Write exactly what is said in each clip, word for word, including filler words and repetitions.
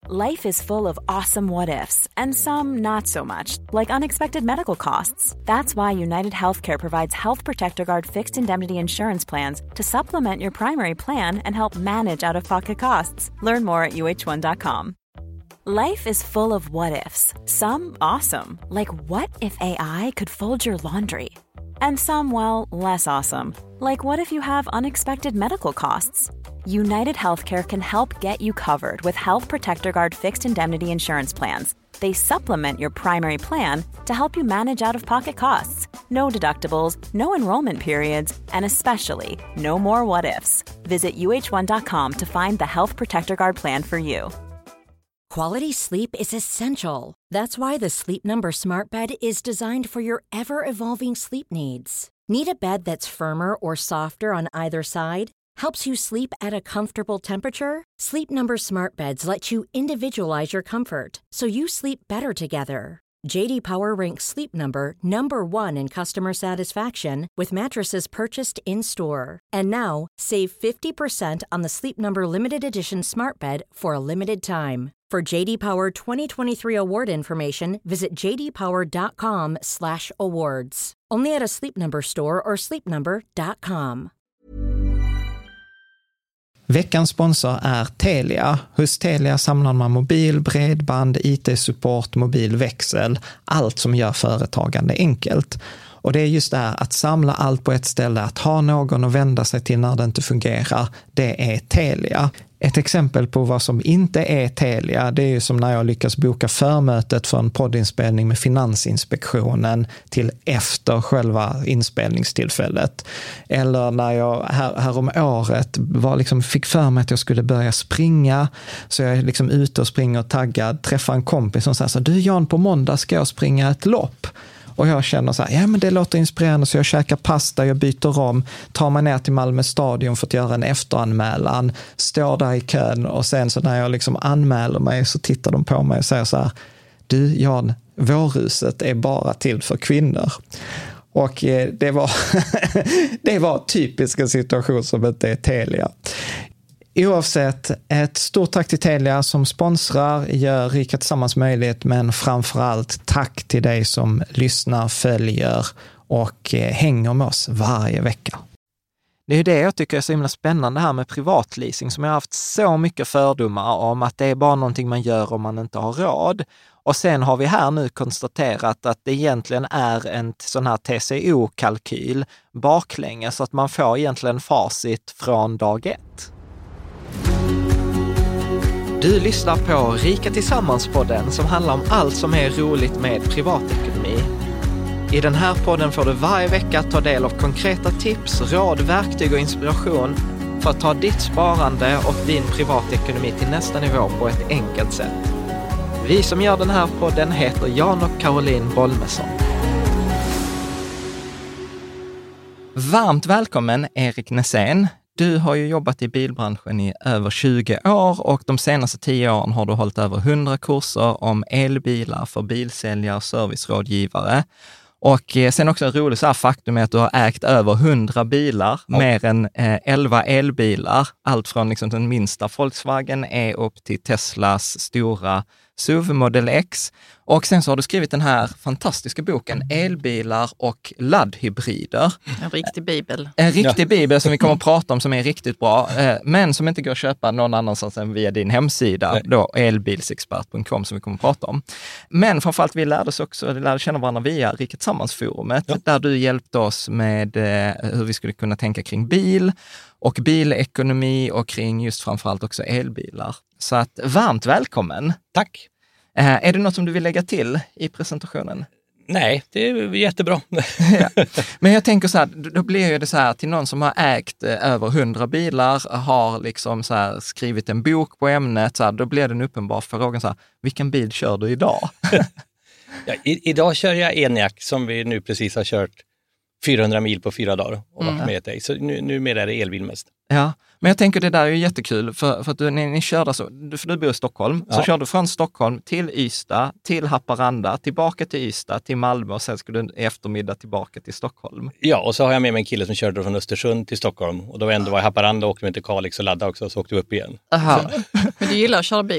Life is full of awesome what-ifs, and some not so much, like unexpected medical costs. That's why United Healthcare provides Health Protector Guard fixed indemnity insurance plans to supplement your primary plan and help manage out-of-pocket costs. Learn more at U H one dot com. Life is full of what-ifs, some awesome, like what if A I could fold your laundry? And some, well, less awesome, like what if you have unexpected medical costs? United Healthcare can help get you covered with Health Protector Guard fixed indemnity insurance plans. They supplement your primary plan to help you manage out-of-pocket costs. No deductibles, no enrollment periods, and especially no more what-ifs. Visit U H one dot com to find the Health Protector Guard plan for you. Quality sleep is essential. That's why the Sleep Number Smart Bed is designed for your ever-evolving sleep needs. Need a bed that's firmer or softer on either side? Helps you sleep at a comfortable temperature? Sleep Number Smart Beds let you individualize your comfort, so you sleep better together. J D Power ranks Sleep Number number one in customer satisfaction with mattresses purchased in-store. And now, save fifty percent on the Sleep Number Limited Edition Smart Bed for a limited time. For J D Power twenty twenty-three award information, visit j d power dot com slash awards. Only at a Sleep Number store or sleep number dot com. Veckans sponsor är Telia. Hos Telia samlar man mobil, bredband, I T-support, mobilväxel, allt som gör företagande enkelt. Och det är just det här att samla allt på ett ställe, att ha någon att vända sig till när det inte fungerar, det är Telia. Ett exempel på vad som inte är Telia, det är ju som när jag lyckas boka förmötet för en poddinspelning med Finansinspektionen till efter själva inspelningstillfället. Eller när jag här, här om året var liksom, fick för mig att jag skulle börja springa, så jag är liksom ute och springer och taggad, träffar en kompis som säger så, du Jan, på måndag ska jag springa ett lopp. Och jag känner så här, ja men det låter inspirerande, så jag käkar pasta, jag byter om, tar mig ner till Malmö stadion för att göra en efteranmälan, står där i kön, och sen så när jag liksom anmäler mig så tittar de på mig och säger så här, du Jan, vårhuset är bara till för kvinnor. Och det var, det var typisk en situation som inte är Telia. Oavsett, ett stort tack till Telia som sponsrar, gör Rika Tillsammans möjligt, men framförallt tack till dig som lyssnar, följer och hänger med oss varje vecka. Det är ju det jag tycker är så himla spännande här med privatleasing, som jag har haft så mycket fördomar om att det är bara någonting man gör om man inte har råd. Och sen har vi här nu konstaterat att det egentligen är en sån här T C O-kalkyl baklänges, så att man får egentligen facit från dag ett. Du lyssnar på Rika Tillsammans-podden som handlar om allt som är roligt med privatekonomi. I den här podden får du varje vecka ta del av konkreta tips, råd, verktyg och inspiration för att ta ditt sparande och din privatekonomi till nästa nivå på ett enkelt sätt. Vi som gör den här podden heter Jan och Caroline Bolmesson. Varmt välkommen Erik Nässén. Du har ju jobbat i bilbranschen i över tjugo år och de senaste tio åren har du hållit över hundra kurser om elbilar för bilsäljare och servicerådgivare. Och sen också en rolig så här faktum är att du har ägt över hundra bilar, ja. mer än eh, elva elbilar. Allt från liksom den minsta Volkswagen E upp till Teslas stora S U V Model X. Och sen så har du skrivit den här fantastiska boken Elbilar och laddhybrider. En riktig bibel. En riktig ja. bibel som vi kommer att prata om, som är riktigt bra. Men som inte går att köpa någon annanstans än via din hemsida. Nej. Då elbilsexpert punkt com, som vi kommer att prata om. Men framförallt vi lärde oss också, vi lärde känna varandra via Rika Tillsammans-forumet. Ja. Där du hjälpte oss med hur vi skulle kunna tänka kring bil och bilekonomi och kring just framförallt också elbilar. Så att varmt välkommen. Tack. Eh, är det något som du vill lägga till i presentationen? Nej, det är jättebra. Ja. Men jag tänker så här, då blir det så här till någon som har ägt eh, över hundra bilar, har liksom så här skrivit en bok på ämnet, så här, då blir det en uppenbar fråga så här, vilken bil kör du idag? Ja, i, idag kör jag Enyaq som vi nu precis har kört fyrahundra mil på fyra dagar och varit mm. med dig. Så nu, numera är det elbil mest. Ja, men jag tänker det där är ju jättekul för, för att du, ni, ni körde så, för du bor i Stockholm, ja. så kör du från Stockholm till Ystad, till Haparanda, tillbaka till Ystad, till Malmö och sen ska du i eftermiddag tillbaka till Stockholm. Ja, och så har jag med mig en kille som körde från Östersund till Stockholm och då ändå var i Haparanda och åkte vi till Kalix och laddade också och så åkte vi upp igen. Aha. Men du gillar att köra bil?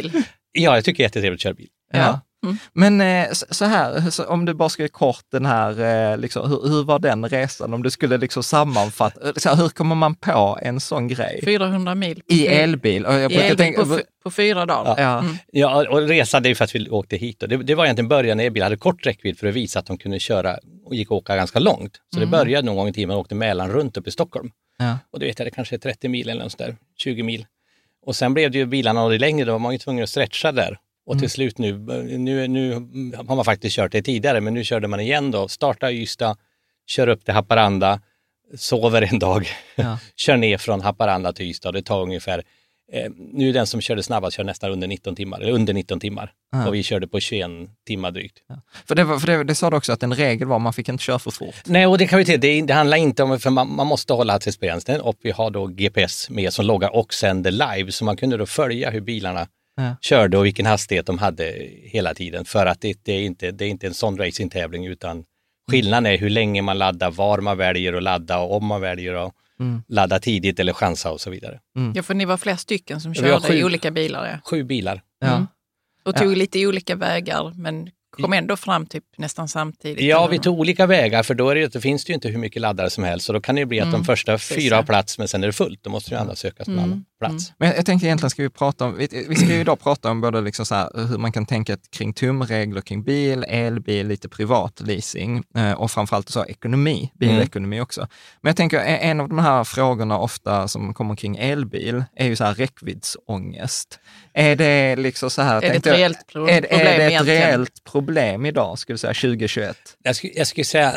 Ja, jag tycker det är jättetrevligt att köra bil. Ja. Mm. Men eh, så här, så om du bara ska kort den här, eh, liksom, hur, hur var den resan? Om du skulle liksom sammanfatta, så här, hur kommer man på en sån grej? fyrahundra mil. I elbil? Och jag I elbil tänka, på, på fyra dagar. Ja, Mm. ja och resan det är för att vi åkte hit. Och det, det var egentligen början när elbil hade kort räckvidd för att visa att de kunde köra och gick och åka ganska långt. Så mm. det började någon gång i timmen och åkte Mälaren runt upp i Stockholm. Ja. Och det vet jag, det kanske är trettio mil eller något där, tjugo mil. Och sen blev det ju bilarna och det längre, då var man ju tvungen att stretcha där. Och till mm. slut nu, nu, nu har man faktiskt kört det tidigare, men nu körde man igen då. Starta Ystad, kör upp till Haparanda, sover en dag, ja. kör ner från Haparanda till Ystad. Det tar ungefär, eh, nu är den som körde snabbast kör nästan under nitton timmar, eller under nitton timmar. Ja. Och vi körde på tjugoen timmar drygt. Ja. För, det, var, för det, det sa du också att en regel var att man fick inte köra för fort. Nej, och det kan vi till. Det, det handlar inte om, för man, man måste hålla hastighetsbegränsningen och vi har då G P S med som loggar och sänder live. Så man kunde då följa hur bilarna Ja. körde och vilken hastighet de hade hela tiden. För att det, det, är, inte, det är inte en sån racingtävling utan skillnaden är hur länge man laddar, var man väljer att ladda och om man väljer att mm. ladda tidigt eller chansa och så vidare. Mm. Ja, för ni var flera stycken som körde sju, i olika bilar. Ja. Sju bilar. Ja. Mm. Och tog ja. lite olika vägar men kom ändå fram typ nästan samtidigt. Ja, vi tog olika vägar för då är det, det finns det ju inte hur mycket laddare som helst. Så då kan det ju bli att mm. de första fyra har plats men sen är det fullt. Då måste ju andra söka på mm. annan plats. Mm. Men jag tänkte egentligen ska vi prata om, vi, vi ska ju idag prata om både liksom så här, hur man kan tänka kring tumregler kring bil, elbil, lite privat leasing och framförallt så ekonomi, bilekonomi mm. också. Men jag tänker en av de här frågorna ofta som kommer kring elbil är ju så här räckviddsångest. Är det liksom så här... Är det ett reellt problem? Är, är det ett reellt problem idag, skulle jag säga, tjugo tjugoett? Jag skulle, jag skulle säga,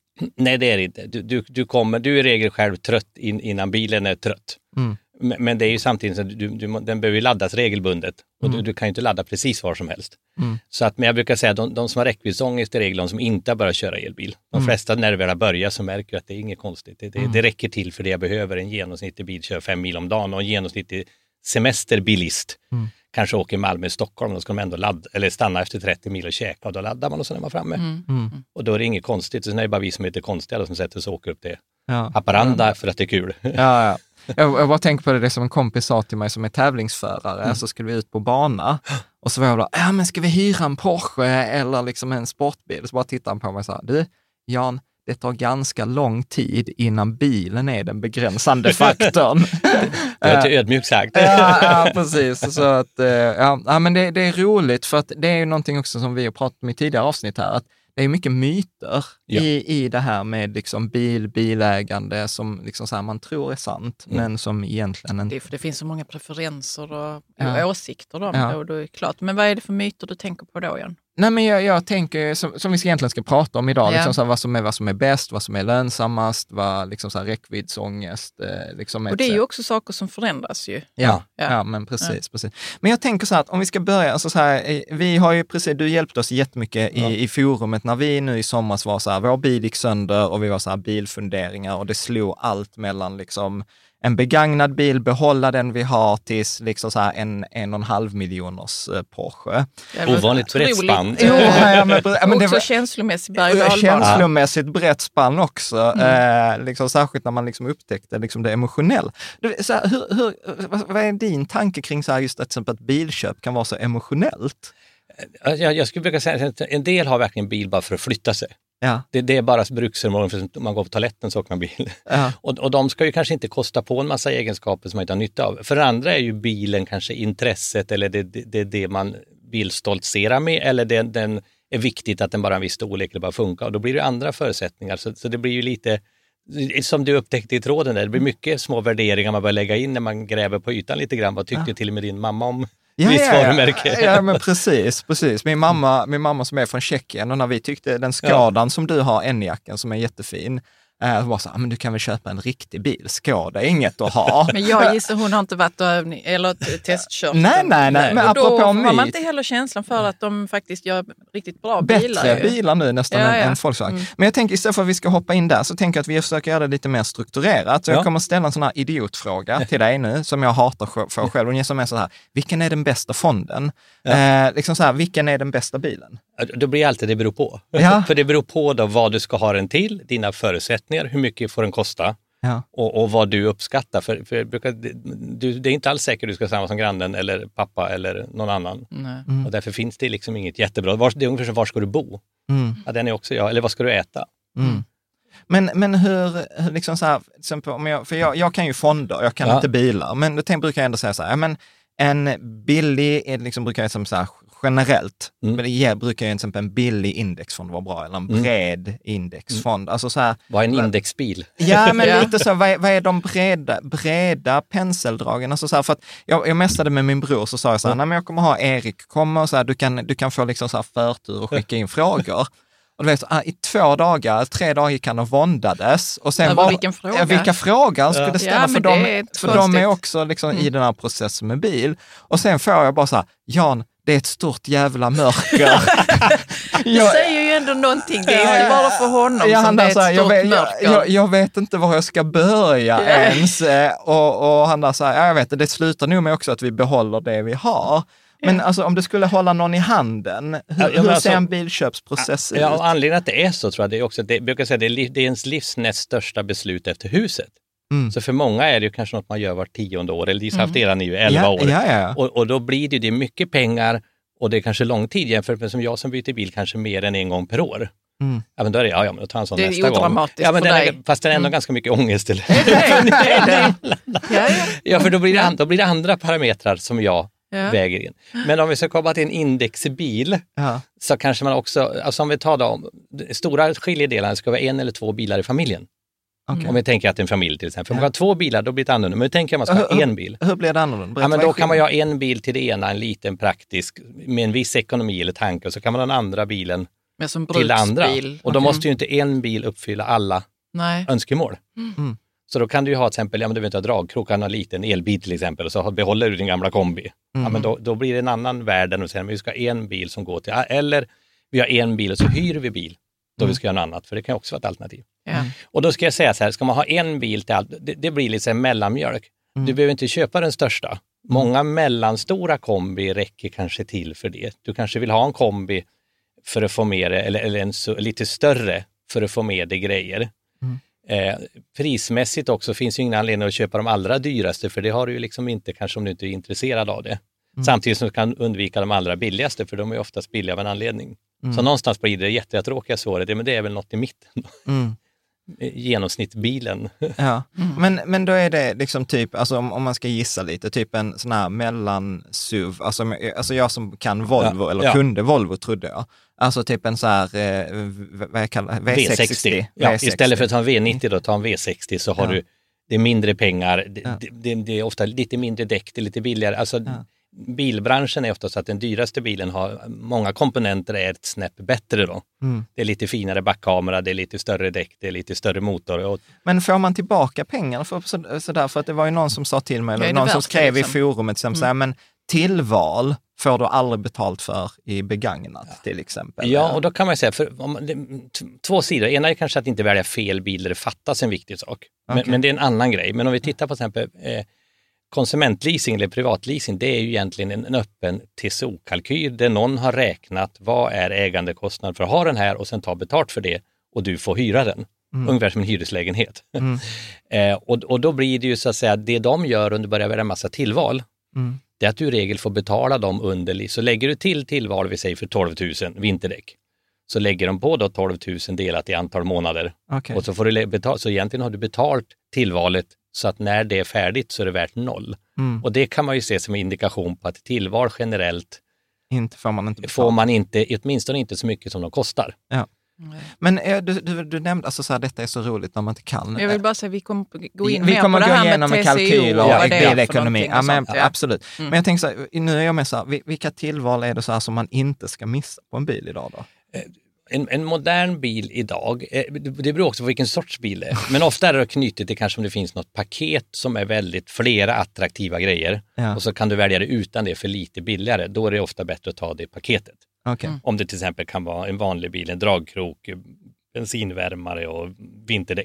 nej det är det inte. Du, du, du, kommer, du är i regel själv trött in, innan bilen är trött. Mm. Men, men det är ju samtidigt så att du, du, den behöver ju laddas regelbundet. Och mm. du, du kan ju inte ladda precis var som helst. Mm. Så att, men jag brukar säga att de, de som har räckviddsångest är regel de som inte har börjat köra elbil. De mm. flesta när det börjar så märker jag att det är inget konstigt. Det, det, mm. det räcker till för det jag behöver. En genomsnittlig bil kör fem mil om dagen och en genomsnittlig semesterbilist mm. kanske åker i Malmö i Stockholm, då ska de ändå ladda, eller stanna efter trettio mil och käka och då laddar man och så är man framme. Mm. Mm. Och då är det inget konstigt, så är det bara vi som är lite konstiga som sätter sig och åker upp till ja. Haparanda för att det är kul. Ja, ja. Jag, jag bara tänker på det, det som en kompis sa till mig som är tävlingsförare, mm. så skulle vi ut på bana och så var jag då, ja men ska vi hyra en Porsche eller liksom en sportbil? Så bara tittade han på mig och sa, du Jan, det tar ganska lång tid innan bilen är den begränsande faktorn. Det är inte ödmjukt sagt. ja, ja, precis. Så att, ja, ja, men det, det är roligt för att det är ju någonting också som vi har pratat om i tidigare avsnitt här, att det är mycket myter ja. i, i det här med liksom bil, bilägande som liksom så här man tror är sant, mm. men som egentligen inte... Det, för det finns så många preferenser och, ja. och åsikter då, ja. och då är det klart. Men vad är det för myter du tänker på då, Jan? Nej, men jag, jag tänker, som, som vi egentligen ska prata om idag, ja. liksom så här, vad, som är, vad som är bäst, vad som är lönsammast, vad liksom så här räckviddsångest. Eh, liksom och det är ju också saker som förändras ju. Ja, ja. ja men precis, ja. precis. Men jag tänker så här, att om vi ska börja, alltså så här, vi har ju precis, du hjälpte oss jättemycket ja. i, i forumet när vi nu i somras var så här, vår bil gick sönder och vi var så här bilfunderingar och det slog allt mellan liksom en begagnad bil, behålla den vi har tills liksom så här en, en och en halv miljoners eh, Porsche. Ovanligt brett spann. Jo, ja, men, men det var känslomässigt berg- känslomässigt brett spann också. Mm. Eh, liksom, särskilt när man liksom upptäckte liksom det emotionella. Så här, hur, hur, vad, vad är din tanke kring så här, just att, till exempel, att bilköp kan vara så emotionellt? Jag, jag skulle brukar säga att en del har verkligen bil bara för att flytta sig. Ja. Det, det är bara bruksförmån, för om man går på toaletten så åker man bil. Ja. Och, och de ska ju kanske inte kosta på en massa egenskaper som man inte har nytta av. För det andra är ju bilen kanske intresset eller det, det, det, det man vill stoltsera med, eller det, den är viktigt att den bara har en viss storlek eller bara funkar. Och då blir det andra förutsättningar. Så, så det blir ju lite, som du upptäckte i tråden där, det blir mycket små värderingar man börjar lägga in när man gräver på ytan lite grann. Vad tyckte ja. till och med din mamma om Ja, ja, ja. ja, men precis, precis. Min mamma, min mamma som är från Tjeckien, och när vi tyckte den Skadan ja. som du har, Enyaqen som är jättefin, äh, var så, ah, men du kan väl köpa en riktig bil, Skada är inget att ha. Men jag gissar hon har inte varit övning, eller testkört. Nej, nej, nej. Men och då apropå har man inte heller känslan för att de faktiskt gör riktigt bra bilar. Bättre bilar nu nästan ja, ja. än Volkswagen. Mm. Men jag tänker istället för att vi ska hoppa in där så tänker jag att vi försöker göra det lite mer strukturerat. Så ja. jag kommer ställa en sån här idiotfråga till dig nu som jag hatar för själv. Och som är så här, vilken är den bästa fonden? Ja. Eh, liksom så här, vilken är den bästa bilen? Då blir alltid det beror på. Ja. För det beror på då vad du ska ha den till, dina förutsättningar, hur mycket får den kosta. Ja. Och, och vad du uppskattar. För, för brukar, du, det är inte alls säkert du ska samma som grannen eller pappa eller någon annan. Mm. Och därför finns det liksom inget jättebra. Var, det är ungefär som var ska du bo? Mm. Ja, den är också jag. Eller vad ska du äta? Mm. Men, men hur, hur liksom så här, exempel, om jag, för jag, jag kan ju fonder, jag kan ja. inte bilar, men då tänk, brukar jag ändå säga så här, men en billig, liksom brukar jag som så här, generellt, mm. men det ger, brukar ju exempel en billig indexfond vara bra, eller en bred mm. indexfond. Alltså så här, vad är en indexbil? Ja, men ja. lite så, vad är, vad är de breda, breda penseldragen? Alltså så här, för att jag, jag mästade med min bror, så sa jag så här, mm. nej men jag kommer ha Erik, kommer och så här, du kan, du kan få liksom så här förtur och skicka in frågor. Och du vet, i två dagar, tre dagar gick han och våndades. Och sen bara, vilken fråga? Vilka frågor han skulle ställa, ja, för, de, för de är också liksom mm. i den här processen med bil. Och sen får jag bara så här, Jan, det är ett stort jävla mörker. Det jag, säger ju ändå någonting, det är inte bara för honom ja, som det är ett här, stort jag vet, mörker. Jag, jag, jag vet inte var jag ska börja ens. Och, och han där så här, ja, jag vet, det slutar nog med också att vi behåller det vi har. Men ja. alltså, om du skulle hålla någon i handen, hur, ja, hur alltså, ser en bilköpsprocess ut? Ja, och anledningen att det är så tror jag, det är också, det, jag brukar säga, det är, det är ens livs näst största beslut efter huset. Mm. Så för många är det ju kanske något man gör var tionde år, eller de har haft mm. eran i elva ja, år. Ja, ja. Och, och då blir det, det är mycket pengar och det är kanske lång tid jämfört med som jag som byter bil kanske mer än en gång per år. Mm. Ja, men då är det, ja, ja men då tar en sån det nästa gång. Ja, men den är, fast det är ändå mm. ganska mycket ångest. Eller? det det. Ja, ja. ja, för då blir, det, då blir det andra parametrar som jag ja. väger in. Men om vi ska komma till en indexbil ja. så kanske man också, alltså om vi tar då, stora skiljedelarna ska vara en eller två bilar i familjen. Okay. Om vi tänker att det är en familj till exempel. Om ja. man har två bilar, då blir det annorlunda. Men vi tänker att man ska ha en bil. Hur blir det annorlunda? Ja, men då kan man ju ha en bil till det ena, en liten praktisk, med en viss ekonomi eller tanke. Och så kan man ha den andra bilen till det andra. Och då okay. måste ju inte en bil uppfylla alla Nej. önskemål. Mm. Så då kan du ju ha till exempel, ja men du vet inte ha dragkrok, kan ha en liten elbil till exempel och så behåller du din gamla kombi. Mm. Ja men då, då blir det en annan värld än att säga, men vi ska ha en bil som går till, eller vi har en bil och så hyr vi bil då mm. vi ska göra något annat, för det kan också vara ett alternativ. Mm. Och då ska jag säga så här, ska man ha en bil till allt, det, det blir lite så här mellanmjölk. Mm. Du behöver inte köpa den största. Mm. Många mellanstora kombi räcker kanske till för det. Du kanske vill ha en kombi för att få med det, eller, eller en så, lite större för att få med det grejer. Mm. Eh, prismässigt också finns ju ingen anledning att köpa de allra dyraste, för det har du ju liksom inte, kanske om du inte är intresserad av det. Mm. Samtidigt som du kan undvika de allra billigaste, för de är oftast billiga av en anledning. Mm. Så någonstans blir det jättetråkiga svaret, men det är väl något i mitten. Mm. Genomsnittbilen. Ja, mm. men, men då är det liksom typ, alltså om, om man ska gissa lite, typ en sån här mellan-SUV, alltså, alltså jag som kan Volvo, ja, eller ja. kunde Volvo trodde jag. Alltså typ en så här, eh, vad jag kallar V sextio. V sextio. Ja, V sextio. Istället för att ta en V nittio då, ta en V sextio så har ja. du, det är mindre pengar, det, ja. det, det, det är ofta lite mindre däck, det är lite billigare. Alltså ja. bilbranschen är ofta så att den dyraste bilen har, många komponenter är ett snäpp bättre då. Mm. Det är lite finare backkamera, det är lite större däck, det är lite större motor. Och... Men får man tillbaka pengar för, så, så där, för att det var ju någon som sa till mig, eller någon som skrev liksom. i forumet som mm. säger, men tillval får du aldrig betalt för i begagnat ja. till exempel. Ja, och då kan man säga, för om, det, två sidor. Ena är kanske att inte välja fel bil där det fattas en viktig sak. Men, okay. men det är en annan grej. Men om vi tittar på till exempel eh, konsumentleasing eller privatleasing, det är ju egentligen en, en öppen T S O-kalkyl där någon har räknat vad är ägandekostnad för att ha den här och sen ta betalt för det och du får hyra den. Mm. Ungefär som en hyreslägenhet. Mm. eh, och, och då blir det ju så att säga, det de gör under börjar välja en massa tillval, mm. det är att du i regel får betala dem under, så lägger du till tillval, vi säger för tolv tusen vinterdäck, så lägger de på då tolv tusen delat i antal månader. Okay. Och så får du betala, så egentligen har du betalt tillvalet så att när det är färdigt så är det värt noll. Mm. Och det kan man ju se som indikation på att tillval generellt inte får man inte betala. Får man inte, åtminstone inte så mycket som de kostar. Ja. Nej. Men du, du, du nämnde, alltså så här, detta är så roligt när man inte kan. Jag vill bara säga, vi kommer gå in vi mer kommer på gå det här igenom med kalkyler och ja, bilekonomi. Ja, men, ja. Absolut. Mm. Men jag tänker så här, nu är jag med så här, vilka tillval är det så här som man inte ska missa på en bil idag då? En, en modern bil idag, det beror också på vilken sorts bil det är. Men ofta är det knutet till kanske om det finns något paket som är väldigt flera attraktiva grejer. Ja. Och så kan du välja det utan det för lite billigare. Då är det ofta bättre att ta det paketet. Okay. Mm. Om det till exempel kan vara en vanlig bil, en dragkrok, bensinvärmare och vinterdäck.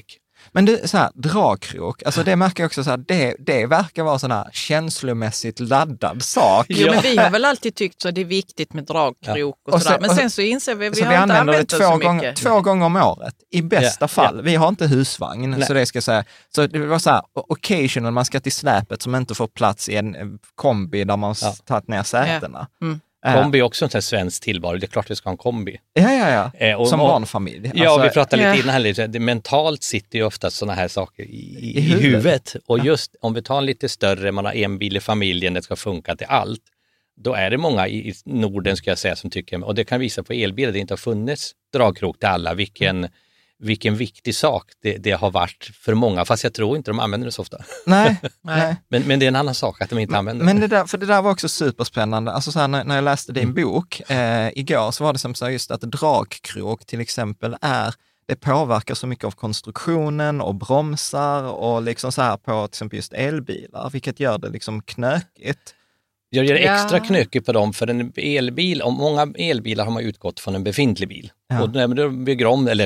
Men du, så här, dragkrok, alltså det märker jag också så här, det, det verkar vara sån här känslomässigt laddad sak. Jo, men vi har väl alltid tyckt så det är viktigt med dragkrok och, och sådär. Men sen så inser vi, vi så har vi inte använt det två så gånger, mycket. Två gånger om året, i bästa ja, fall. Ja. Vi har inte husvagn, Nej. så det ska jag säga. Så det var så här, occasional, man ska till släpet som inte får plats i en kombi där man ja. tagit ner sätena. Ja. Mm. Kombi är också en sån här svensk tillvaro. Det är klart vi ska ha en kombi. Ja, ja, ja. Eh, och, som och, barnfamilj. Ja, alltså, vi pratade ja. lite innan här. Det, mentalt sitter ju ofta sådana här saker i, i, I huvudet. i huvudet. Och just om vi tar en lite större, man har en bil i familjen, det ska funka till allt. Då är det många i, i Norden, ska jag säga, som tycker, och det kan visa på elbilar, det inte har funnits dragkrok till alla. Vilken... Vilken viktig sak det, det har varit för många, fast jag tror inte de använder det så ofta. Nej, nej. Men, men det är en annan sak att de inte men, använder men det. det. Där, för det där var också superspännande. Alltså så här, när, när jag läste din mm. bok eh, igår så var det som så just att dragkrok till exempel är, det påverkar så mycket av konstruktionen och bromsar och liksom så här på till exempel just elbilar, vilket gör det liksom knökigt. Jag gör extra ja. knökigt på dem, för en elbil, och många elbilar har man utgått från en befintlig bil. Ja. Och när man bygger om eller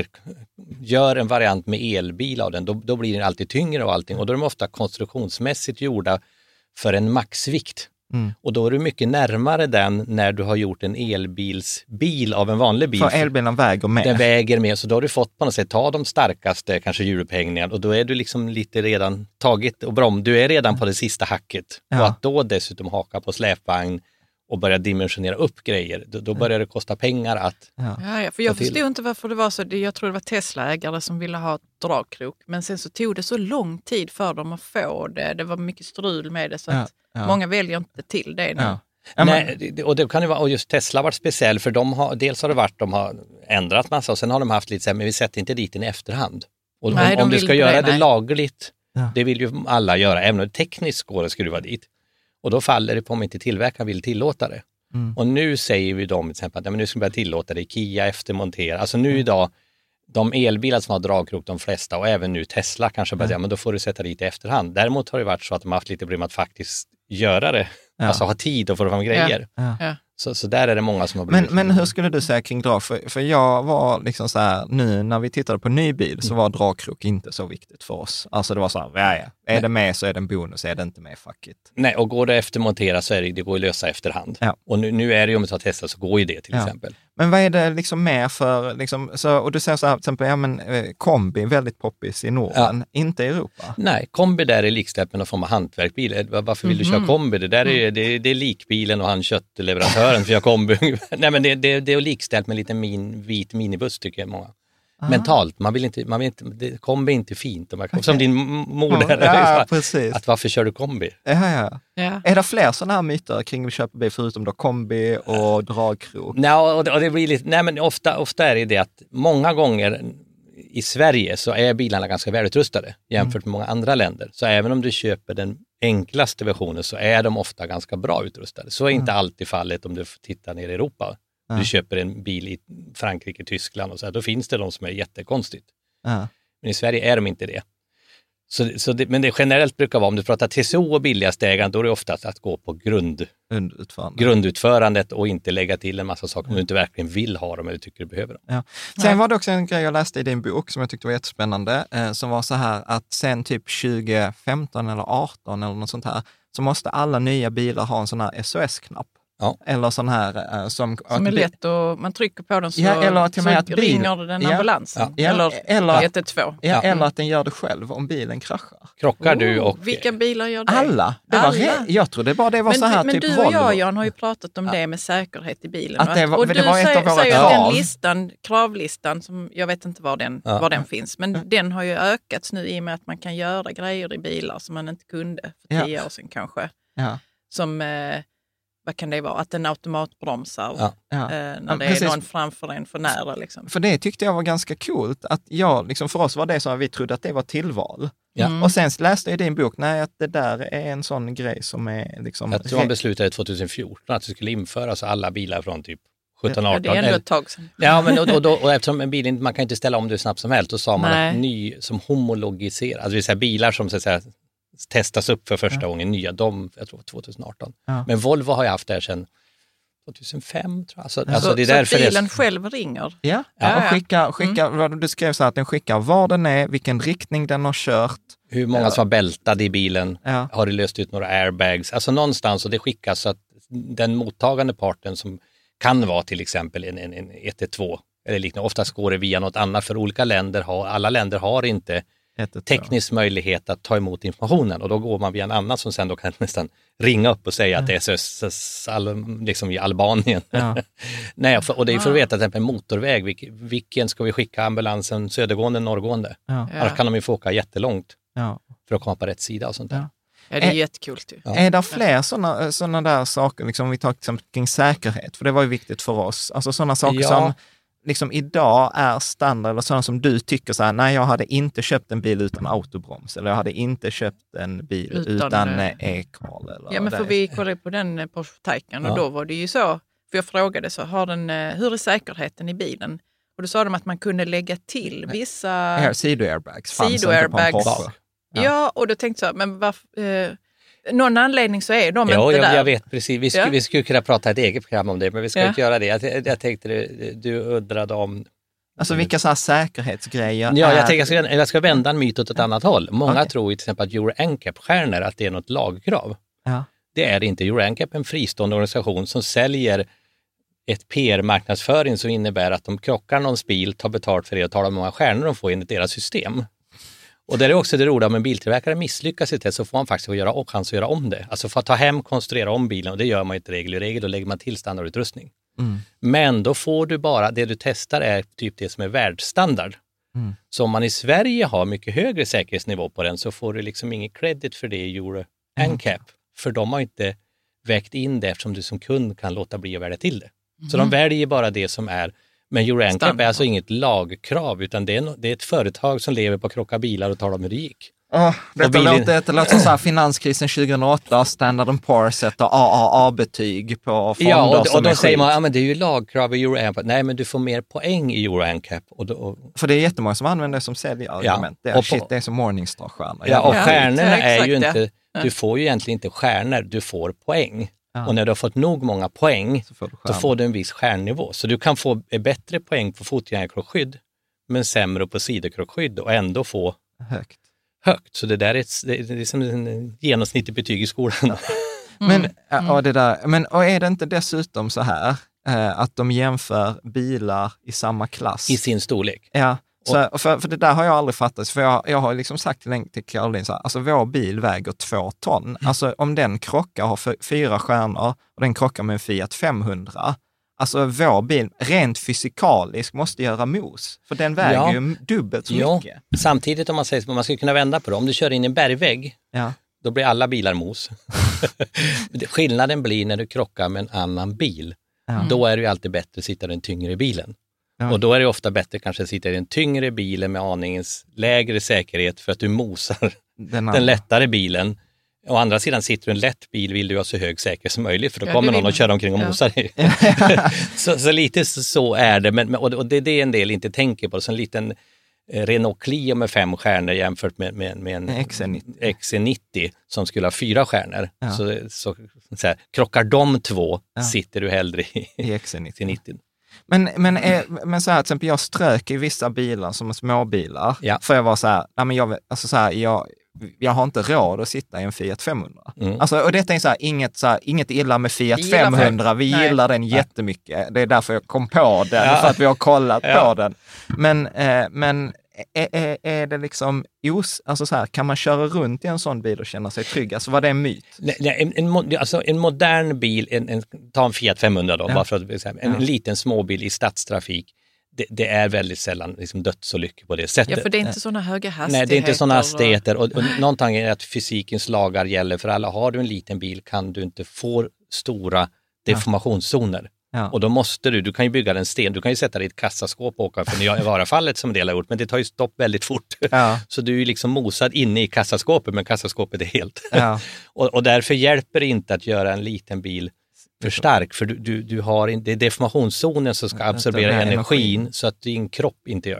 gör en variant med elbil av den, då, då blir den alltid tyngre och allting. Och då är de ofta konstruktionsmässigt gjorda för en maxvikt. Mm. Och då är du mycket närmare den när du har gjort en elbilsbil av en vanlig bil. För elbilen väger mer. Den väger mer, så då har du fått på något sätt ta de starkaste kanske hjulupphängningar, och då är du liksom lite redan tagit och brom. Du är redan på det sista hacket. Ja. Och att då dessutom haka på släpvagn och börja dimensionera upp grejer, då, då börjar det kosta pengar att ja. Ja, ja, för jag förstod inte varför det var så. Jag tror det var Tesla-ägare som ville ha dragkrok, men sen så tog det så lång tid för dem att få det. Det var mycket strul med det, så ja, att ja. många väljer inte till det nu. Ja. Ja, men... Nej, och det kan ju vara, och just Tesla har varit speciell, för de har, dels har det varit, de har ändrat massa, och sen har de haft lite så här, men vi sätter inte dit den i efterhand. Och nej, om, om du ska göra det, det lagligt, ja. det vill ju alla göra, även om det tekniskt går att skruva dit. Och då faller det på om inte tillverkaren vill tillåta det. Mm. Och nu säger vi dem till exempel att ja, men nu ska vi börja tillåta det, Kia eftermontera. Alltså nu idag, de elbilar som har dragkrok, de flesta, och även nu Tesla kanske bara, mm. ja, men då får du sätta dit i efterhand. Däremot har det varit så att de har haft lite problem att faktiskt göra det. Ja. Alltså ha tid och få fram grejer. Ja. Ja. Så, så där är det många som har blivit. Men, men hur skulle du säga kring drag? För, för jag var liksom så här, nu när vi tittade på ny bil så var dragkrok inte så viktigt för oss. Alltså det var så här, ja, ja. Är Nej. det med så är det en bonus, är det inte med, fuck it. Nej, och går det eftermontera så är det, det går att lösa efterhand. Ja. Och nu, nu är det ju, om vi tar Tesla, så går ju det till ja. exempel. Men vad är det liksom mer för, liksom, så, och du säger så här, till exempel, ja men kombi, väldigt poppis i Norden, ja. inte i Europa. Nej, kombi där är likställt med någon form av hantverkbil. Varför vill mm-hmm. du köra kombi? Det där är, det, det är likbilen och han köttleverantören för jag kombi. Nej, men det, det, det är likställt med en liten min, vit minibuss, tycker jag många. Aha. Mentalt, man vill inte, man vill inte, det, kombi är inte fint. Okay. Som din mor där. Ja, precis. Att varför kör du kombi? Ja, ja. Ja. Är det fler sådana här myter kring att köpa bil förutom då kombi och dragkrok? Nej, och det, och det blir lite, nej men ofta, ofta är det det att många gånger i Sverige så är bilarna ganska välutrustade jämfört med många andra länder. Så även om du köper den enklaste versionen så är de ofta ganska bra utrustade. Så är inte mm. alltid fallet om du tittar ner i Europa. Ja. Du köper en bil i Frankrike, Tyskland och så här, då finns det de som är jättekonstigt. Ja. Men i Sverige är de inte det. Så, så det, men det generellt brukar vara, om du pratar T C O och billigaste ägaren, då är det oftast att gå på grund, grundutförandet och inte lägga till en massa saker om du inte verkligen vill ha dem eller tycker du behöver dem. Ja. Sen var det också en grej jag läste i din bok som jag tyckte var jättespännande, eh, som var så här att sen typ tjugo femton eller arton eller något sånt här, så måste alla nya bilar ha en sån här S O S-knapp. Ja. Eller sån här uh, som... Som är lätt och man trycker på den så, ja, eller till så att bil, ringer den ja, ambulansen. Ja, eller eller, ett ett två. Ja, ja. Eller att den gör det själv om bilen kraschar. Krockar oh, du och... Vilka bilar gör det? Alla. Det alla. Var re- jag tror det bara det var men, så här men typ du och Volvo. jag, Jan, har ju pratat om ja. det med säkerhet i bilen. Att det var, och det du var ett säger, av våra säger krav. att den listan, kravlistan, som jag vet inte var den, ja. var den finns, men mm. den har ju ökats nu i och med att man kan göra grejer i bilar som man inte kunde för tio ja. år sedan kanske. Ja. Som... Eh, vad kan det vara? Att den automatbromsar ja. eh, när ja, det precis. är någon framför en för nära. Liksom. För det tyckte jag var ganska coolt. Att jag, liksom, för oss var det så att vi trodde att det var tillval. Ja. Mm. Och sen läste jag i din bok, nej, att det där är en sån grej som är... Liksom, jag tror man beslutade tjugohundrafjorton att det skulle införas alla bilar från typ sjutton arton. Ja, det är ändå ett tag sedan. Ja, men och, och, då, och eftersom en bil, man kan inte ställa om det snabbt som helst, då sa man nej. att ny som homologiserar, alltså det vill säga bilar som så att säga testas upp för första ja. gången nya, de, jag tror tjugo arton. Ja. Men Volvo har ju haft det här sedan tjugohundrafem tror jag. Alltså, Ja. alltså, Så, det är så bilen det... själv ringer? Ja, ja. och skickar, skickar mm. du skrev så här att den skickar var den är, vilken riktning den har kört. Hur många ja. som har bältade i bilen, ja. har det löst ut några airbags, alltså någonstans, och det skickas så att den mottagande parten som kan vara till exempel en, en, en ett ett två eller liknande, oftast går det via något annat, för olika länder har, alla länder har inte teknisk möjlighet att ta emot informationen, och då går man via en annan som sen då kan nästan ringa upp och säga ja. att det är S O S liksom i Albanien. Ja. Nej, och det är för att veta till exempel motorväg, vilken, vilken ska vi skicka ambulansen, södergående, norrgående? Ja. Annars kan de ju få åka jättelångt ja. för att komma på rätt sida och sånt där. Ja. Ja, det är, är jättekul. Ja. Är det fler sådana såna där saker, liksom, om vi tar till exempel kring säkerhet, för det var ju viktigt för oss, alltså sådana saker ja. som liksom idag är standard, eller sådana som du tycker så här, nej jag hade inte köpt en bil utan autobroms, eller jag hade inte köpt en bil utan, utan e-call. Eller ja, men för vi kollade på den Porsche Taycan och ja. då var det ju så, för jag frågade så, har den, hur är säkerheten i bilen? Och då sa de att man kunde lägga till vissa... Ja, sido-airbags fanns sido-airbags. inte på en Porsche. Ja. ja, och då tänkte jag, men varför... Eh, någon anledning så är de ja, inte jag, där. Jag vet precis. Vi skulle, ja. vi skulle kunna prata ett eget program om det, men vi ska ja. inte göra det. Jag, jag tänkte, du undrade om... Alltså vilka så här säkerhetsgrejer Ja, är... jag tänker jag ska, jag ska vända en myt åt ett annat håll. Många okay. tror till exempel att Euro N C A P-stjärnor, att det är något lagkrav. Ja. Det är inte. Euro N C A P, en fristående organisation som säljer ett P R-marknadsföring som innebär att de krockar någons bil, tar betalt för det och talar om hur många stjärnor de får enligt deras system. Och det är också det roliga, om en biltillverkare misslyckas i det så får man faktiskt göra, chans att göra om det. Alltså få ta hem, konstruera om bilen, och det gör man inte regel i regel, då lägger man till standardutrustning. Mm. Men då får du bara, det du testar är typ det som är världsstandard. Mm. Så om man i Sverige har mycket högre säkerhetsnivå på den så får du liksom ingen credit för det i Euro N C A P. Mm. För de har inte vägt in det eftersom du som kund kan låta bli att välja till det. Mm. Så de väljer bara det som är. Men Euro N C A P är alltså inget lagkrav, utan det är, no, det är ett företag som lever på att krocka bilar och tala om hur det gick. Oh, detta bilen... låter, det låter som så här, finanskrisen tjugohundraåtta, Standard and Poor's sätter A A A-betyg på fonder. Ja, och, och då säger man, ja men det är ju lagkrav i Euro N C A P. Nej, men du får mer poäng i Euro N C A P. Och då, och... För det är jättemånga som använder det som säljargument. Ja, det är, shit, på... det är som Morningstar-stjärnor. Ja, och ja, stjärnorna är ju inte, du får ju egentligen inte stjärnor, du får poäng. Ja. Och när du har fått nog många poäng så får då får du en viss stjärnnivå. Så du kan få bättre poäng på fotgängarkrockskydd men sämre på sidokrockskydd och ändå få högt. högt. Så det där är, ett, det är som en genomsnittlig betyg i skolan. Mm. Men, ja, det där, men och är det inte dessutom så här eh, att de jämför bilar i samma klass? I sin storlek. Ja. Så, för, för det där har jag aldrig fattat, för jag, jag har liksom sagt till, till Caroline så här, alltså vår bil väger två ton. Mm. Alltså om den krockar har f- fyra stjärnor och den krockar med en Fiat femhundra, alltså vår bil rent fysikaliskt måste göra mos, för den väger ja. ju dubbelt så ja. mycket. Samtidigt om man säger, man skulle kunna vända på det, om du kör in i en bergvägg, ja. då blir alla bilar mos. Skillnaden blir när du krockar med en annan bil. Ja. Då är det ju alltid bättre att sitta i den tyngre bilen. Ja. Och då är det ofta bättre kanske att sitta i en tyngre bil med aningens lägre säkerhet för att du mosar den, den lättare bilen. Å andra sidan sitter du i en lätt bil vill du ha så hög säkerhet som möjligt för då ja, kommer någon och kör omkring och ja. mosar dig. så, så lite så är det, men, och det är det en del inte tänker på. Så en liten Renault Clio med fem stjärnor jämfört med, med, med en X C nittio som skulle ha fyra stjärnor. Ja. Så, så, så här, krockar de två ja. sitter du hellre i, I X C nittio. Men, men, är, men så här, till exempel jag strök i vissa bilar som är småbilar. Ja. För jag var så här, nej men jag, alltså så här, jag, jag har inte råd att sitta i en Fiat femhundra. Mm. Alltså, och detta är så här, inget, så här, inget illa med Fiat femhundra. Vi nej. gillar den jättemycket. Det är därför jag kom på den, ja. för att vi har kollat ja. på den. Men, eh, men är, är, är det liksom, os, alltså så här, kan man köra runt i en sån bil och känna sig trygg? Alltså var det en myt? Nej, en, en, alltså, en modern bil, en, en, ta en Fiat femhundra då, ja. bara för att, en ja. liten småbil i stadstrafik, det, det är väldigt sällan liksom, dödsolyckor på det sättet. Ja, för det är inte sådana höga hastigheter. Nej, det är inte sådana hastigheter. Och, och någonting är att fysikens lagar gäller för alla. Har du en liten bil kan du inte få stora deformationszoner. Ja. Och då måste du, du kan ju bygga den sten, du kan ju sätta dig i ett kassaskåp och åka för i varafallet som en del har gjort, men det tar ju stopp väldigt fort. Ja. Så du är ju liksom mosad inne i kassaskåpet, men kassaskåpet är helt. Ja. och, och därför hjälper det inte att göra en liten bil för stark, för du, du, du har, det är deformationszonen som ska absorbera energin, energin så att din kropp inte gör det.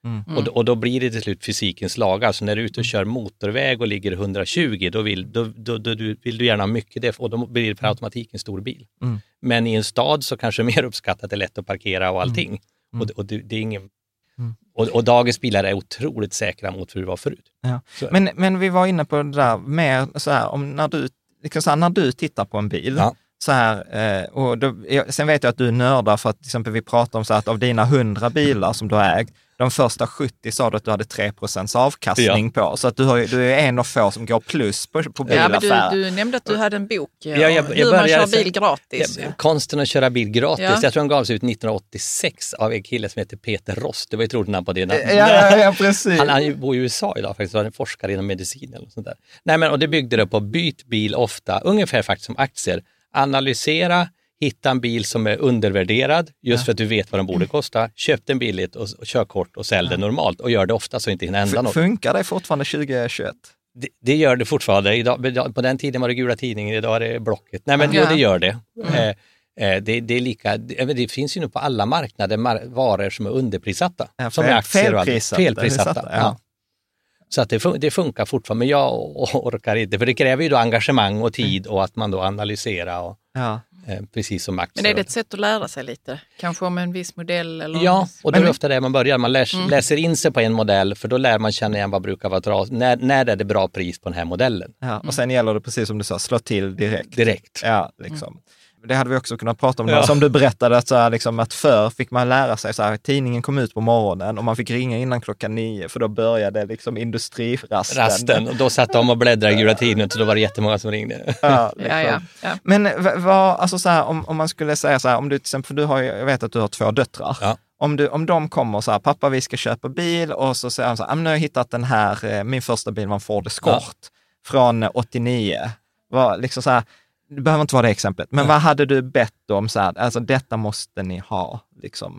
Mm. Och, och då blir det till slut fysikens lagar. Så när du är ute och kör motorväg och ligger hundratjugo, då vill, då, då, då, då vill du gärna ha mycket det, och då blir det per automatik en stor bil. Mm. Men i en stad så kanske mer uppskattat är lätt att parkera och allting. Mm. Och, och det, det är ingen... Mm. Och, och dagens bilar är otroligt säkra mot hur det var förut. Ja. Men, men vi var inne på det där mer så här, om när du, liksom så här, när du tittar på en bil, ja. så här, eh, och då, sen vet jag att du är nördar för att till exempel vi pratar om så att av dina hundra bilar som du har ägt, de första sjuttio sa du att du hade tre procent avkastning ja. på. Så att du, har, du är en av få som går plus på, på bilaffär. Ja, men du, du nämnde att du hade en bok ja, ja, jag, jag hur man kör bil gratis. Ja, konsten att köra bil gratis. Ja. Jag tror den gavs ut nittonhundraåttiosex av en kille som heter Peter Ross. Det var ju troligt namn på det. Ja, ja, ja, precis. Han, han bor i U S A idag faktiskt. Han är forskare inom medicin eller sånt där. Nej, men, och det byggde det på byt bil ofta. Ungefär faktiskt som aktier. Analysera, hitta en bil som är undervärderad just ja. för att du vet vad den borde kosta. Köp den billigt och, och kör kort och sälj ja. den normalt och gör det ofta så inte hinner hända något. Funkar det fortfarande tjugohundratjugoett? Det, det gör det fortfarande. Idag, på den tiden var det gula tidningen, idag är det Blocket. Nej men ja. jo, det gör det. Mm. Eh, det. Det är lika, det, det finns ju nu på alla marknader mar- varor som är underprissatta. Ja, som är aktier och felprissatta. felprissatta ja. Ja. Så att det, fun- det funkar fortfarande, men jag orkar inte. För det kräver ju då engagemang och tid och att man då analyserar och ja. eh, precis som aktier. Men är det ett sätt att lära sig lite? Kanske om en viss modell? Eller ja, och det är ofta det man börjar. Man läs- mm. läser in sig på en modell, för då lär man känna igen vad brukar vara bra. När, när är det bra pris på den här modellen? Ja, och sen gäller det precis som du sa, slå till direkt. Direkt. Ja, liksom. Mm. Det hade vi också kunnat prata om, ja. som du berättade, att, så här, liksom, att förr fick man lära sig så här, tidningen kom ut på morgonen och man fick ringa innan klockan nio, för då började liksom industrirasten. Rasten, och då satt de och bläddrade i gula tidningen, så då var det jättemånga som ringde. Ja, liksom. ja, ja, ja. Men vad, alltså så här, om, om man skulle säga så här, om du till exempel, för du har, jag vet att du har två döttrar. Ja. Om, du, om de kommer så här, pappa vi ska köpa bil, och så säger han så här, nu har jag hittat den här, min första bil var en Ford Escort ja. från åttionio. Var liksom så här, det behöver inte vara det exemplet, men ja. vad hade du bett om så här, alltså detta måste ni ha liksom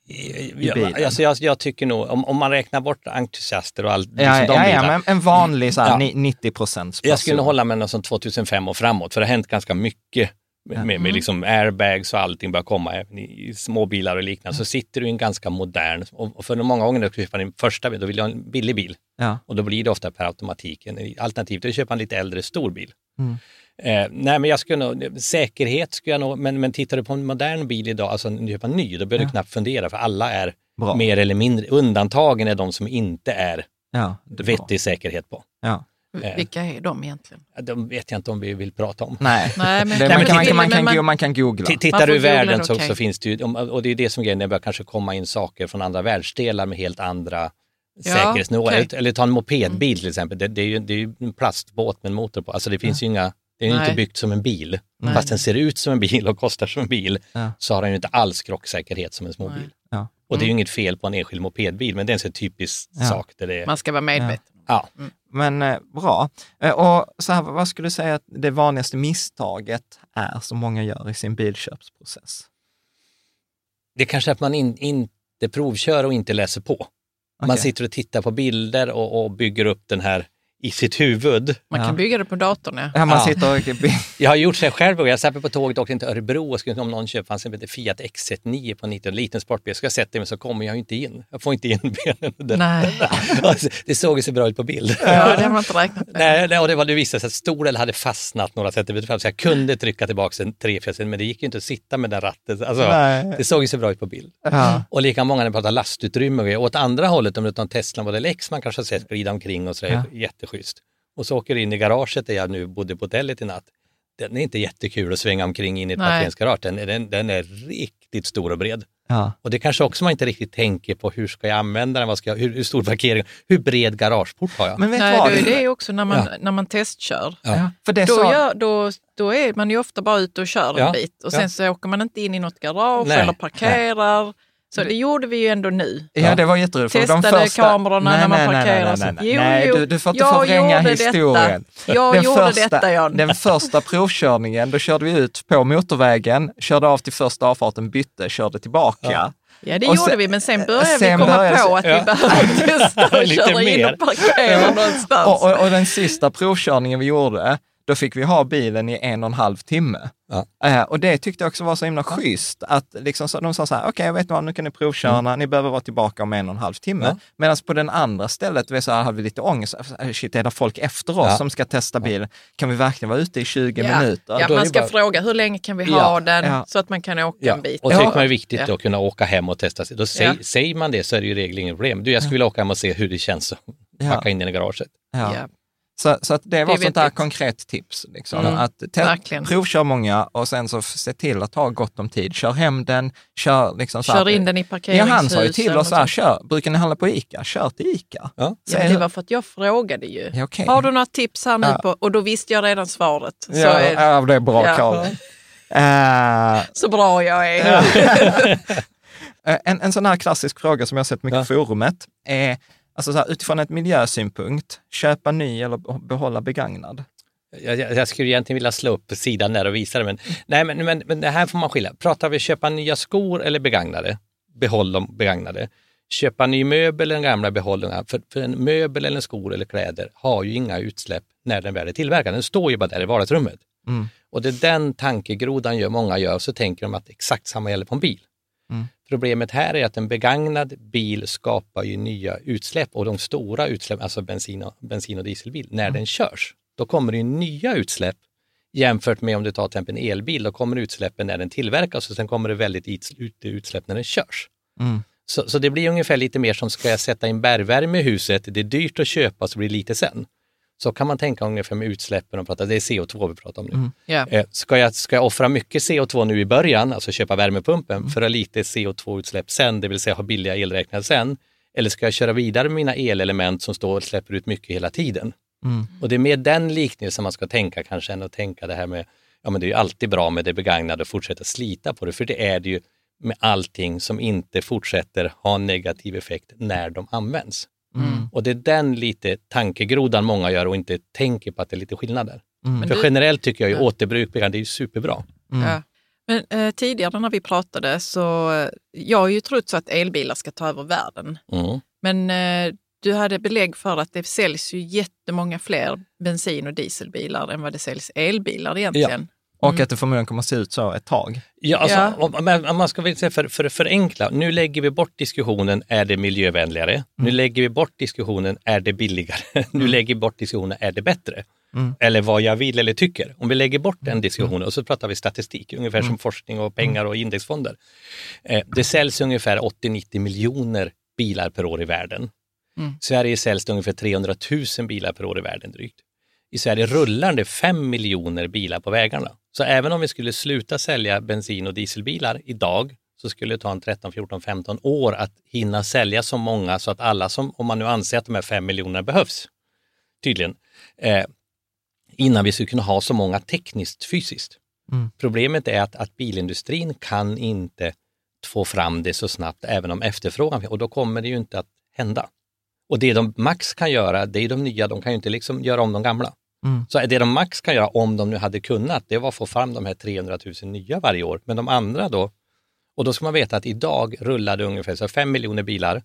i bilen? Ja, alltså jag, jag tycker nog, om, om man räknar bort entusiaster och allt. Ja, liksom ja, ja, men en vanlig så här, ja. nittio procent. Jag skulle nog hålla med någon som tvåtusenfem och framåt, för det har hänt ganska mycket med, ja. med, med liksom airbags och allting börjar komma även i, i små bilar och liknande. Mm. Så sitter du i en ganska modern, och för många gånger när du köper din första bil, då vill jag ha en billig bil. Ja. Och då blir det ofta per automatik. Alternativt är att köpa en lite äldre stor bil. Mm. Eh, nej, men jag skulle nog, säkerhet skulle jag nog, men, men tittar du på en modern bil idag, alltså när du köper en ny, då börjar ja. du knappt fundera, för alla är bra. Mer eller mindre, undantagen är de som inte är, ja, vettig säkerhet på. Ja. Eh, Vilka är de egentligen? De vet jag inte om vi vill prata om. Nej, nej men det, man, kan, man, kan, man, kan, man, man kan googla. T- tittar du i världen det, så, okay. så finns det ju, och det är det som grejen, det börjar kanske komma in saker från andra världsdelar med helt andra ja, säkerhetsnivåer. Okay. Eller ta en mopedbil till exempel, det, det, är ju, det är ju en plastbåt med en motor på, alltså det finns ja. ju inga. Det är ju inte byggt som en bil. Nej. Fast den ser ut som en bil och kostar som en bil, ja. så har den ju inte alls krocksäkerhet som en småbil. Ja. Och det är ju inget fel på en enskild mopedbil, men det är en så typisk ja. sak. Där det är... Man ska vara medveten. Ja. Mm. Men eh, bra. Eh, och så här, vad skulle du säga att det vanligaste misstaget är som många gör i sin bilköpsprocess? Det kanske är att man in, inte provkör och inte läser på. Okay. Man sitter och tittar på bilder och, och bygger upp den här i sitt huvud. Man kan ja. bygga det på datorn. Ja. Ja, man ja. sitter och... Jag har gjort det själv. Jag satt på tåget och åkte till Örebro och skulle om någon köpa fanns en Fiat X trettionio på nittio, en liten sportbil. Jag ska sätta det, men så kommer jag inte in. Jag får inte in benen. Nej. Det såg ju så bra ut på bild. Ja, det har man inte räknat med. Nej, och det var det visade sig att stolen hade fastnat några centimeter fram, så jag kunde trycka tillbaka en tre fjäsen, men det gick ju inte att sitta med den ratten. Alltså, det såg ju så bra ut på bild. Ja. Och lika många när pratar lastutrymme. Och åt andra hållet, om du tar en Tesla Model X, man kanske har sett glida omkring och så är ja. jätteschysst. Och så åker in i garaget där jag nu bodde på hotellet i natt. Den är inte jättekul att svänga omkring in i ett parkeringsgarage. Den, den, den är riktigt stor och bred. Ja. Och det kanske också man inte riktigt tänker på, hur ska jag använda den, vad ska jag, hur, hur stor parkering, hur bred garageport har jag? Men vet Nej, vad? Då är det också när man, ja. när man testkör. Ja. För det då, så... gör, då, då är man ju ofta bara ute och kör ja. en bit. Och sen ja. så åker man inte in i något garage Nej. eller parkerar. Nej. Så det gjorde vi ju ändå nu. Ja, det var jätteroligt. Testade de första... kamerorna nej, när man nej, parkerar. Nej, nej, nej, nej. Jo, du, du får inte förvränga historien. Detta. Jag den gjorde första, detta, Jan. Den första provkörningen, då körde vi ut på motorvägen, körde av till första avfarten, bytte, körde tillbaka. Ja. Ja, det och gjorde sen, vi, men sen började sen vi komma började, på att ja. vi behövde testa och köra in och parkera någonstans. Och, och, och den sista provkörningen vi gjorde, då fick vi ha bilen i en och en halv timme. Ja. Eh, och det tyckte jag också var så himla ja. schysst. Att liksom, så, de sa så här, okej okay, jag vet vad, nu kan ni provköra, mm. ni behöver vara tillbaka om en och en halv timme. Ja. Medan på den andra stället vi så här, hade vi lite ångest. Shit, är det folk efter oss ja. som ska testa bilen? Kan vi verkligen vara ute i tjugo ja. minuter? Ja, man ska bara... fråga hur länge kan vi ha ja. den ja. så att man kan åka ja. en bit. Och så tycker man det är viktigt ja. att kunna åka hem och testa sig. Då säg, ja. säger man det så är det ju regel ingen problem. Du, jag skulle vilja åka hem och se hur det känns att ja. packa in den i garaget. Ja. Ja. Så, så att det var det sånt där ett konkret tips. Liksom. Mm, att te- provkör många och sen så se till att ha gott om tid. Kör hem den, kör liksom så Kör här, in den i parkeringshusen. Ja, han sa ju till oss så här, kör, brukar ni handla på ICA? Kör till ICA. Ja. Ja, det var för att jag frågade ju. Ja, okay. Har du några tips här nu ja. på? Och då visste jag redan svaret. Så ja, är, ja, det är bra, ja. Karl. Uh, så bra jag är. en, en sån här klassisk fråga som jag har sett mycket på ja. forumet är alltså så här, utifrån ett miljösynpunkt, köpa ny eller behålla begagnad? Jag, jag, jag skulle egentligen vilja slå upp sidan där och visa det, men, nej, men, men, men det här får man skilja. Pratar vi köpa nya skor eller begagnade? Behåll dem begagnade. Köpa ny möbel eller gamla, behåll den. För, för en möbel eller en skor eller kläder har ju inga utsläpp när den väl är tillverkad. Den står ju bara där i vardagsrummet. Mm. Och det är den tankegrodan gör många gör, så tänker de att exakt samma gäller på en bil. Mm. Problemet här är att en begagnad bil skapar ju nya utsläpp, och de stora utsläpp, alltså bensin och, bensin och dieselbil, när mm. den körs, då kommer det ju nya utsläpp jämfört med om du tar till exempel en elbil, då kommer utsläppen när den tillverkas och sen kommer det väldigt utsläpp när den körs. Mm. Så, så det blir ungefär lite mer som, ska jag sätta in bergvärme i huset, det är dyrt att köpa så blir det lite sen. Så kan man tänka ungefär med utsläppen och prata, det är C O två vi pratar om nu. Mm. Yeah. Eh, ska, jag, ska jag offra mycket C O två nu i början, alltså köpa värmepumpen, mm. för att lite C O två-utsläpp sen, det vill säga ha billiga elräknare sen, eller ska jag köra vidare med mina elelement som står och släpper ut mycket hela tiden? Mm. Och det är med den liknelsen man ska tänka kanske, än att tänka det här med, ja men det är ju alltid bra med det begagnade och fortsätta slita på det, för det är det ju med allting som inte fortsätter ha negativ effekt när de används. Mm. Och det är den lite tankegrodan många gör och inte tänker på att det är lite skillnader. Mm. För generellt tycker jag ju ja. återbruk, det är ju superbra. Mm. Ja. Men eh, tidigare när vi pratade så, jag har ju trott så att elbilar ska ta över världen. Mm. Men eh, du hade belägg för att det säljs ju jättemånga fler bensin- och dieselbilar än vad det säljs elbilar egentligen. Ja. Och att det förmodligen kommer att se ut så ett tag. Ja, alltså, ja. Om, om man ska väl säga för, för förenkla. Nu lägger vi bort diskussionen, är det miljövänligare? Mm. Nu lägger vi bort diskussionen, är det billigare? Mm. Nu lägger vi bort diskussionen, är det bättre? Mm. Eller vad jag vill eller tycker. Om vi lägger bort den diskussionen och så pratar vi statistik, ungefär mm. som forskning och pengar och indexfonder. Eh, det säljs ungefär åttio till nittio miljoner bilar per år i världen. Mm. Sverige säljs ungefär trehundratusen bilar per år i världen drygt. I Sverige rullar det fem miljoner bilar på vägarna. Så även om vi skulle sluta sälja bensin- och dieselbilar idag, så skulle det ta en tretton, fjorton, femton år att hinna sälja så många så att alla som, om man nu anser att de här fem miljonerna behövs, tydligen, eh, innan vi skulle kunna ha så många tekniskt, fysiskt. Mm. Problemet är att, att bilindustrin kan inte få fram det så snabbt även om efterfrågan, och då kommer det ju inte att hända. Och det de max kan göra, det är de nya, de kan ju inte liksom göra om de gamla. Mm. Så det de max kan göra om de nu hade kunnat, det var att få fram de här trehundratusen nya varje år. Men de andra då, och då ska man veta att idag rullade ungefär så fem miljoner bilar,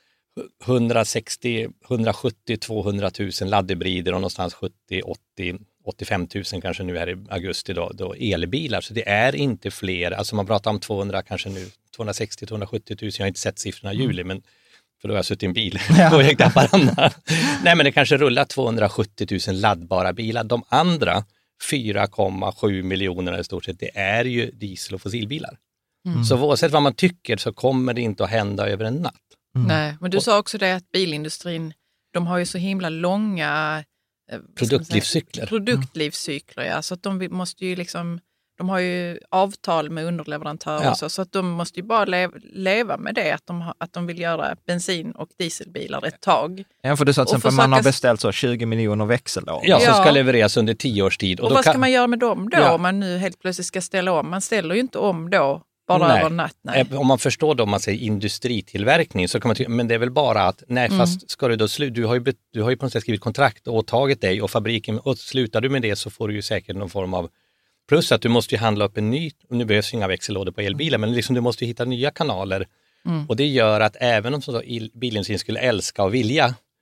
hundrasextio, hundrasjuttio, tvåhundratusen laddhybrider och någonstans sjuttio, åttio, åttiofem tusen kanske nu här i augusti då, då elbilar. Så det är inte fler, alltså man pratar om tvåhundra kanske nu, tvåhundrasextio, tvåhundrasjuttio tusen, jag har inte sett siffrorna i juli, men för då har jag suttit i en bil ja. och jag Nej, men det kanske rullar tvåhundrasjuttio tusen laddbara bilar. De andra fyra komma sju miljoner i stort sett, det är ju diesel- och fossilbilar. Mm. Så oavsett vad man tycker så kommer det inte att hända över en natt. Mm. Nej, men du sa också det att bilindustrin, de har ju så himla långa eh, produktlivscykler. Produktlivscykler, ja. Så att de måste ju liksom, de har ju avtal med underleverantörer ja. så, så att de måste ju bara leva, leva med det, att de, har, att de vill göra bensin- och dieselbilar ett tag. Ja, för du sa till exempel man har beställt så tjugo miljoner växellådor. Ja, som ja. ska levereras under tio års tid. Och, och vad kan... ska man göra med dem då ja. om man nu helt plötsligt ska ställa om? Man ställer ju inte om då. Bara nej. över natt, nej. Om man förstår då, om man säger industritillverkning, så kan man tycka, men det är väl bara att, nej mm. fast ska du då sluta, du har ju, du har ju på något sätt skrivit kontrakt och åtagit dig och fabriken, och slutar du med det så får du ju säkert någon form av, plus att du måste ju handla upp en ny, och nu behövs inga växellådor på elbilar, men liksom du måste ju hitta nya kanaler mm. och det gör att även om så bilindustrin skulle älska och vilja,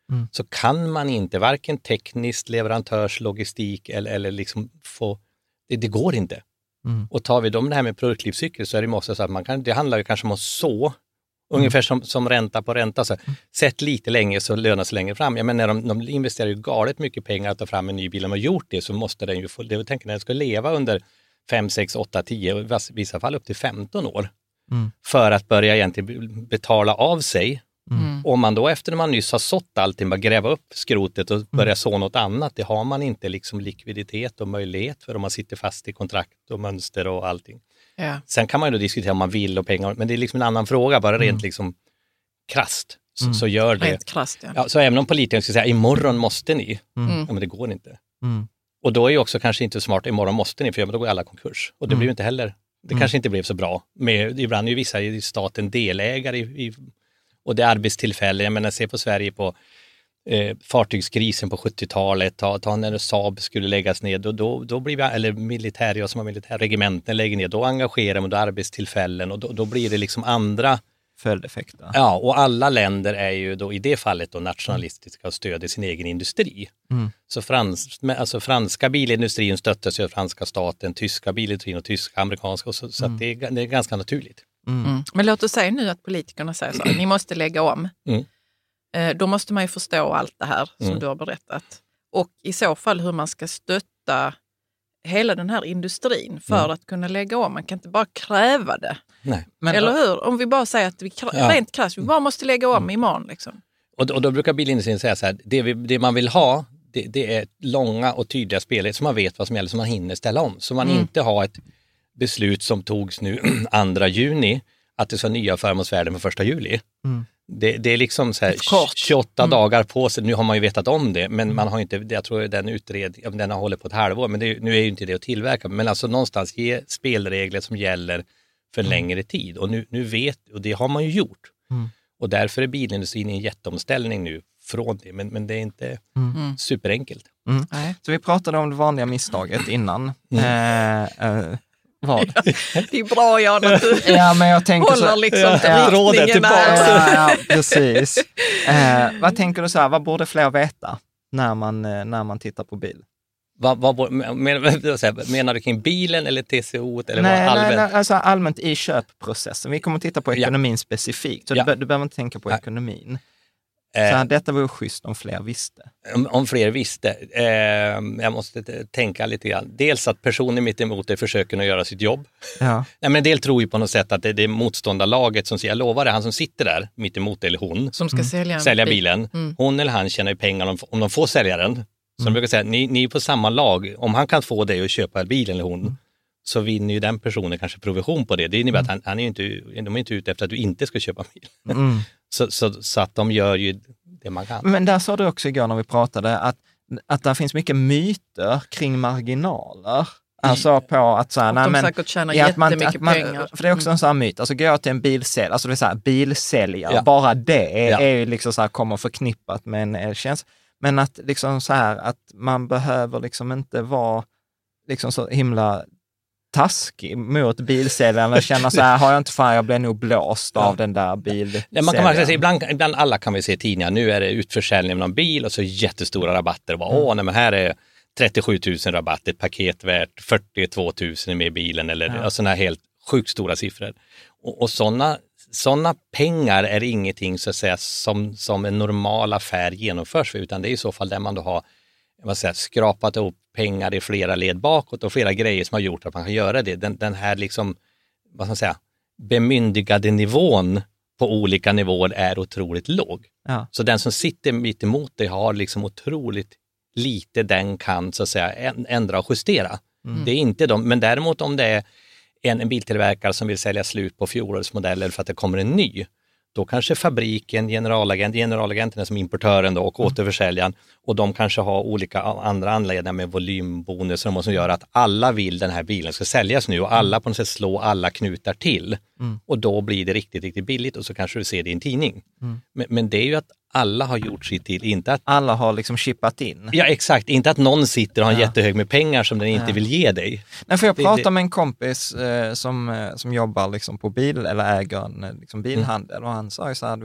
mm. så kan man inte varken tekniskt, leverantörs, logistik eller, eller liksom få, det, det går inte. Mm. Och tar vi dem det här med produktlivscykel så är det måste så att man kan, det handlar ju kanske om att så, mm. ungefär som, som ränta på ränta. Så, mm. Sätt lite länge så lönar sig längre fram. Jag menar, de, de investerar ju galet mycket pengar att ta fram en ny bil. Om de har gjort det så måste den ju få, det vill tänka när den ska leva under fem, sex, åtta, tio och i vissa fall upp till femton år. Mm. För att börja egentligen betala av sig. Mm. Om man då efter när man nyss har sått allting bara gräva upp skrotet och börja mm. så något annat, det har man inte liksom likviditet och möjlighet för om man sitter fast i kontrakt och mönster och allting. Ja. Sen kan man ju då diskutera om man vill och pengar, men det är liksom en annan fråga, bara rent mm. liksom krasst så, mm. så gör det. Rent krasst, ja. Ja, så även om politikerna ska säga imorgon måste ni, mm. ja men det går inte. Mm. Och då är ju också kanske inte smart imorgon måste ni, för då går alla konkurs. Och det mm. blir ju inte heller, det mm. kanske inte blev så bra. Med, ibland är ju vissa i staten delägare i, i och det är arbetstillfällen. Jag menar, se på Sverige på eh, fartygskrisen på sjuttiotalet. Ta, ta när Saab skulle läggas ner. Då, då, då blir vi, eller militär, jag som har militärregimenten lägger ner. Då engagerar man då arbetstillfällen. Och då, då blir det liksom andra följdeffekter. Ja, och alla länder är ju då i det fallet då nationalistiska och stöder sin egen industri. Mm. Så frans, alltså franska bilindustrin stöttas ju av franska staten, tyska bilindustrin och tyska, amerikanska. Och så så mm. att det, är, det är ganska naturligt. Mm. Mm. Men låt oss säga nu att politikerna säger så, ni måste lägga om. Mm. Eh, då måste man ju förstå allt det här som mm. du har berättat. Och i så fall hur man ska stötta hela den här industrin för mm. att kunna lägga om. Man kan inte bara kräva det. Nej. Men, eller hur? Om vi bara säger att vi krä- ja. rent krasst, vi bara måste lägga om mm. imorgon. Liksom. Och, och då brukar bilindustrin säga så här, det, vi, det man vill ha, det, det är långa och tydliga spelregler så man vet vad som gäller, så man hinner ställa om. Så man mm. inte har ett beslut som togs nu andra juni att det ska nya förmånsvärden för första juli. Mm. Det, det är liksom så här tjugoåtta mm. dagar på sig. Nu har man ju vetat om det, men mm. man har inte, jag tror den utredningen, den har hållit på ett halvår, men det, nu är ju inte det att tillverka. Men alltså någonstans ge spelregler som gäller för mm. längre tid. Och nu, nu vet, och det har man ju gjort. Mm. Och därför är bilindustrin i en jätteomställning nu från det, men, men det är inte mm. superenkelt. Mm. Så vi pratade om det vanliga misstaget innan. Mm. Eh, eh, Vad? Ja, det är bra, Jan, att du ja, men jag tänker håller så, liksom ja, riktningen här. Ja, ja, precis. Eh, vad tänker du så här, vad borde fler veta när man, när man tittar på bil? Vad, vad, menar, menar du kring bilen eller T C O? Eller nej, vad allmänt? Nej, alltså allmänt i köpprocessen. Vi kommer att titta på ekonomin ja. specifikt, så ja. du, du behöver inte tänka på ja. ekonomin. Så här, detta vore schysst om fler visste. Om, om fler visste. Eh, jag måste t- tänka lite grann. Dels att personer mitt emot det försöker att göra sitt jobb. Ja. Nej, men en del tror ju på något sätt att det, det är motståndarlaget som säger, jag lovar det, han som sitter där mitt emot eller hon. Som ska mm. sälja, sälja bilen. Mm. Hon eller han tjänar ju pengar om, om de får sälja den. Så mm. de brukar säga, ni, ni är på samma lag. Om han kan få dig att köpa bilen eller hon, mm. så vinner ju den personen kanske provision på det. Det innebär mm. att han, han är ju inte, de är inte ute efter att du inte ska köpa bil. Mm. Så, så, så att de gör ju det man kan. Men där sa du också igår när vi pratade att, att det finns mycket myter kring marginaler. Alltså på att så här, nej, de men, säkert tjänar ja, jättemycket att man, pengar. För det är också en sån här myt. Alltså går jag till en bilsäljare, alltså det är så här, bilsäljare, ja. bara det ja. är ju liksom så här, kommer förknippat med en eltjänst. Men att liksom så här, att man behöver liksom inte vara liksom så himla taskig mot bilsäljaren och känna så här, har jag inte fan, jag blir nog blåst ja. av den där bilsäljaren. Man kan man säga, ibland, ibland alla kan vi se tidningar, nu är det utförsäljning av någon bil och så jättestora rabatter. Bara, mm. Åh, nej, men här är trettiosju tusen rabatt, ett paket värt fyrtiotvå tusen med bilen eller ja. sådana helt sjukt stora siffror. Och, och sådana sådana pengar är ingenting så att säga som, som en normal affär genomförs för, utan det är i så fall där man då har vad säger, skrapat ihop pengar i flera led bakåt och flera grejer som har gjort att man kan göra det. Den, den här liksom, vad ska man säga, bemyndigade nivån på olika nivåer är otroligt låg. Ja. Så den som sitter mitt emot det har liksom otroligt lite den kan så att säga ändra och justera. Mm. Det är inte de, men däremot om det är en, en biltillverkare som vill sälja slut på fjolårsmodeller för att det kommer en ny, då kanske fabriken, generalagent, generalagenten som importören då, och mm. återförsäljaren, och de kanske har olika andra anledningar med volymbonusar som gör att alla vill den här bilen ska säljas nu och alla på något sätt slår alla knutar till. Mm. Och då blir det riktigt, riktigt billigt och så kanske du ser det i en tidning. Mm. Men, men det är ju att alla har gjort sitt till, inte att... Alla har liksom chippat in. Ja, exakt. Inte att någon sitter och har en ja. jättehög med pengar som den inte ja. vill ge dig. Nej, för jag pratade med en kompis eh, som, eh, som jobbar liksom på bil eller äger en liksom bilhandel mm. och han sa ju så här, du vet,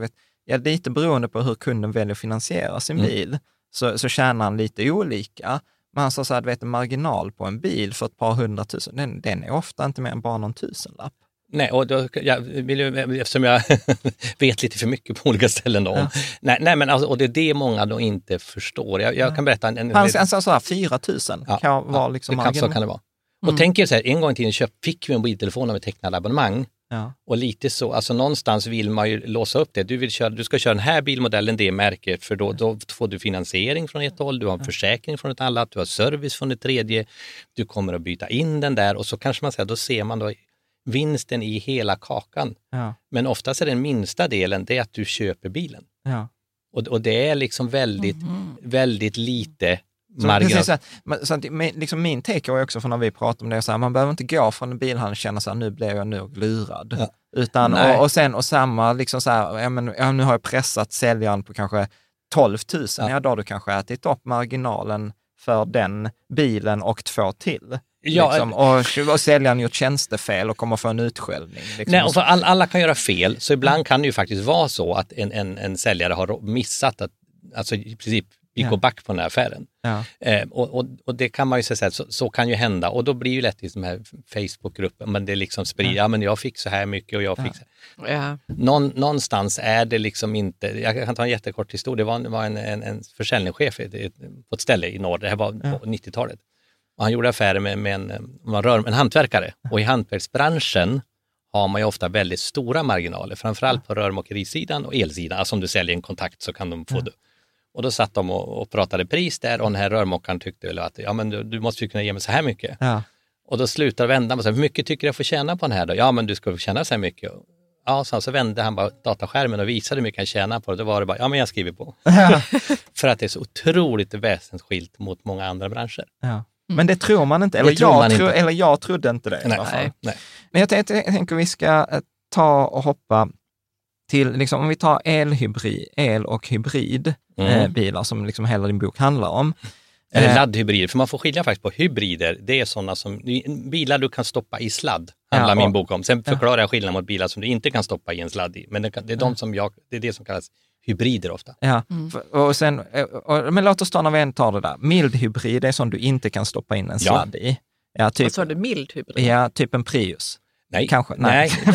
ja, lite beroende på hur kunden väljer att finansiera sin mm. bil, så, så tjänar han lite olika. Men han sa så här, vet, en marginal på en bil för ett par hundratusen, den, den är ofta inte mer än bara någon tusenlapp. Nej, och då, jag vill ju, eftersom jag vet lite för mycket på olika ställen då. Ja. Nej, nej, men alltså, och det är det många då inte förstår. Jag, jag kan berätta en... en han sa så här, fyra tusen ja, kan vara ja, liksom det kan, så kan det vara. Mm. Och tänk er så här, en gång i tiden köp, fick vi en mobiltelefon med tecknade abonnemang. Ja. Och lite så, alltså någonstans vill man ju låsa upp det. Du, vill köra, du ska köra den här bilmodellen, det märket, för då, då får du finansiering från ett håll, du har en försäkring från ett annat, du har service från ett tredje, du kommer att byta in den där och så kanske man säger, då ser man då vinsten i hela kakan. Ja. Men oftast är den minsta delen, det är att du köper bilen. Ja. Och, och det är liksom väldigt, mm. väldigt lite marginal. Så, så, så att, liksom min take är också från när vi pratar om det, så här, man behöver inte gå från en bilhandel och känna så här, nu blev jag nog lurad. Ja. Utan, och, och sen och samma, liksom så här, ja, men, ja, nu har jag pressat säljaren på kanske tolv tusen, ja. Ja, då har du kanske ätit upp marginalen för den bilen och två till. Ja, liksom, och, och säljaren gjort tjänstefel och kommer få en utskällning. Liksom. Nej, och för all, alla kan göra fel, så ibland mm. kan det ju faktiskt vara så att en, en, en säljare har missat att, alltså i princip gick ja. och back på den här affären. Ja. Eh, och, och, och det kan man ju säga, så, så kan ju hända. Och då blir ju lätt i de här Facebookgruppen, men det liksom sprider, ja. ja men jag fick så här mycket och jag fick ja. så här. Ja. Någon, någonstans är det liksom inte, jag kan ta en jättekort historia, det var, det var en, en, en försäljningschef på ett ställe i norr, det här var ja. på nittiotalet. Och han gjorde affärer med, med en, en, rör, en hantverkare. Och i hantverksbranschen har man ju ofta väldigt stora marginaler. Framförallt på rörmokerisidan och elsidan. Alltså om du säljer en kontakt så kan de få ja. det. Och då satt de och, och pratade pris där. Och den här rörmokaren tyckte väl att ja, men du, du måste ju kunna ge mig så här mycket. Ja. Och då slutar vända och sa, hur mycket tycker jag får tjäna på den här då? Ja, men du ska få tjäna så här mycket. Ja, så, så vände han bara dataskärmen och visade hur mycket han tjänar på det. Då var det bara, ja men jag skriver på. Ja. För att det är så otroligt väsensskilt mot många andra branscher. Ja. Men det tror man inte, eller, jag, man tro, inte. eller jag trodde inte det. Nej, nej, nej. Men jag tänker, jag tänker vi ska ta och hoppa till, liksom, om vi tar elhybrid, el- och hybridbilar mm. eh, som liksom hela din bok handlar om. Eller laddhybrider, för man får skilja faktiskt på hybrider. Det är sådana som, bilar du kan stoppa i sladd, handlar ja, och, min bok om. Sen förklarar ja. jag skillnaden mot bilar som du inte kan stoppa i en sladd i. Men det, det är de som jag, det är det som kallas hybrider ofta. Ja, mm. och sen, och, men låt oss ta när vi tar det där. Mild hybrid är som du inte kan stoppa in en sladd ja. i. Ja, typ, vad sa du, mild hybrid? Ja, typ en Prius. Nej, kanske. Nej. nej.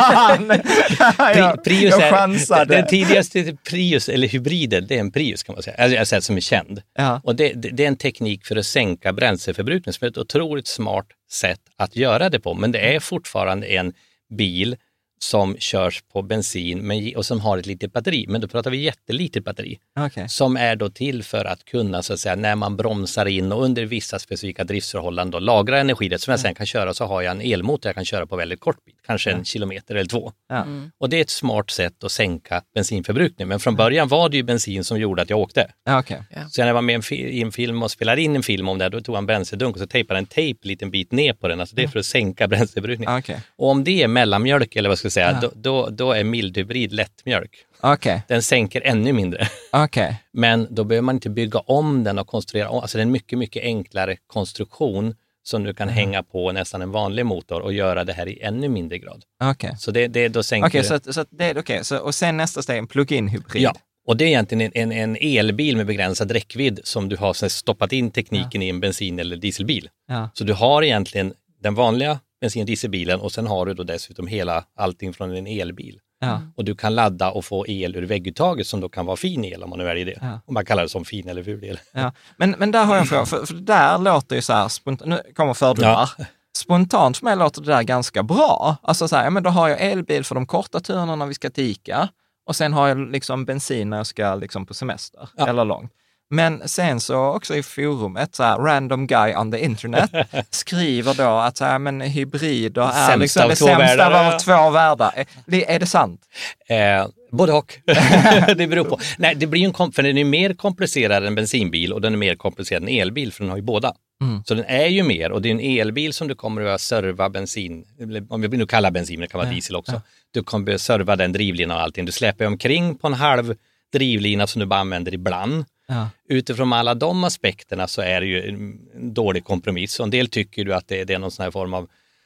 Prius, Prius är den tidigaste Prius, eller hybriden, det är en Prius kan man säga, alltså, alltså, som är känd. Ja. Och det, det, det är en teknik för att sänka bränsleförbrukning som är ett otroligt smart sätt att göra det på. Men det är fortfarande en bil som körs på bensin men, och som har ett litet batteri. Men då pratar vi jättelitet batteri. Okay. Som är då till för att kunna, så att säga, när man bromsar in och under vissa specifika driftsförhållanden då, lagra energi. Det som jag sen kan köra, så har jag en elmotor jag kan köra på väldigt kort bit. Kanske ja. en kilometer eller två. Ja. Mm. Och det är ett smart sätt att sänka bensinförbrukning. Men från början var det ju bensin som gjorde att jag åkte. Ja, okay. ja. Så när jag var med i en film och spelade in en film om det, då tog han bränsledunk och så tejpade en tejp en liten bit ner på den. Alltså det är för att sänka bränsleförbrukning. Okay. Och om det är mellanmjölk eller vad ska jag säga, ja. då, då, då är mildhybrid lättmjölk. Okay. Den sänker ännu mindre. Okay. Men då behöver man inte bygga om den och konstruera om. Alltså det är en mycket, mycket enklare konstruktion som du kan mm. hänga på nästan en vanlig motor och göra det här i ännu mindre grad. Okay. Så det, det då sänker okay, det. Så, så det okay. så, och sen nästa steg en plug-in hybrid. Ja. Och det är egentligen en, en, en elbil med begränsad räckvidd som du har stoppat in tekniken ja. i en bensin- eller dieselbil. Ja. Så du har egentligen den vanliga bensin- och dieselbilen och sen har du då dessutom hela allting från en elbil. Ja. Och du kan ladda och få el ur vägguttaget som då kan vara fin el om man nu väljer det. Ja. Om man kallar det som fin eller ful el. Ja. Men, men där har jag en fråga, för, för det där låter ju så här, spontant, nu kommer fördomar. Ja. Spontant för mig låter det där ganska bra. Alltså så här, ja, men då har jag elbil för de korta turerna när vi ska till Ica. Och sen har jag liksom bensin när jag ska liksom på semester ja. eller långt. Men sen så också i forumet, så här, random guy on the internet skriver då att så här, men hybrider är sämsta liksom det sämsta av två världar. Är, är det sant? Eh, både och. Det beror på. Nej, det blir ju en kom- för den är mer komplicerad än bensinbil och den är mer komplicerad än elbil för den har ju båda. Mm. Så den är ju mer, och det är en elbil som du kommer att serva bensin, om vi nu kallar bensin, det kan vara ja. diesel också. Ja. Du kommer att serva den drivlinan och allting. Du släpper omkring på en halv drivlina som du bara använder ibland. Ja. Utifrån alla de aspekterna så är det ju en dålig kompromiss. Och en del tycker du att det, det är någon sån här form av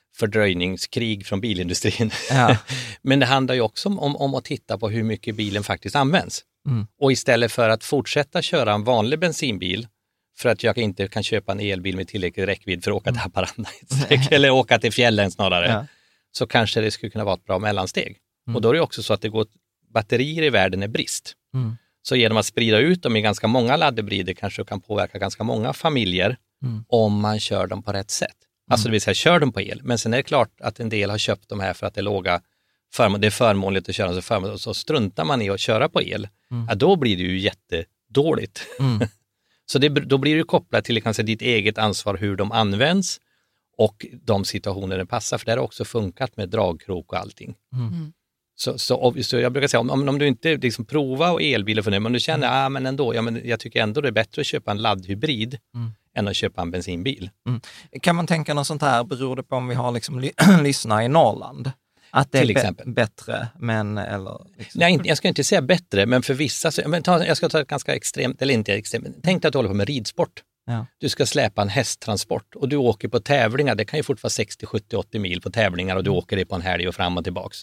fördröjningskrig från bilindustrin. Ja. Men det handlar ju också om, om att titta på hur mycket bilen faktiskt används. Mm. Och istället för att fortsätta köra en vanlig bensinbil för att jag inte kan köpa en elbil med tillräcklig räckvidd för att åka till Haparanda eller åka till fjällen snarare, Ja. så kanske det skulle kunna vara ett bra mellansteg. Mm. Och då är det också så att det går batterier i världen är brist. Mm. Så genom att sprida ut dem i ganska många laddhybrider kanske det kan påverka ganska många familjer Mm. om man kör dem på rätt sätt. Alltså det vill säga kör dem på el. Men sen är det klart att en del har köpt de här för att det är låga förmån, det är förmånligt att köra så förmånligt, och så struntar man i att köra på el. Mm. Ja, då blir det ju jättedåligt. Mm. Så det, då blir det kopplat till kanske ditt eget ansvar hur de används och de situationer det passar. För det har också funkat med dragkrok och allting. Mm. Så, så, så jag brukar säga, om, om du inte liksom provar och elbilar för det, men du känner, ja ah, men ändå, ja, men jag tycker ändå det är bättre att köpa en laddhybrid Mm. än att köpa en bensinbil. Mm. Kan man tänka något sånt här, beror det på om vi har liksom ly- lyssnare i Norrland? Att det Till är be- exempel. bättre, men eller... Liksom. Nej, jag ska inte säga bättre, men för vissa, så, men ta, jag ska ta ett ganska extremt, eller inte extremt, tänk dig att du håller på med ridsport. Ja. Du ska släpa en hästtransport och du åker på tävlingar, det kan ju fortfarande vara sextio, sjuttio, åttio mil på tävlingar och du åker det på en helg och fram och tillbaks.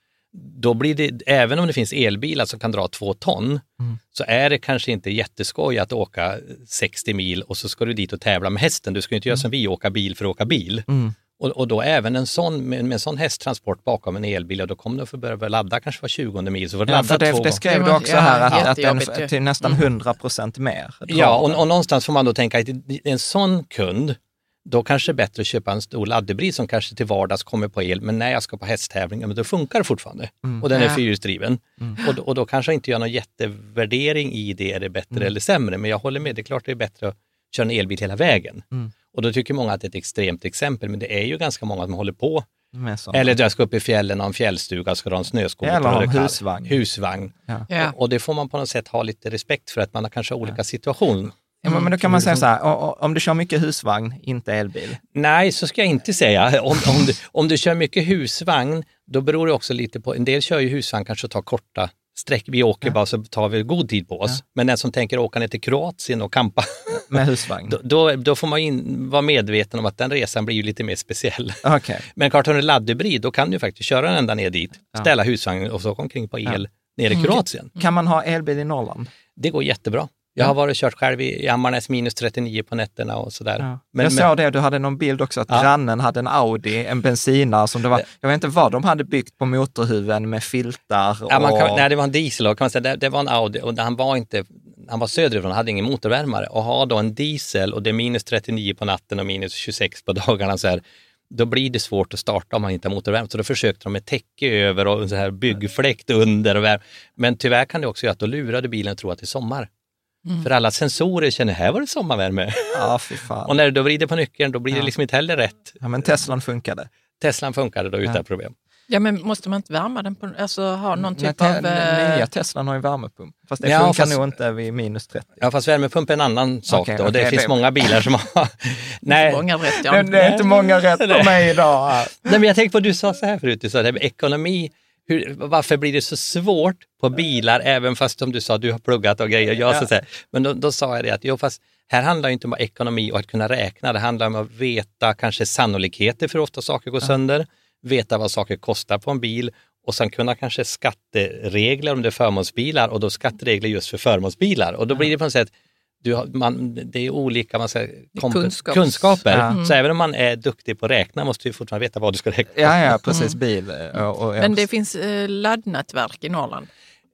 Då blir det, även om det finns elbilar som kan dra två ton, Mm. så är det kanske inte jätteskoj att åka sextio mil och så ska du dit och tävla med hästen. Du ska ju inte göra som vi, åka bil för att åka bil. Mm. Och, och då även en sån, med, med en sån hästtransport bakom en elbil, och då kommer du få börja ladda kanske var tjugonde mil. Så får du Ja, ladda för det, två det skrev gånger. du också Ja, här, att, att den jättejobbigt ju. till nästan hundra procent mer. Ja, och, och någonstans får man då tänka att en sån kund, då kanske det är bättre att köpa en stor laddhybrid som kanske till vardags kommer på el, men när jag ska på hästtävling, men då funkar det fortfarande. Mm. Och den är Ja. fyrhjulsdriven. Mm. Och, då- och då kanske jag inte gör någon jättevärdering i det, är det bättre Mm. eller sämre, men jag håller med, det är klart det är bättre att köra en elbil hela vägen. Mm. Och då tycker många att det är ett extremt exempel, men det är ju ganska många som håller på. Med sånt. Eller jag ska upp i fjällen och ha en fjällstuga, ska ha en snöskoter. Eller ha och en det är kallt. husvagn. Husvagn. Ja. Ja. Och, och det får man på något sätt ha lite respekt för, att man har kanske olika situationer. Ja, men, men då kan man säga så här, o- o- om du kör mycket husvagn, inte elbil. Nej, så ska jag inte säga. Om, om, du, om du kör mycket husvagn, då beror det också lite på, en del kör ju husvagn kanske tar korta sträck. Vi åker Ja. bara så tar vi god tid på oss. Ja. Men den som tänker åka ner till Kroatien och campa, Med husvagn. då, då, då får man in, vara medveten om att den resan blir ju lite mer speciell. Okej. Men klart, har du en laddhybrid, då kan du faktiskt köra den ända ner dit, Ja. ställa husvagnen och så åka omkring på el ner i Kroatien. Kan man ha elbil i Norrland? Det går jättebra. Jag Ja. har varit och kört själv i i Ammarnäs minus trettionio på nätterna och sådär. Ja. Men, jag men, såg det, du hade någon bild också att Ja. grannen hade en Audi, en bensinare som det var, jag vet inte vad de hade byggt på motorhuven med filtar och... ja, man kan, nej, det var en diesel, och kan man säga, det, det var en Audi och han var inte, han var söderifrån, hade ingen motorvärmare, och ha då en diesel och det är minus trettionio på natten och minus tjugosex på dagarna så här, då blir det svårt att starta om man inte har motorvärmare. Så då försökte de med täcke över och så här byggfläkt under och värme. Men tyvärr kan det också göra att då lurade bilen att tro att det är sommar. Mm. För alla sensorer känner, här var det sommarvärme. Ja, fy fan. Och när du då vrider på nyckeln, då blir det Ja. liksom inte heller rätt. Ja, men Teslan funkade. Teslan funkade då utan Ja. problem. Ja, men måste man inte värma den på, alltså ha någon Nej, typ te- av... eh, Nya Teslan har ju värmepump. Fast det Ja, funkar fast- nog inte vid minus trettio. Ja, fast värmepump är en annan sak Okej, då. Och det okej, finns det- många bilar som har... Nej. Många rätt, ja. Det, det är inte många rätt på mig idag. här. Nej, men jag tänkte på, du sa så här förut, du sa det här med ekonomi. Hur, varför blir det så svårt på bilar, även fast som du sa, du har pluggat och grejer. Jag, Ja. så här, men då, då sa jag det att, jo, fast här handlar det inte om ekonomi och att kunna räkna. Det handlar om att veta kanske sannolikheter för ofta saker går sönder. Veta vad saker kostar på en bil. Och sen kunna kanske skatteregler om det är förmånsbilar, och då skatteregler just för förmånsbilar. Och då blir det på något sätt, du har, man, det är olika man säger, komp- kunskaps- kunskaper. Ja. Så även om man är duktig på att räkna måste du fortfarande veta vad du ska räkna. Ja, ja, precis. Bil. Och, och, Men det finns eh, laddnätverk i Norrland.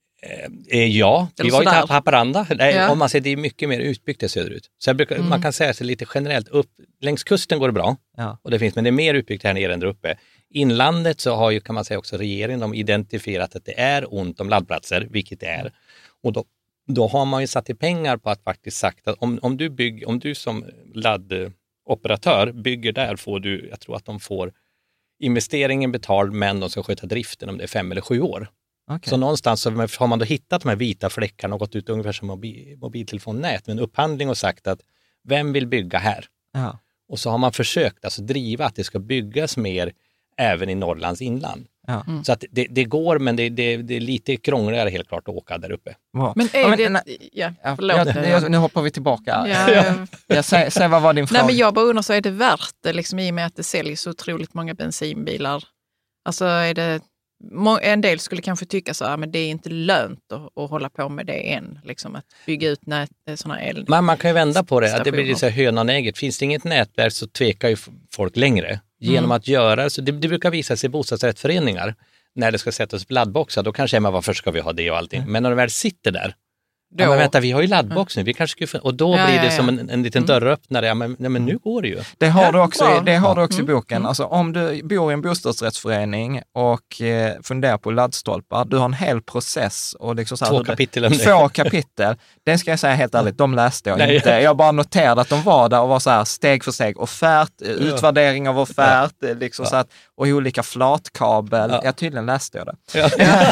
Eh, ja, vi Eller var ju sådär. till Haparanda. Nej, Ja. om man säger, det är mycket mer utbyggt där söderut. Så jag brukar, Mm. man kan säga så lite generellt, upp, längs kusten går det bra. Ja. Och det finns, men det är mer utbyggt här nere än där uppe. Inlandet så har ju, kan man säga också, regeringen de identifierat att det är ont om laddplatser, vilket det är. Och då, då har man ju satt i pengar på att faktiskt sagt att om, om, du, bygg, om du som laddoperatör bygger där, får du, jag tror att de får investeringen betald, men de ska sköta driften om det är fem eller sju år. Okej. Så någonstans så har man då hittat de här vita fläckarna och gått ut ungefär som mobil, mobiltelefonnät med en upphandling och sagt att vem vill bygga här? Ja. Och så har man försökt alltså driva att det ska byggas mer även i Norrlands inland. Ja. Mm. Så att det, det går, men det, det, det är lite krångligare helt klart att åka där uppe. Wow. Men är ja, men, det... nej, ja, jag, jag, nu hoppar vi tillbaka. Ja, ja. Jag säger, säg, vad var din fråga? Nej, men jag bara undrar, så är det värt det liksom, i och med att det säljs så otroligt många bensinbilar? Alltså är det... En del skulle kanske tycka så här, men det är inte lönt att, att hålla på med det än, liksom att bygga ut nät, såna el. Men man kan ju vända på det, stationer. att det blir så här hönan och ägget. Finns det inget nätverk så tvekar ju folk längre. Genom mm. att göra, så det, det brukar visa sig i bostadsrättsföreningar, när det ska sättas upp laddboxar, då kanske man, varför ska vi ha det och allting. Mm. Men när de väl sitter där, ja, men vänta, vi har ju laddbox nu, vi kanske skulle, och då ja, blir det ja, ja. som en, en liten dörröppnare, ja, men, nej, men nu går det ju. Det har du också, ja, det har du också mm. i boken. Mm. Alltså, om du bor i en bostadsrättsförening och eh, funderar på laddstolpar, du har en hel process. Och liksom så här, två kapitel om det. Två kapitel. Det ska jag säga helt ärligt, de läste jag nej, inte. ja. Jag bara noterade att de var där och var så här steg för steg. Offert, ja. utvärdering av offert, ja. liksom ja. så att, och olika flatkabel. Ja. Ja, tydligen läste jag det. Ja.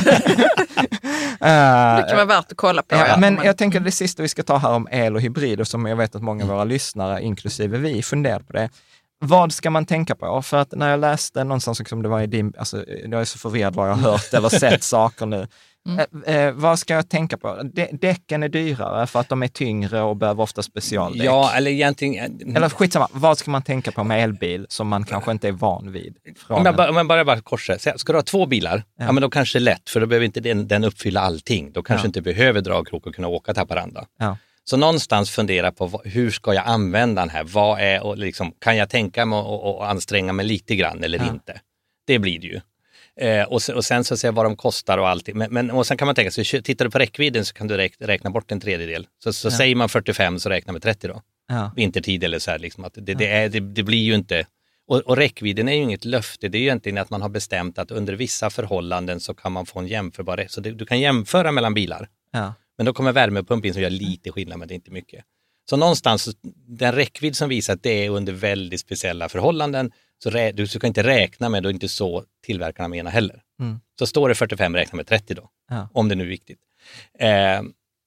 Det kan vara värt att kolla på. Ja, ja. Men jag tänker det sista vi ska ta här om el och hybrider, som jag vet att många av våra lyssnare, inklusive vi, funderar på det. Vad ska man tänka på? För att när jag läste någonstans som det var i din, alltså jag är så förvirrad vad jag har hört eller sett saker nu. Mm. Eh, eh, vad ska jag tänka på? De, däcken är dyrare för att de är tyngre och behöver ofta specialdäck. Ja, eller egentligen... Eller skitsamma, vad ska man tänka på med elbil som man kanske inte är van vid? Om jag, bara, om jag bara, bara korsar, ska du ha två bilar? Ja, ja men då kanske det är lätt, för då behöver inte den, den uppfylla allting. Då kanske ja. inte behöver dragkrok och kunna åka till Haparanda. Ja. Så någonstans fundera på hur ska jag använda den här? Vad är, och liksom, kan jag tänka mig att anstränga mig lite grann eller ja. inte? Det blir det ju. Eh, och, sen, och sen så se vad de kostar och allting. Men, men, och sen kan man tänka sig, så tittar du på räckvidden så kan du räkna, räkna bort en tredjedel. Så, så ja. säger man fyrtiofem så räknar med trettio då. Ja. Vintertid eller så här. Liksom, att det, det, är, det, det blir ju inte... Och, och räckvidden är ju inget löfte. Det är ju egentligen att man har bestämt att under vissa förhållanden så kan man få en jämförbar rätt. Så det, du kan jämföra mellan bilar. Ja. Men då kommer värmepump in som gör lite skillnad, men det är inte mycket. Så någonstans, den räckvidd som visar att det är under väldigt speciella förhållanden, så rä, du ska inte räkna med, och inte så tillverkarna menar heller. Mm. Så står det fyrtiofem, räkna med trettio då, ja. om det nu är viktigt. Eh,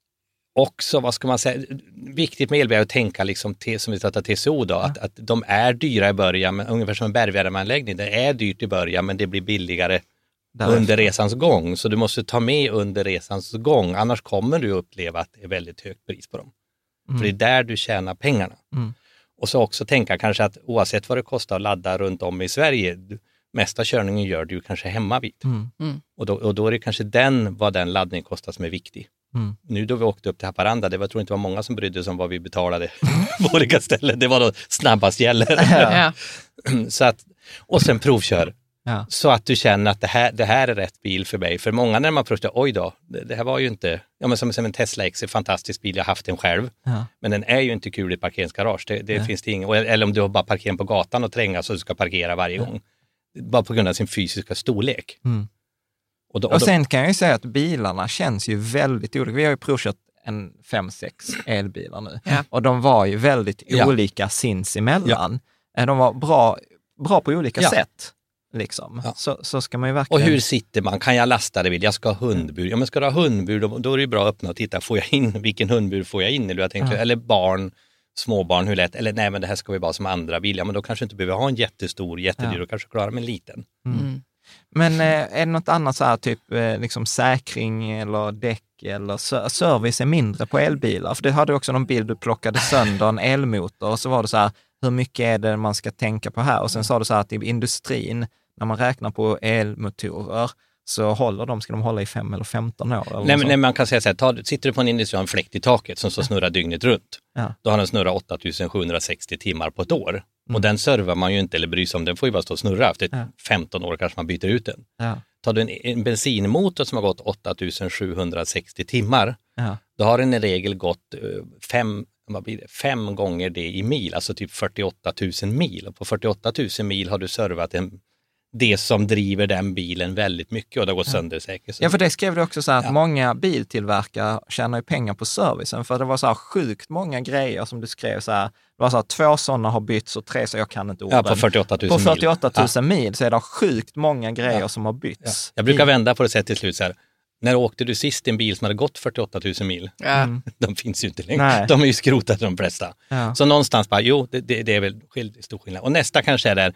också, vad ska man säga, viktigt med elbil är att tänka liksom, te, som vi pratar T C O då, ja. att, att de är dyra i början, men ungefär som en bergvärmeanläggning. Det är dyrt i början, men det blir billigare Därefter. under resans gång. Så du måste ta med under resans gång, annars kommer du uppleva att det är väldigt högt pris på dem. Mm. För det är där du tjänar pengarna. Mm. Och så också tänka kanske att oavsett vad det kostar att ladda runt om i Sverige, mesta körningen gör du kanske hemma vid. Mm. Mm. Och, då, och då är det kanske den, vad den laddningen kostar som är viktig. Mm. Nu då vi åkte upp till Haparanda, det var, tror inte var många som brydde sig om vad vi betalade på olika ställen. Det var då snabbast gäller. Ja. Så att, och sen provkör. Ja. Så att du känner att det här, det här är rätt bil för mig. För många när man provkör, oj då, det, det här var ju inte, ja men som, som en Tesla X, en fantastisk bil, jag har haft den själv. Ja. Men den är ju inte kul i ett parkeringsgarage, det, det ja. finns det ingen. Eller om du har bara parkerat på gatan och trängas så du ska parkera varje ja. gång. Bara på grund av sin fysiska storlek. Mm. Och, då, och, och då, sen kan jag ju säga att bilarna känns ju väldigt olika. Vi har ju provkört en fem sex elbilar nu. Ja. Och de var ju väldigt ja. olika sinsemellan. Ja. De var bra, bra på olika ja. sätt. Liksom. Ja. Så, så ska man ju verkligen... Och hur sitter man? Kan jag lasta det vid? Jag ska ha hundbur. Ja, men ska du ha hundbur, då, då är det ju bra att öppna och titta. Får jag in? Vilken hundbur får jag in? Eller, jag tänkte, ja. eller barn, småbarn, hur lätt? Eller nej, men det här ska vi bara som andra bil. Ja, men då kanske inte behöver ha en jättestor, jättedyr. Ja. Då kanske klarar med en liten. Mm. Mm. Men eh, är det något annat så här, typ eh, liksom säkring eller däck eller service är mindre på elbilar? För det hade också någon bild, du plockade sönder en elmotor och så var det så här, hur mycket är det man ska tänka på här? Och sen sa du så här att i industrin, när man räknar på elmotorer, så håller de, ska de hålla i fem eller femton år? Eller nej, men, nej, man kan säga så här, ta, sitter du på en industri och har en fläkt i taket som så snurrar dygnet runt, ja. då har den snurrat åtta tusen sjuhundrasextio timmar på ett år. Mm. Och den servar man ju inte eller bryr sig om, den får ju bara stå och snurra. Efter ja. femton år kanske man byter ut den. Ja. Tar du en, en bensinmotor som har gått åtta tusen sjuhundrasextio timmar, ja. då har den i regel gått fem, vad blir det, fem gånger det i mil, alltså typ fyrtioåtta tusen mil. Och på fyrtioåtta tusen mil har du servat en, det som driver den bilen väldigt mycket, och det går ja. sönder säkert. Ja, för det skrev du också så här att ja. många biltillverkare tjänar ju pengar på servicen, för det var så här sjukt många grejer som du skrev så här, det var så här, två sådana har bytts och tre, så jag kan inte orden. Ja, på fyrtioåtta tusen mil. På fyrtioåtta tusen ja. mil så är det sjukt många grejer ja. som har bytts. Ja. Jag brukar vända på det sätt till slut så här, när åkte du sist i en bil som hade gått fyrtioåtta tusen mil? Mm. De finns ju inte längre. Nej. De är ju skrotade de flesta. Ja. Så någonstans bara, jo, det, det, det är väl skill- stor skillnad. Och nästa kanske är där,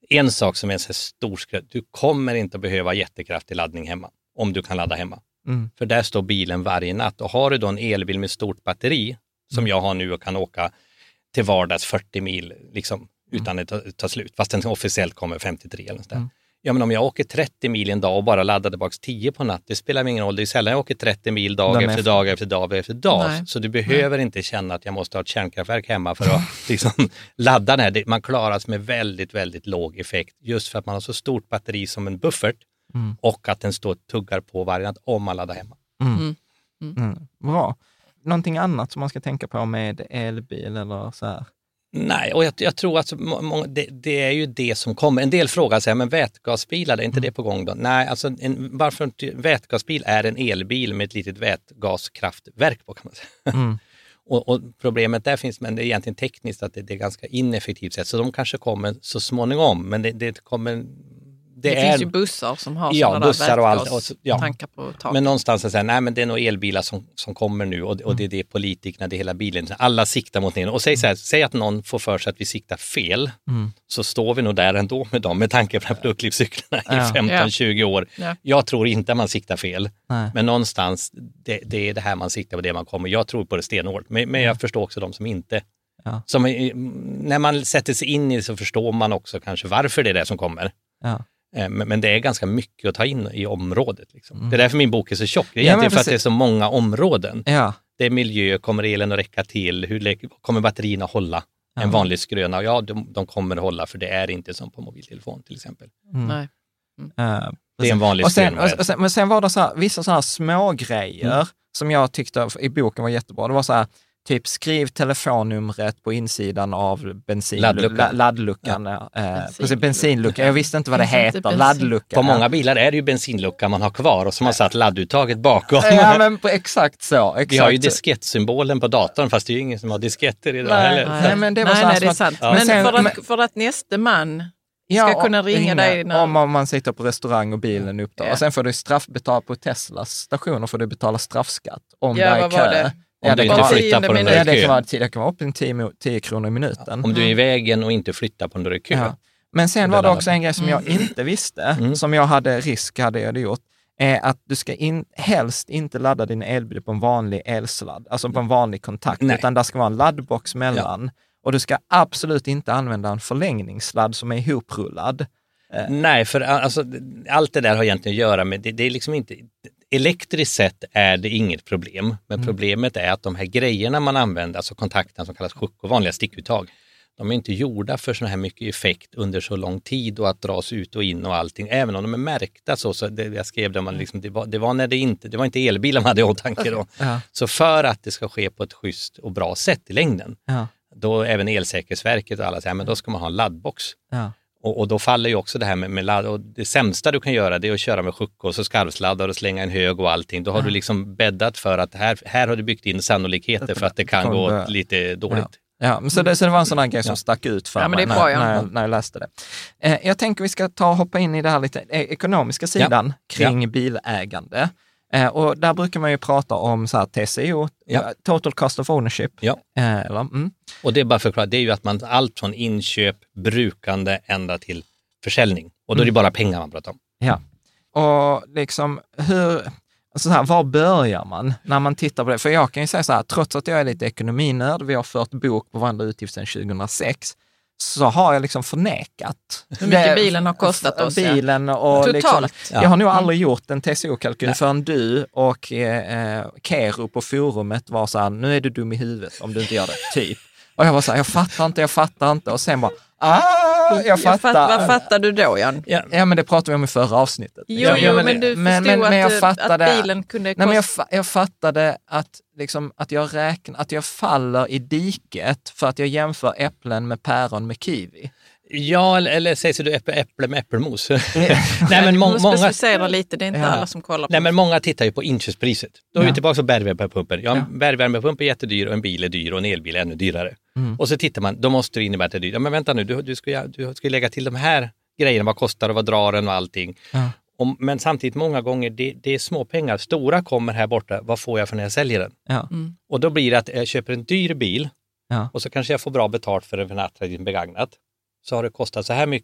En sak som är så stor skräck, du kommer inte att behöva jättekraftig laddning hemma om du kan ladda hemma. Mm. För där står bilen varje natt. Och har du då en elbil med stort batteri som mm. jag har nu och kan åka till vardags fyrtio mil liksom, utan att ta, ta slut. Fast den officiellt kommer femtiotre eller något där. Mm. Ja, men om jag åker trettio mil en dag och bara laddar tillbaka tio på natt, det spelar ingen roll. Det är sällan jag åker trettio mil dag efter dag efter dag efter dag. Nej. Så du behöver Nej. inte känna att jag måste ha ett kärnkraftverk hemma för att liksom, ladda den här. Man klaras med väldigt, väldigt låg effekt. Just för att man har så stort batteri som en buffert mm. och att den står och tuggar på varje natt om man laddar hemma. Mm. Mm. Mm. Mm. Bra. Någonting annat som man ska tänka på med elbil eller så här? Nej, och jag, jag tror att må, det, det är ju det som kommer. En del frågar sig, men vätgasbilar, är inte det på gång då? Nej, alltså en, varför inte, vätgasbil är en elbil med ett litet vätgaskraftverk på, kan man säga. Mm. och, och problemet där finns, men det är egentligen tekniskt att det, det är ganska ineffektivt sätt. Så de kanske kommer så småningom, men det, det kommer... Det, det är, finns ju bussar som har ja, sådana bussar där och allt, och så, ja. tankar på taket. Men någonstans att säga, nej men det är nog elbilar som, som kommer nu och, och det är det politikerna, det är hela bilen. Alla siktar mot den. Och säg, så här, säg att någon får för sig att vi siktar fel, mm. så står vi nog där ändå med dem med tanke på plugglivscyklarna ja. i femton tjugo ja. år. Ja. Jag tror inte att man siktar fel, nej. men någonstans det, det är det här man siktar på, det man kommer. Jag tror på det stenhårt, men, men jag mm. förstår också de som inte. Ja. Som, när man sätter sig in i det så förstår man också kanske varför det är det som kommer. Ja. Men det är ganska mycket att ta in i området. Liksom. Mm. Det är därför min bok är så tjock. Det är ja, egentligen för att det är så många områden. Ja. Det är miljö, kommer elen att räcka till? Hur kommer batterierna hålla? Ja. En vanlig skröna, ja de, de kommer att hålla för det är inte som på mobiltelefon till exempel. Mm. Nej. Mm. Uh, det är en vanlig och sen, skröna. Och sen, men sen var det så här, vissa sådana här små grejer mm. som jag tyckte i boken var jättebra. Det var så här, typ skriv telefonnumret på insidan av bensin, laddluckan. laddluckan ja. eh, bensinluckan. Jag visste inte vad det heter, laddluckan. På många bilar är det ju bensinluckan man har kvar och som har satt ladduttaget bakom. Ja, men på, exakt så. Exakt. Vi har ju diskettsymbolen på datorn fast det är ju ingen som har disketter idag nej, heller. Nej, men det var nej, så nej, det är sant. Ja. Men, men för, att, för att nästa man ska ja, kunna ringa, ringa dig. När... Om man sitter på restaurang och bilen upptar. Ja. Och sen får du straffbetala på Teslas stationer får du betala straffskatt om ja, det är kö. Om ja, det, inte flyttar på den där det kan vara det kan vara upp till tio kronor i minuten. Ja, om du är i vägen och inte flyttar på den där kö. Ja. Men sen var det också en grej som jag inte visste, mm. som jag hade risk hade jag gjort, är att du ska in, helst inte ladda din elbil på en vanlig elsladd, alltså på en vanlig kontakt, Nej. utan det ska vara en laddbox mellan. Ja. Och du ska absolut inte använda en förlängningssladd som är ihoprullad. Nej, för alltså, allt det där har egentligen att göra med, det, det är liksom inte... Elektriskt sett är det inget problem, men mm. problemet är att de här grejerna man använder, alltså kontakterna som kallas sjuck och vanliga stickuttag, de är inte gjorda för så här mycket effekt under så lång tid och att dras ut och in och allting. Även om de är märkta så, så det, jag skrev det, man liksom, det, var, det var när det inte, det var inte elbilar man hade i åtanke då. Ja. Så för att det ska ske på ett schysst och bra sätt i längden, ja. då även Elsäkerhetsverket och alla säger, men då ska man ha en laddbox. Ja. Och, och då faller ju också det här med, med ladd. Och det sämsta du kan göra det är att köra med sjuck och så skarvsladdar och slänga en hög och allting. Då har ja. du liksom bäddat för att här, här har du byggt in sannolikheter för att det kan gå det. lite dåligt. Ja, ja men så, det, så det var en sån här grej som ja. stack ut för ja, mig när, när, jag, när jag läste det. Eh, jag tänker vi ska ta och hoppa in i det här lite ekonomiska sidan ja. kring ja. bilägande. Eh, och där brukar man ju prata om så här T C O, ja. Total Cost of Ownership. Ja. Eh, eller, mm. Och det är bara för att förklara, det är ju att man allt från inköp, brukande ända till försäljning. Och då är det bara pengar man pratar om. Ja, och liksom hur, alltså så här, var börjar man när man tittar på det? För jag kan ju säga så här, trots att jag är lite ekonominörd, vi har fört bok på varandra utgift sedan tjugohundrasex, så har jag liksom förnekat. Hur mycket det, bilen har kostat oss. Bilen och Totalt. Liksom, ja. Jag har nog aldrig gjort en T C O-kalkyl Nej. förrän du och eh, Kero på forumet var så här, nu är du dum i huvudet om du inte gör det, typ. Och jag var så här, jag fattar inte, jag fattar inte. Och sen bara, ah, jag fattar. Jag fatt, vad fattar du då, Jan? Ja, ja, men det pratade vi om i förra avsnittet. Jo, ja, jo men, men du men, förstod men, men jag fattade, att bilen kunde kosta... Nej, men jag, jag fattade att, liksom, att, jag räknar, att jag faller i diket för att jag jämför äpplen med päron med kiwi. Ja, eller, eller säger du äpple, äpple med äppelmos? Nej, men må, många specificera lite, det är inte ja. alla som kollar på. Nej, men många tittar ju på inköpspriset. Då är ja. vi tillbaka på bergvärmepumpen. Ja, en ja. bergvärmepump är jättedyr och en bil är dyr och en elbil är ännu dyrare. Mm. Och så tittar man, då måste det innebära att det är dyrt. Ja, men vänta nu, du, du, ska, du ska lägga till de här grejerna, vad kostar och vad drar den och allting. Ja. Och, men samtidigt många gånger, det, det är små pengar. Stora kommer här borta, vad får jag för när jag säljer den? Ja. Mm. Och då blir det att jag köper en dyr bil ja. och så kanske jag får bra betalt för den för en attraktiv begagnat. Så har det kostat så här mycket.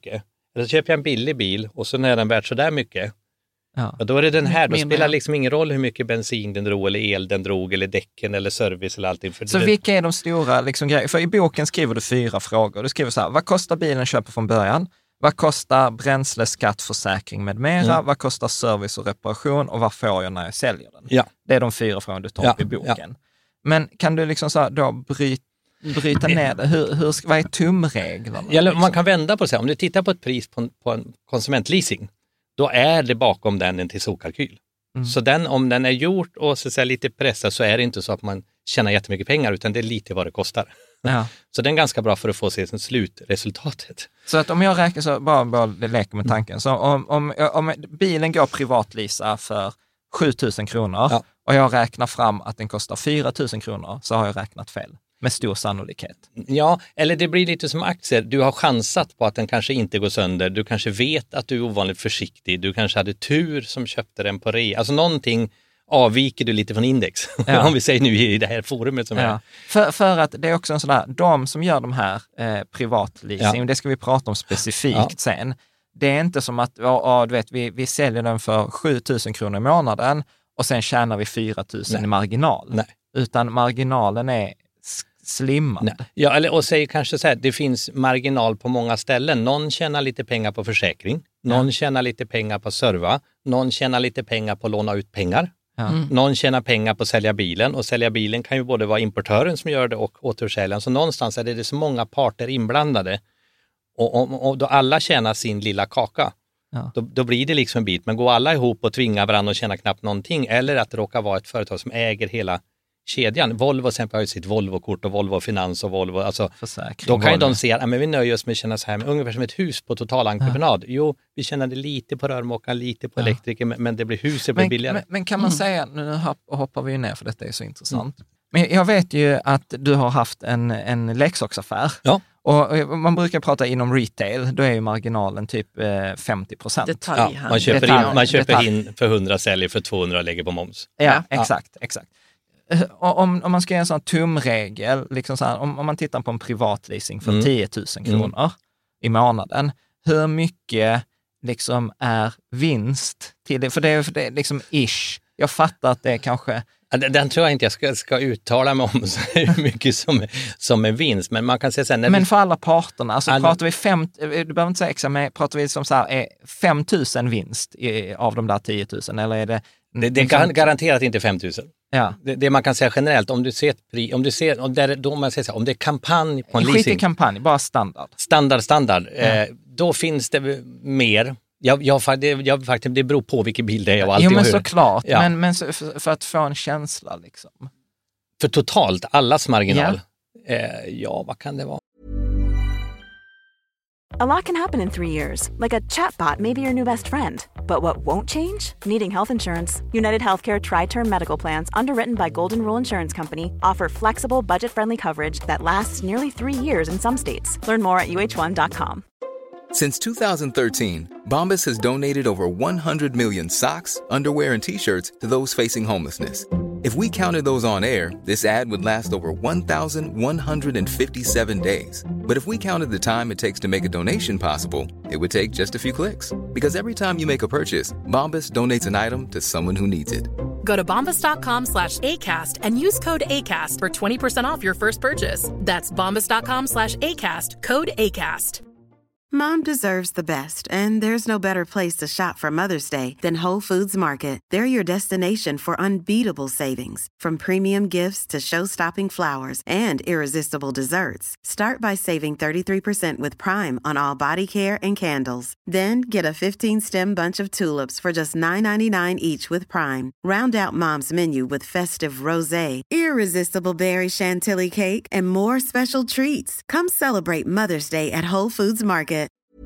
Eller så köper jag en billig bil och så när den värd så där mycket. Ja. Och då är det den här, då Min, spelar liksom ingen roll hur mycket bensin den drog eller el den drog eller däcken eller service eller allting. För så det, vilka är de stora liksom, grejer? För i boken skriver du fyra frågor. Du skriver så här, vad kostar bilen att köpa från början? Vad kostar bränsle, skatt, försäkring med mera? Mm. Vad kostar service och reparation? Och vad får jag när jag säljer den? Ja. Det är de fyra frågor du tar ja. upp i boken. Ja. Men kan du liksom så här, då bryta bryta ner det? Hur, hur, vad är tumreglerna? Ja, liksom? Man kan vända på det. Om du tittar på ett pris på en, på en konsumentleasing, då är det bakom den en T S O-kalkyl. Mm. Så den, om den är gjort och så att säga, lite pressad så är det inte så att man tjänar jättemycket pengar utan det är lite vad det kostar. Ja. Så det är ganska bra för att få se som slutresultatet. Så att om jag räknar så, bara, bara leker med tanken, så om, om, om bilen går privatlisa för sju tusen kronor ja. och jag räknar fram att den kostar fyra tusen kronor så har jag räknat fel. Med stor sannolikhet. Ja, eller det blir lite som aktier. Du har chansat på att den kanske inte går sönder. Du kanske vet att du är ovanligt försiktig. Du kanske hade tur som köpte den på rea. Alltså någonting avviker du lite från index. Ja. Om vi säger nu i det här forumet som ja. är. För, för att det är också en sån där, de som gör de här eh, privatleasing, ja. det ska vi prata om specifikt ja. sen. Det är inte som att, ja, du vet, vi, vi säljer den för sju tusen kronor i månaden och sen tjänar vi fyra tusen Nej. i marginal. Nej. Utan marginalen är slimmad. Ja, eller, och säger kanske så här, det finns marginal på många ställen. Någon tjänar lite pengar på försäkring, någon ja. tjänar lite pengar på serva, någon tjänar lite pengar på att låna ut pengar, ja. mm. någon tjänar pengar på att sälja bilen och sälja bilen kan ju både vara importören som gör det och återförsäljaren. Så någonstans är det, det så många parter inblandade och, och, och då alla tjänar sin lilla kaka. Ja. Då, då blir det liksom en bit, men går alla ihop och tvingar varandra att tjäna knappt någonting eller att det råkar vara ett företag som äger hela kedjan. Volvo exempel har ju sitt Volvo-kort och Volvo Finans och Volvo. Alltså, då kan ju de se att men vi nöjer oss med att känna så här, med ungefär som ett hus på totalentreprenad. Ja. Jo, vi känner det lite på rörmokaren, lite på ja. elektriker, men det blir huset blir billigare. Men, men kan man mm. säga, nu hoppar vi ner för detta är så intressant. Mm. Men jag vet ju att du har haft en, en leksaksaffär. Ja. Och man brukar prata inom retail, då är ju marginalen typ eh, femtio procent. Ja, man köper, Detalj. in, man köper in för hundra, säljer för tvåhundra och lägger på moms. Ja, ja. exakt, exakt. Om, om man ska göra en sån tumregel, liksom så här, om, om man tittar på en privatleasing för mm. tio tusen kronor mm. i månaden, hur mycket liksom är vinst till det? För det är, för det är liksom ish. Jag fattar att det är kanske... Den, den tror jag inte jag ska, ska uttala mig om så hur mycket som, som är vinst. Men man kan säga sen... Men vi... för alla parterna, alltså all... pratar vi fem... Du behöver inte säga exakt, men pratar vi som så här, är fem tusen vinst i, av de där tio tusen? Eller är det... Det, det kan garanterat inte fem tusen. Ja. Det, det man kan säga generellt, om du ser ett pris, om du ser, och där, då man säger så här, om det är kampanj på en Skit leasing. i kampanj, bara standard. Standard, standard. Ja. Eh, då finns det mer. Jag, jag, det, jag, faktiskt, det beror på vilken bil det är. Och jo, men såklart. Ja. Men, men för, för att få en känsla liksom. För totalt, allas marginal. Ja, eh, ja vad kan det vara? A lot can happen in three years, like a chatbot may be your new best friend. But what won't change? Needing health insurance. United Healthcare Tri-Term Medical Plans, underwritten by Golden Rule Insurance Company, offer flexible, budget-friendly coverage that lasts nearly three years in some states. Learn more at U H one dot com. Since two thousand thirteen, Bombas has donated over one hundred million socks, underwear, and T-shirts to those facing homelessness. If we counted those on air, this ad would last over one thousand one hundred fifty-seven days. But if we counted the time it takes to make a donation possible, it would take just a few clicks. Because every time you make a purchase, Bombas donates an item to someone who needs it. Go to bombas.com slash ACAST and use code ACAST for twenty percent off your first purchase. That's bombas.com slash ACAST, code ACAST. Mom deserves the best, and there's no better place to shop for Mother's Day than Whole Foods Market. They're your destination for unbeatable savings, from premium gifts to show-stopping flowers and irresistible desserts. Start by saving thirty-three percent with Prime on all body care and candles. Then get a fifteen-stem bunch of tulips for just nine ninety-nine each with Prime. Round out Mom's menu with festive rosé, irresistible berry chantilly cake, and more special treats. Come celebrate Mother's Day at Whole Foods Market.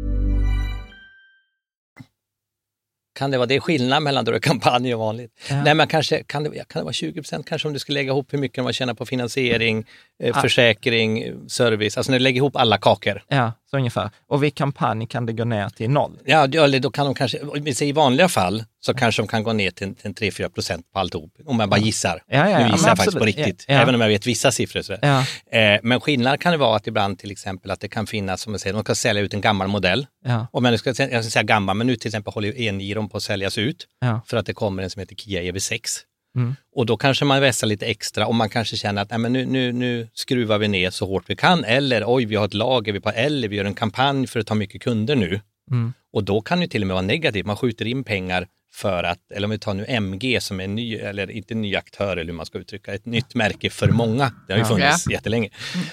Kan det vara det skillnad mellan då det är kampanj och vanligt? Ja. Nej, men kanske kan det, kan det vara tjugo procent kanske om du skulle lägga ihop hur mycket man tjänar på finansiering, eh, ah. försäkring, service. Alltså när du lägger ihop alla kakor. Ja. så ungefär. Och vid kampanj kan det gå ner till noll. Ja, eller då kan de kanske, i vanliga fall så kanske de kan gå ner till, till tre till fyra procent på alltihop. Om man bara gissar. Ja, ja, ja. Nu gissar Ja, jag faktiskt på riktigt. Ja, ja. Även om jag vet vissa siffror. Så. Ja. Eh, men skillnad kan det vara att ibland till exempel att det kan finnas, som jag säger, de ska sälja ut en gammal modell. Ja. Och men jag ska, jag ska säga gammal, men nu till exempel håller ju en-giron på att säljas ut. Ja. För att det kommer en som heter Kia E V sex. Mm. Och då kanske man vässar lite extra och man kanske känner att nej, men nu, nu, nu skruvar vi ner så hårt vi kan. Eller oj, vi har ett lager vi på, eller vi gör en kampanj för att ta mycket kunder nu. Mm. Och då kan det till och med vara negativt. Man skjuter in pengar för att, eller om vi tar nu M G som är en ny, eller inte ny aktör eller hur man ska uttrycka, ett nytt märke för många. Det har ju funnits ja. jättelänge. Mm.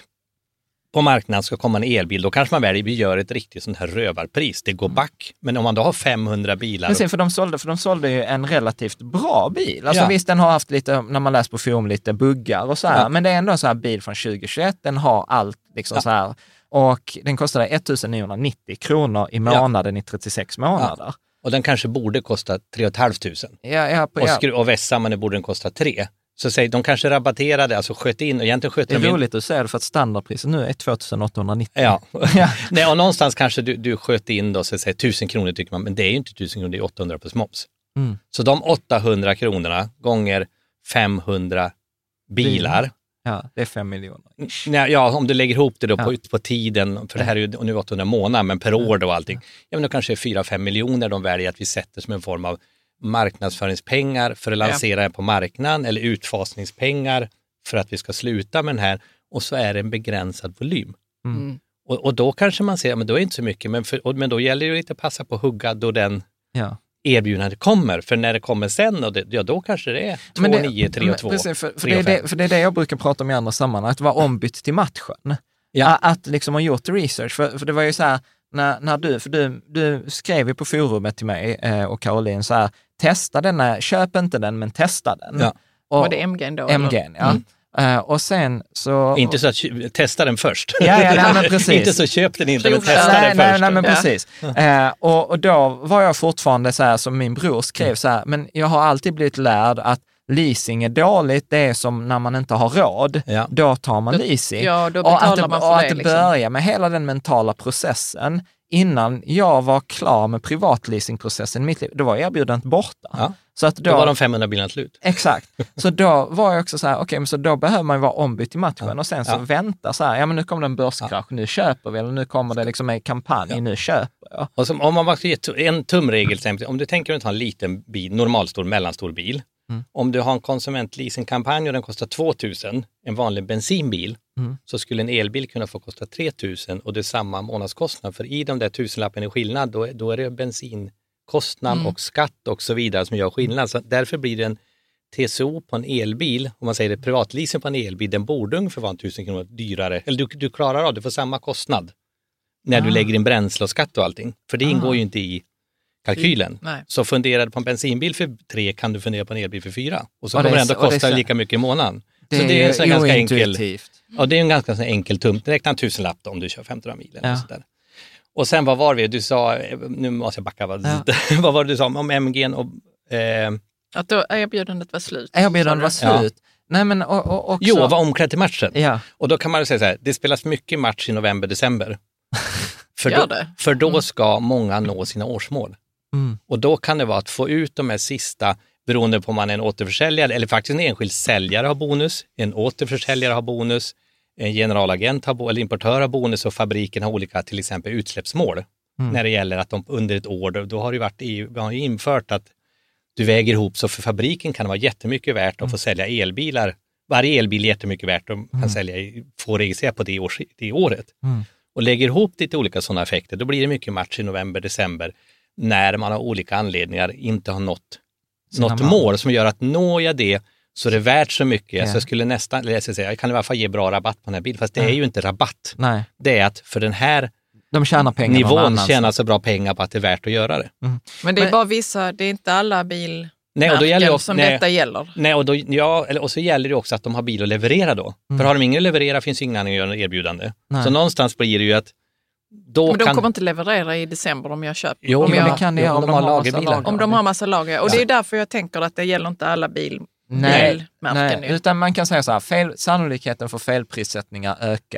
På marknaden ska komma en elbil, då kanske man väljer, vi gör ett riktigt sånt här rövarpris. Det går back. Men om man då har femhundra bilar... Precis, för de sålde, för de sålde ju en relativt bra bil. Alltså ja. visst, den har haft lite, när man läser på forum, lite buggar och så här. Ja. Men det är ändå så här bil från tjugohundratjugoett, den har allt liksom ja. så här. Och den kostade ettusen-niohundranittio kronor i månaden ja. i trettiosex månader. Ja. Och den kanske borde kosta tre och ett halvt tusen. Ja, ja, på, och, ja. skru- och vässa, men det borde den kosta tre. Så säg, de kanske rabatterade, alltså sköt in och egentligen sköt det är de in. roligt att säga det för att standardpriset nu är tvåtusenåttahundranittio. Ja, ja. Nej, och någonstans kanske du, du sköt in då, så att säga tusen kronor tycker man, men det är ju inte tusen kronor, det är åttahundra plus moms. Mm. Så de åttahundra kronorna gånger femhundra bilar. Ja, det är fem miljoner. Nej, ja, om du lägger ihop det då ja. på, på tiden, för det här är ju nu åttahundra månader, men per år då och allting. Ja, men då kanske är fyra fem miljoner de väljer att vi sätter som en form av marknadsföringspengar för att lansera ja. den på marknaden eller utfasningspengar för att vi ska sluta med den här, och så är det en begränsad volym. Mm. Och, och då kanske man säger, men då är det inte så mycket, men, för, och, men då gäller det ju inte att passa på att hugga då den ja. erbjudandet kommer, för när det kommer sen, och det, ja, då kanske det är två nio, tre och två. Precis, för, för, det är det, för det är det jag brukar prata om i andra sammanhang, att vara ombytt till matchen. Ja. Att, att liksom ha gjort research, för, för det var ju så här, när, när du, för du, du skrev ju på forumet till mig eh, och Caroline så här, testa denna, köp inte den, men testa den. Ja. Och, var det M G då? M G, ja. Mm. Uh, och sen så... Inte så att testa den först. Ja, ja, nej, men precis. Inte så köp den inte, men testa nej, den nej, först. Nej, men precis. Uh, och, och då var jag fortfarande så här, som min bror skrev mm. så här, men jag har alltid blivit lärd att leasing är dåligt, det är som när man inte har råd, ja. då tar man leasing. Ja, då betalar och att, man för och det. att liksom. börja med hela den mentala processen, innan jag var klar med privatleasingprocessen i mitt liv, då var erbjudandet borta. Ja. Så att då, då var de femhundra bilarna slut. Exakt. Så då var jag också så här, okej, okay, men så då behöver man ju vara ombytt i matchen ja. och sen så ja. vänta så här, ja men nu kommer det en börskrasch, ja. nu köper vi, eller nu kommer det liksom en kampanj, ja. nu köper jag. Och som, om man var en tumregel, om du tänker att ha en liten bil, normalstor, mellanstor bil, mm. om du har en konsumentleasingkampanj och den kostar tvåtusen, en vanlig bensinbil, mm. så skulle en elbil kunna få kosta tre tusen och det är samma månadskostnad, för i de där tusenlappen är skillnad, då, då är det bensinkostnad mm. och skatt och så vidare som gör skillnad. Så därför blir det en T C O på en elbil, om man säger det, privatleasing på en elbil, den borde ungefär vara en tusen kronor dyrare, eller du, du klarar av, du får samma kostnad när ah. du lägger in bränsle och skatt och allting, för det ah. ingår ju inte i kalkylen. Nej. Så funderar du på en bensinbil för tre kan du fundera på en elbil för fyra. Och så och kommer det ändå kosta så, lika mycket i månaden. Det så det är, är en ganska enkel. Ja, det är en ganska så enkel tum. Räkna en tusenlapp om du kör femtonhundra mil. Ja. Och, så där. Och sen vad var vi? Du sa, nu måste jag backa. Vad, ja. vad var det du sa om M G och... Eh... Att då erbjudandet var slut. Erbjudandet var slut. Ja. Nej, men och, och också... Jo, var omklädd till matchen. Ja. Och då kan man säga så här, det spelas mycket match i november, december. för, Gör då, det? för då ska många nå sina årsmål. Mm. Och då kan det vara att få ut de här sista, beroende på om man är en återförsäljare eller faktiskt en enskild säljare har bonus, en återförsäljare har bonus, en generalagent har, eller importör har bonus och fabriken har olika till exempel utsläppsmål. Mm. När det gäller att de under ett år, då, då har det varit i, vi har ju infört att du väger ihop, så för fabriken kan det vara jättemycket värt att mm. få sälja elbilar. Varje elbil är jättemycket värt och kan mm. sälja, få registrera på det, års, det året. Mm. Och lägger ihop lite olika sådana effekter, då blir det mycket match i november, december när man av olika anledningar inte har nått något mål som gör att når jag det så är det värt så mycket. Ja. Så jag skulle nästan, eller jag, säga, jag kan i alla fall ge bra rabatt på den här bilen, fast det ja. är ju inte rabatt. Nej. Det är att för den här De tjänar pengar nivån tjänar så bra pengar på att det är värt att göra det. Mm. Men det är Men, bara vissa, det är inte alla bil nej, och då gäller det också, som nej, detta gäller. Nej, och, då, ja, eller, och så gäller det också att de har bil att leverera då. Mm. För har de ingen att leverera finns ingen annan att göra en erbjudande. Nej. Så någonstans blir det ju att Då men de kan... kommer inte leverera i december om jag köper. Jo, om jag... det kan det göra om, om de har lagerbilar. Om de har massa lager. Och ja. det är därför jag tänker att det gäller inte alla bil. Nej, nej, utan man kan säga så här, fel, sannolikheten för felprissättningar ökar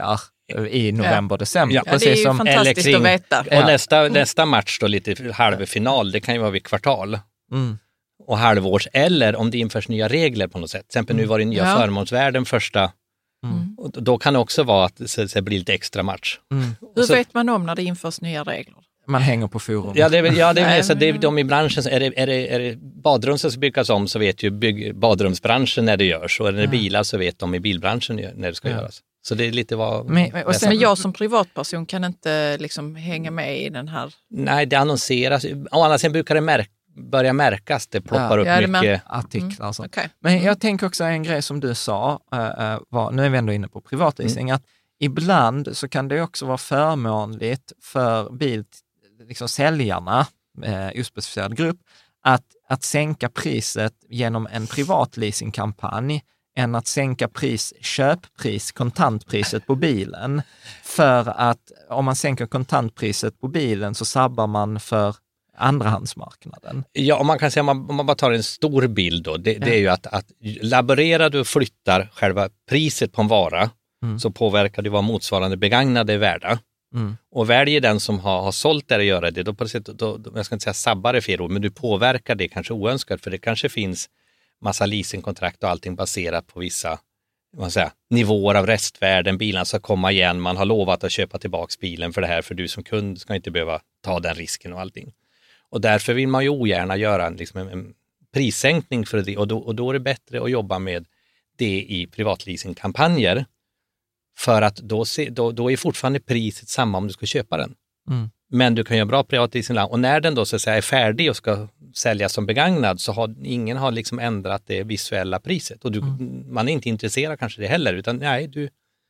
i november, december. Ja, ja det är ju som, fantastiskt kring, att veta. Och ja. nästa, nästa match då, lite halvfinal, det kan ju vara vid kvartal. Mm. Och halvårs, eller om det införs nya regler på något sätt. Till exempel nu var det nya ja. förmånsvärden första. Mm. Och då kan det också vara att det blir lite extra match. Mm. Hur så, vet man om när det införs nya regler? Man hänger på forum. Ja, det är, ja, det är, så det är de i branschen. Är det, är det, är det badrum som ska byggas om så vet ju bygg, badrumsbranschen när det görs. Och är det ja. bilar så vet de i bilbranschen när det ska ja. göras. Så det är lite vad... Men, och sen jag som privatperson kan inte liksom hänga med i den här... Nej, det annonseras. Å andra sidan brukar det märka börja märkas, det ploppar ja, upp ja, mycket artiklar. Mm. Okay. Men jag tänker också en grej som du sa, uh, var, nu är vi ändå inne på privatleasing, mm. att ibland så kan det också vara förmånligt för bil, liksom säljarna, uh, ospecificerad grupp, att, att sänka priset genom en privatleasingkampanj än att sänka pris, köppris, kontantpriset på bilen. För att om man sänker kontantpriset på bilen så sabbar man för andrahandsmarknaden. Ja, om man kan säga, om man, om man bara tar en stor bild då, det, ja. det är ju att, att laborerar du och flyttar själva priset på en vara mm. så påverkar det vad motsvarande begagnade är värda. Mm. Och väljer den som har, har sålt där att göra det, då på det sättet, då, då, jag ska inte säga sabbar är fel ord, men du påverkar det kanske oönskat, för det kanske finns massa leasingkontrakt och allting baserat på vissa vad säger, nivåer av restvärden, bilen ska komma igen, man har lovat att köpa tillbaka bilen för det här, för du som kund ska inte behöva ta den risken och allting. Och därför vill man ju ogärna göra en, liksom en, en prissänkning för det, och då, och då är det bättre att jobba med det i privatleasingkampanjer, för att då, se, då, då är fortfarande priset samma om du ska köpa den. Mm. Men du kan göra bra privatleasing, och när den då så att säga är färdig och ska säljas som begagnad, så har ingen har liksom ändrat det visuella priset, och du, mm. man är inte intresserad kanske det heller, utan nej, du,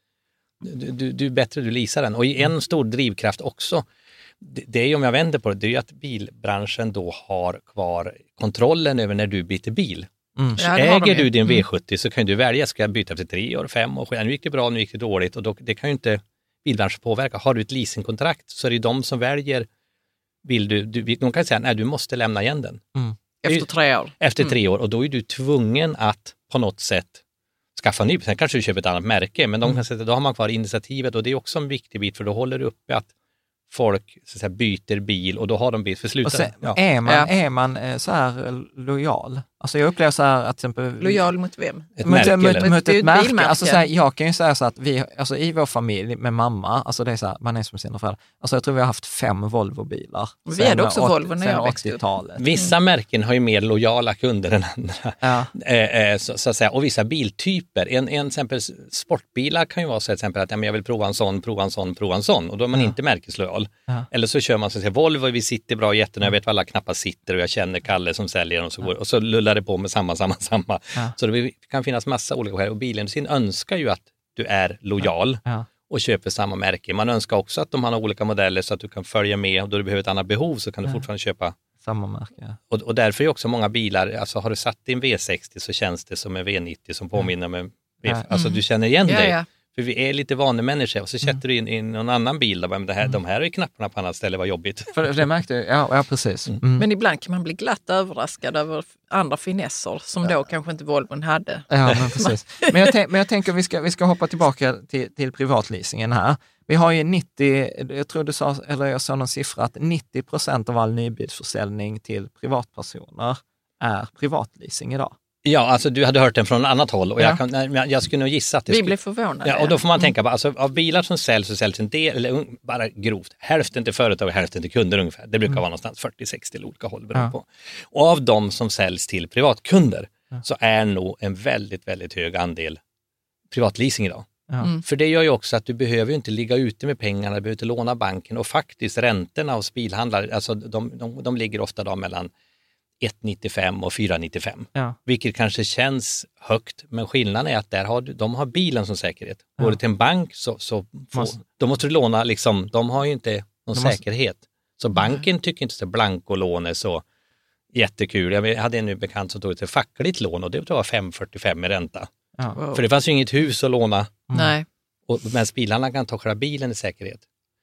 du, du, du är bättre du leasar den. Och en stor drivkraft också, det, det är ju, om jag vänder på det, det är ju att bilbranschen då har kvar kontrollen över när du byter bil. Mm. Ja, äger du din V sjuttio så kan du välja, ska jag byta efter tre år, fem år, nu gick det bra, nu gick det dåligt, och då, det kan ju inte bilbranschen påverka. Har du ett leasingkontrakt så är det de som väljer, vill du, du de kan säga nej, du måste lämna igen den. Mm. Efter tre år. Efter mm. tre år, och då är du tvungen att på något sätt skaffa ny. Sen kanske du köper ett annat märke, men de kan säga, då har man kvar initiativet, och det är också en viktig bit, för då håller du uppe att folk så att säga, byter bil, och då har de bil för slutet. Ja. Är man, ja. är man så här lojal? Alltså jag upplever så här att till exempel... Lojal mot vem? Ett mot, märke, mot, eller? mot ett, ett märke. Alltså så här, jag kan ju säga så att vi, alltså i vår familj med mamma, alltså det är så här, man är som sina föräldrar. Alltså jag tror vi har haft fem Volvo-bilar. Vi hade också åt, Volvo när jag växte upp. Vissa mm. märken har ju mer lojala kunder än andra. Ja. Eh, så, så att säga. Och vissa biltyper. En, en exempel sportbilar kan ju vara så att, exempel, att ja, men jag vill prova en sån, prova en sån, prova en sån. Och då är man ja. inte märkeslojal. Ja. Eller så kör man så att säga, Volvo, vi sitter bra jättenöj, jag vet vad alla knappar sitter, och jag känner Kalle som säljer, och så, går, och så lullar det på med samma, samma, samma. Ja. Så det kan finnas massa olika skäl, och bilindustrin önskar ju att du är lojal ja. Ja. och köper samma märke. Man önskar också att de har olika modeller så att du kan följa med, och då du behöver ett annat behov så kan du ja. fortfarande köpa samma märke. Ja. Och, och därför är också många bilar, alltså har du satt din V sextio så känns det som en V nittio som påminner med V, ja. alltså du känner igen ja, dig. Ja. För vi är lite vanemänniskor, och så sätter mm. du in, in någon annan bil där, men det här, mm. de här är ju knapparna på annat ställe, var jobbigt. För det märkte jag, ja, ja precis. Mm. Men ibland kan man bli glatt överraskad över andra finesser som ja. då kanske inte Volvon hade. Ja, men precis. Men jag, tänk, men jag tänker att vi ska, vi ska hoppa tillbaka till, till privatleasingen här. Vi har ju nittio, jag tror du sa, eller jag sa någon siffra, att nittio procent av all nybilsförsäljning till privatpersoner är privatleasing idag. Ja, alltså du hade hört den från ett annat håll, och ja. jag, kan, jag, jag skulle nog gissa att det Vi skulle... blev förvånade. Ja, och då får man mm. tänka på, alltså av bilar som säljs så säljs en del, eller bara grovt, hälften till företag och hälften till kunder ungefär. Det brukar mm. vara någonstans fyrtio sextio till olika håll beroende ja. på. Och av de som säljs till privatkunder ja. så är nog en väldigt, väldigt hög andel privatleasing idag. Ja. Mm. För det gör ju också att du behöver ju inte ligga ute med pengarna, du behöver inte låna banken, och faktiskt räntorna hos bilhandlare, alltså de, de, de ligger ofta då mellan ett komma nittiofem och fyra komma nittiofem. Ja. Vilket kanske känns högt, men skillnaden är att där har du, de har bilen som säkerhet. Går ja. du till en bank så, så får, måste. då måste du låna, liksom, de har ju inte någon de säkerhet. Måste. Så banken tycker inte att blankolån är så jättekul. Jag hade en nu bekant som tog ett fackligt lån, och det var fem komma fyrtiofem i ränta. Ja. Wow. För det fanns ju inget hus att låna. Mm. Nej. Och, men bilarna kan ta själva bilen i säkerhet.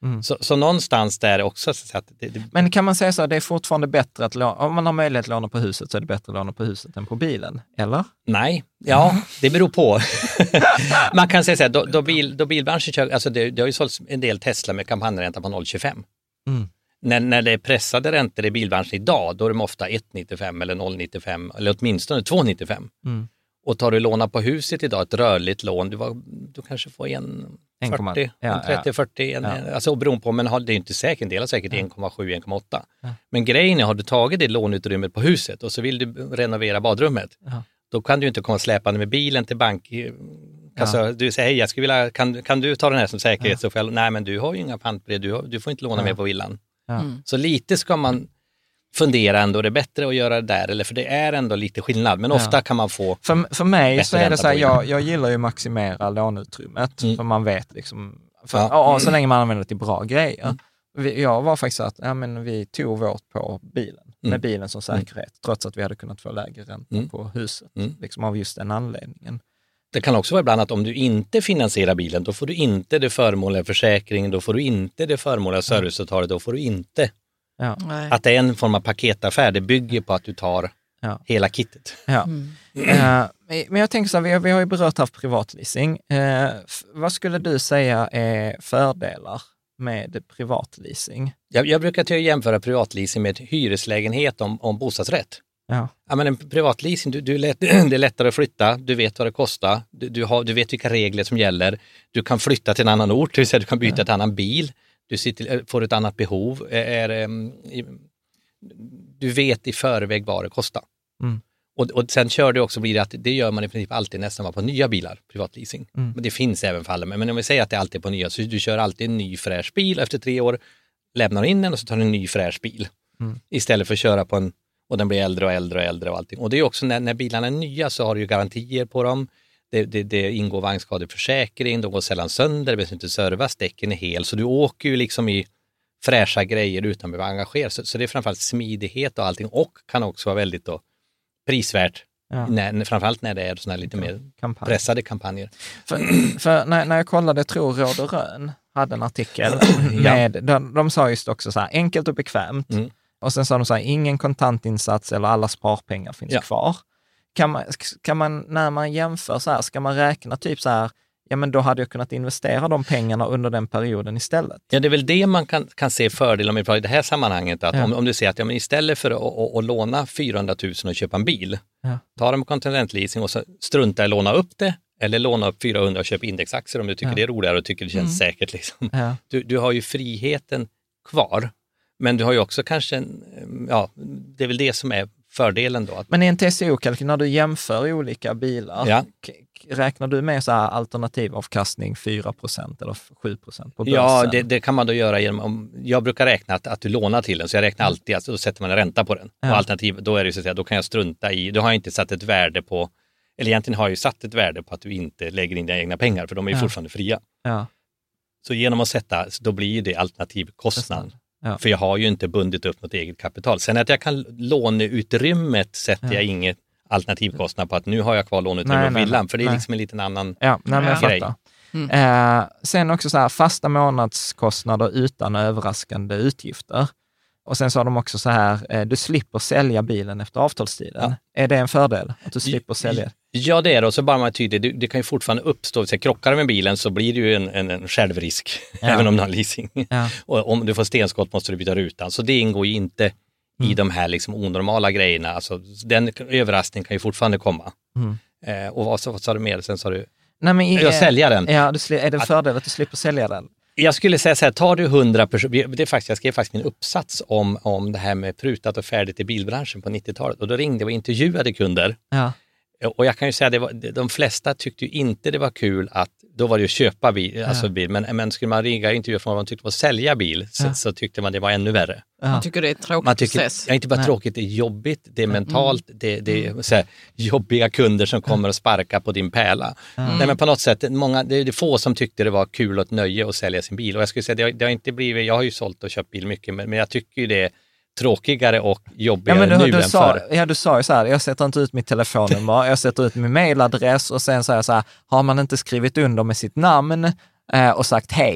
Mm. Så, så någonstans där också. Så att det, det... Men kan man säga så att det är fortfarande bättre att låna, om man har möjlighet att låna på huset så är det bättre att låna på huset än på bilen, eller? Nej, ja, det beror på. Man kan säga så här, då, då, bil, då bilbranschen kör, alltså det, det har ju sålts en del Tesla med kampanjränta på noll komma tjugofem. Mm. När, när det är pressade räntor i bilbranschen idag, då är de ofta ett komma nittiofem eller noll komma nittiofem eller åtminstone två komma nittiofem. Mm. Och tar du låna på huset idag, ett rörligt lån, du, var, du kanske får en fyrtio, ja, en trettio, fyrtio, en, ja. Alltså beroende på, men har, det är inte säkert, en del är säkert ja. en komma sju, en komma åtta. Ja. Men grejen är, har du tagit det lånutrymmet på huset och så vill du renovera badrummet, ja. Då kan du inte komma släpande med bilen till bank. Alltså, ja. Du säger, hej, jag skulle vilja, kan, kan du ta den här som säkerhet? Ja. Så får jag, nej, men du har ju inga pantbrev, du, har, du får inte låna ja. mer på villan. Ja. Mm. Så lite ska man fundera ändå, det är bättre att göra det där, eller för det är ändå lite skillnad, men ofta ja. kan man få för, för mig så är det så här, jag, jag gillar ju maximera lånutrymmet, mm. för man vet liksom, för, ja. Ja, så länge man använder det till bra grejer. Mm. Vi, jag var faktiskt att ja, men vi tog vårt på bilen, mm. med bilen som säkerhet, mm. trots att vi hade kunnat få lägre ränta mm. på huset, mm. liksom av just den anledningen. Det kan också vara ibland att om du inte finansierar bilen, då får du inte det förmånliga försäkringen, då får du inte det förmånliga serviceavtalet, då får du inte. Ja. Att det är en form av paketaffär, det bygger på att du tar ja. hela kittet. Ja. Mm. Uh, men jag tänker så här, vi har, vi har ju berört haft privatleasing. Uh, f- vad skulle du säga är fördelar med privatleasing? Jag, jag brukar till jämföra privatleasing med hyreslägenhet om, om bostadsrätt. Ja. Ja, men en privatleasing, du, du lätt, det är lättare att flytta, du vet vad det kostar, du, du, har, du vet vilka regler som gäller, du kan flytta till en annan ort, det vill säga du kan byta ja. till en annan bil. Du sitter, får ett annat behov. Är, är, du vet i förväg vad det kostar. Mm. Och, och sen kör det också, blir det att det gör man i princip alltid nästan på nya bilar, privatleasing. Mm. Men det finns även fall. Men, men om vi säger att det alltid är på nya, så du kör alltid en ny fräsch bil. Efter tre år lämnar in den och så tar du en ny fräsch bil. Mm. Istället för att köra på en, och den blir äldre och äldre och äldre och allting. Och det är också när, när bilarna är nya så har du ju garantier på dem. Det, det, det ingår vagnskadeförsäkring, de går sällan sönder, det behöver inte servas, däcken är hel. Så du åker ju liksom i fräscha grejer utan att behöva engagera. Så, så det är framförallt smidighet och allting, och kan också vara väldigt då prisvärt. Ja. När, framförallt när det är såna lite mer Kampanj. pressade kampanjer. För, för när, när jag kollade, jag tror Råd och Rön hade en artikel med, ja. de, de sa just också så här, enkelt och bekvämt. Mm. Och sen sa de så här, ingen kontantinsats eller alla sparpengar finns ja. kvar. Kan man, kan man, när man jämför så här, ska man räkna typ så här, ja men då hade jag kunnat investera de pengarna under den perioden istället. Ja, det är väl det man kan, kan se fördelar med i det här sammanhanget. Att ja. om, om du säger att ja, men istället för att, att, att låna fyrahundratusen och köpa en bil, ja. ta dem på kontantleasing och så strunta i att låna upp det, eller låna upp fyrahundra och köpa indexaktier om du tycker ja. det är roligare och tycker det känns mm. säkert. Liksom. Ja. Du, du har ju friheten kvar, men du har ju också kanske, en, ja, det är väl det som är fördelen då. Men i en T C O-kalkyl, när du jämför olika bilar, ja. k- räknar du med så här alternativavkastning fyra procent eller sju procent på börsen? Ja, det, det kan man då göra genom, om, jag brukar räkna att, att du lånar till den, så jag räknar alltid, alltså, då sätter man en ränta på den. Ja. Och alternativ, då är det så att säga, då kan jag strunta i, då har jag inte satt ett värde på, eller egentligen har jag ju satt ett värde på att du inte lägger in dina egna pengar, för de är ju ja. fortfarande fria. Ja. Så genom att sätta, då blir det alternativkostnad. Ja. För jag har ju inte bundit upp något eget kapital. Sen att jag kan låneutrymmet sätter ja. jag inget alternativkostnad på att nu har jag kvar låneutrymmet på villan. För det är nej. liksom en liten annan ja, nej, men jag grej. Mm. Eh, sen också så här, fasta månadskostnader utan överraskande utgifter. Och sen så har de också så här, eh, du slipper sälja bilen efter avtalstiden. Ja. Är det en fördel att du slipper sälja? Ja, det är det. Och så bara man är tydlig, det, det kan ju fortfarande uppstå, så krockar med bilen så blir det ju en, en, en självrisk, ja. även om du har leasing. Ja. Och om du får stenskott måste du byta rutan. Så det ingår ju inte mm. i de här liksom onormala grejerna. Alltså, den överraskningen kan ju fortfarande komma. Mm. Eh, och vad, vad sa du mer? Sen sa du, nej, men, jag sälja den. Ja, du, är det en fördel att du slipper sälja den? Jag skulle säga så här, tar du hundra personer, det är faktiskt, jag skrev faktiskt min uppsats om, om det här med prutat och färdigt i bilbranschen på nittiotalet. Och då ringde jag och intervjuade kunder. Ja. Och jag kan ju säga att det var, de flesta tyckte ju inte det var kul att, då var det ju att köpa bil, ja. alltså bil, men, men skulle man ringa och intervjua från vad man tyckte var att sälja bil, så, ja. så tyckte man det var ännu värre. Ja. Man tycker det är tråkigt man tycker, process. Ja, inte bara Nej. tråkigt, det är jobbigt, det är mentalt, mm. det, det är så här, jobbiga kunder som kommer och sparkar på din pärla. Mm. Nej, men på något sätt, många, det är det få som tyckte det var kul och ett nöje att sälja sin bil. Och jag skulle säga, det har, det har inte blivit, jag har ju sålt och köpt bil mycket, men, men jag tycker ju det är tråkigare och jobbigare ja, men du, nu du än sa, förr. Ja, du sa ju så här, jag sätter inte ut mitt telefonnummer, jag sätter ut min mailadress och sen säger jag så här, har man inte skrivit under med sitt namn eh, och sagt hej,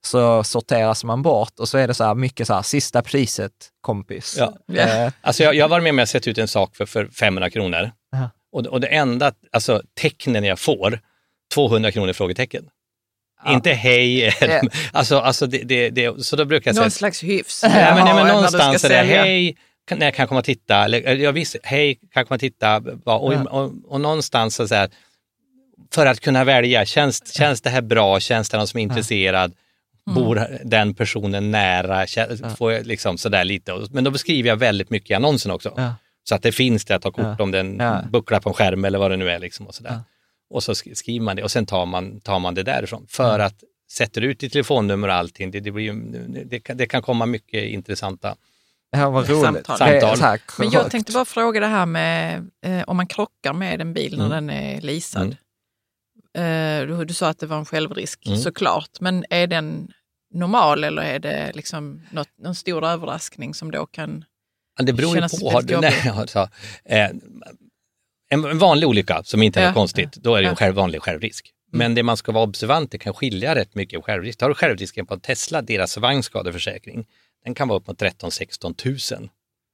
så sorteras man bort och så är det så här mycket så här, sista priset, kompis. Ja. Eh. Alltså jag, jag var med med att sätta ut en sak för, för femhundra kronor. Uh-huh. Och, och det enda, alltså tecknen jag får, tvåhundra kronor frågetecken. Ja. Inte hej, yeah. alltså, alltså det, det, det, så då brukar jag säga... Någon slags hyfs. Ja, men, ja, men någonstans är det hej, kan, när jag kan komma och titta, eller jag visste, hej, kan jag komma och titta, och, och, och, och någonstans så här, för att kunna välja, känns, känns det här bra, känns det någon som är intresserad, mm. bor den personen nära, känns, ja. får jag liksom sådär lite, men då beskriver jag väldigt mycket i annonsen också, ja. så att det finns det att ta kort ja. om den ja. bucklar på en skärm eller vad det nu är liksom och sådär. Ja. Och så skriver man det och sen tar man, tar man det därifrån. För mm. att sätter ut ditt telefonnummer och allting, det, det, blir ju, det, kan, det kan komma mycket intressanta ja, vad roligt. samtal. samtal. Här, men jag tänkte bara fråga det här med eh, om man krockar med en bil när mm. den är leasad. Mm. Eh, du, du sa att det var en självrisk, mm. såklart. Men är den normal eller är det liksom något, någon stor överraskning som då kan ja, det beror ju på. Har du, nej, alltså, eh, En vanlig olycka som inte är ja, konstigt, ja, då är det en själv, vanlig självrisk. Mm. Men det man ska vara observant, det kan skilja rätt mycket av självrisk. Har du självrisken på Tesla, deras vagnskadeförsäkring, den kan vara upp mot tretton till sexton tusen.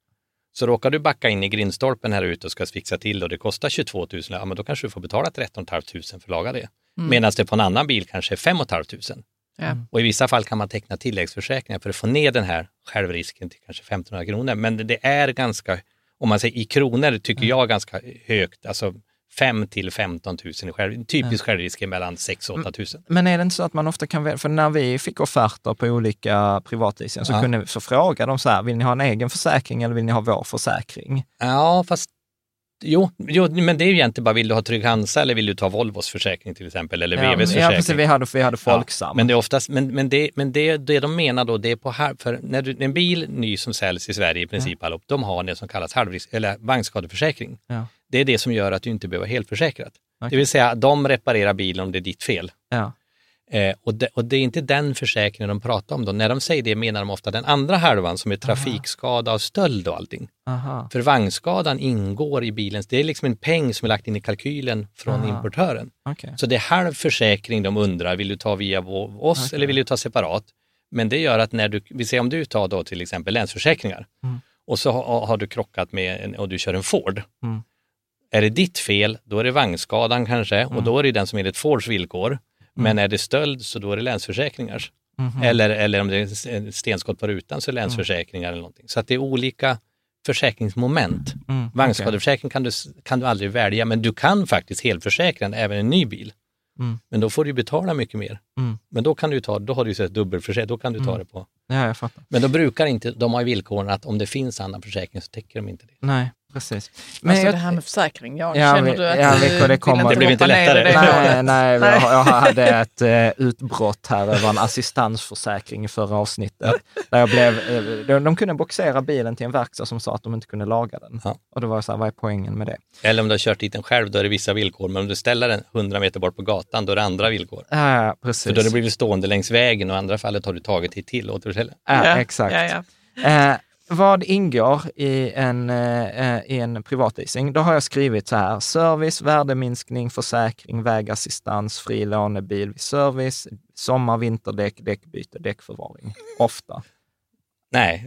Så råkar du backa in i grindstolpen här ute och ska fixa till och det kostar tjugotvå tusen, ja men då kanske du får betala tretton tusen för att laga det. Mm. Medan det på en annan bil kanske är fem tusen. Ja. Och i vissa fall kan man teckna tilläggsförsäkringar för att få ner den här självrisken till kanske femtonhundra kronor. Men det är ganska... Om man säger i kronor tycker mm. jag ganska högt, alltså fem till femton tusen i själv, typisk ja. självrisk är mellan sex till åtta tusen. Men är det inte så att man ofta kan välja, för när vi fick offerter på olika privatleasing så ja. kunde vi så fråga dem så här, vill ni ha en egen försäkring eller vill ni ha vår försäkring? Ja, fast jo, jo men det är ju egentligen bara, vill du ha Trygg Hansa eller vill du ta Volvos försäkring till exempel, eller ja, V V:s försäkring? Ja, precis, vi hade, vi hade Folksam. Ja, men det är oftast, men, men, det, men det, det de menar då, det är på här, för när du, en bil ny som säljs i Sverige i princip ja. allop, de har det som kallas halvrisk, eller vagnskadeförsäkring. Ja. Det är det som gör att du inte behöver helt försäkrat. Okay. Det vill säga, de reparerar bilen om det är ditt fel. Ja. Eh, och, det, och det är inte den försäkringen de pratar om då. När de säger det menar de ofta den andra halvan som är trafikskada och stöld och allting. Aha. För vagnskadan ingår i bilens, det är liksom en peng som är lagt in i kalkylen från Aha. importören. Okay. Så det är halv försäkring de undrar, vill du ta via oss okay. eller vill du ta separat? Men det gör att när du, vi säger om du tar då till exempel länsförsäkringar mm. och så har, har du krockat med en, och du kör en Ford. Mm. Är det ditt fel, då är det vagnskadan kanske mm. och då är det den som är ett Fords villkor. Men mm. är det stöld så då är det länsförsäkringar. Mm-hmm. Eller, eller om det är stenskott på rutan så är det länsförsäkringar mm. eller någonting. Så att det är olika försäkringsmoment. Mm. Vagnskadeförsäkring okay. kan du, kan du aldrig välja, men du kan faktiskt helförsäkra även en ny bil. Mm. Men då får du betala mycket mer. Mm. Men då kan du ta, då har du ju sett dubbelförsäkring, då kan du ta mm. det på. Ja, jag fattar. Men då brukar inte, de har villkoren att om det finns annan försäkring så täcker de inte det. Nej. Precis. Men alltså jag, det här med försäkring, jag ja, känner du att ja, du det, kommer, det blev inte lättare. Det nej, nej, nej. Jag, jag hade ett uh, utbrott här över en assistansförsäkring i förra avsnittet. Där jag blev, uh, de, de kunde boxera bilen till en verkstad som sa att de inte kunde laga den. Ja. Och då var jag så här, vad är poängen med det? Eller om du har kört dit den själv, då är det vissa villkor. Men om du ställer den hundra meter bort på gatan, då är det andra villkor. Ja, precis. För då har det blivit stående längs vägen och i andra fallet har du tagit hit till återförsäljare. Ja, ja, exakt. Ja, ja. Uh, Vad ingår i en, eh, i en privatleasing? Då har jag skrivit så här: service, värdeminskning, försäkring, vägassistans, fri lånebil vid service, sommar, vinterdäck, däckbyte, däckförvaring. Ofta. Nej.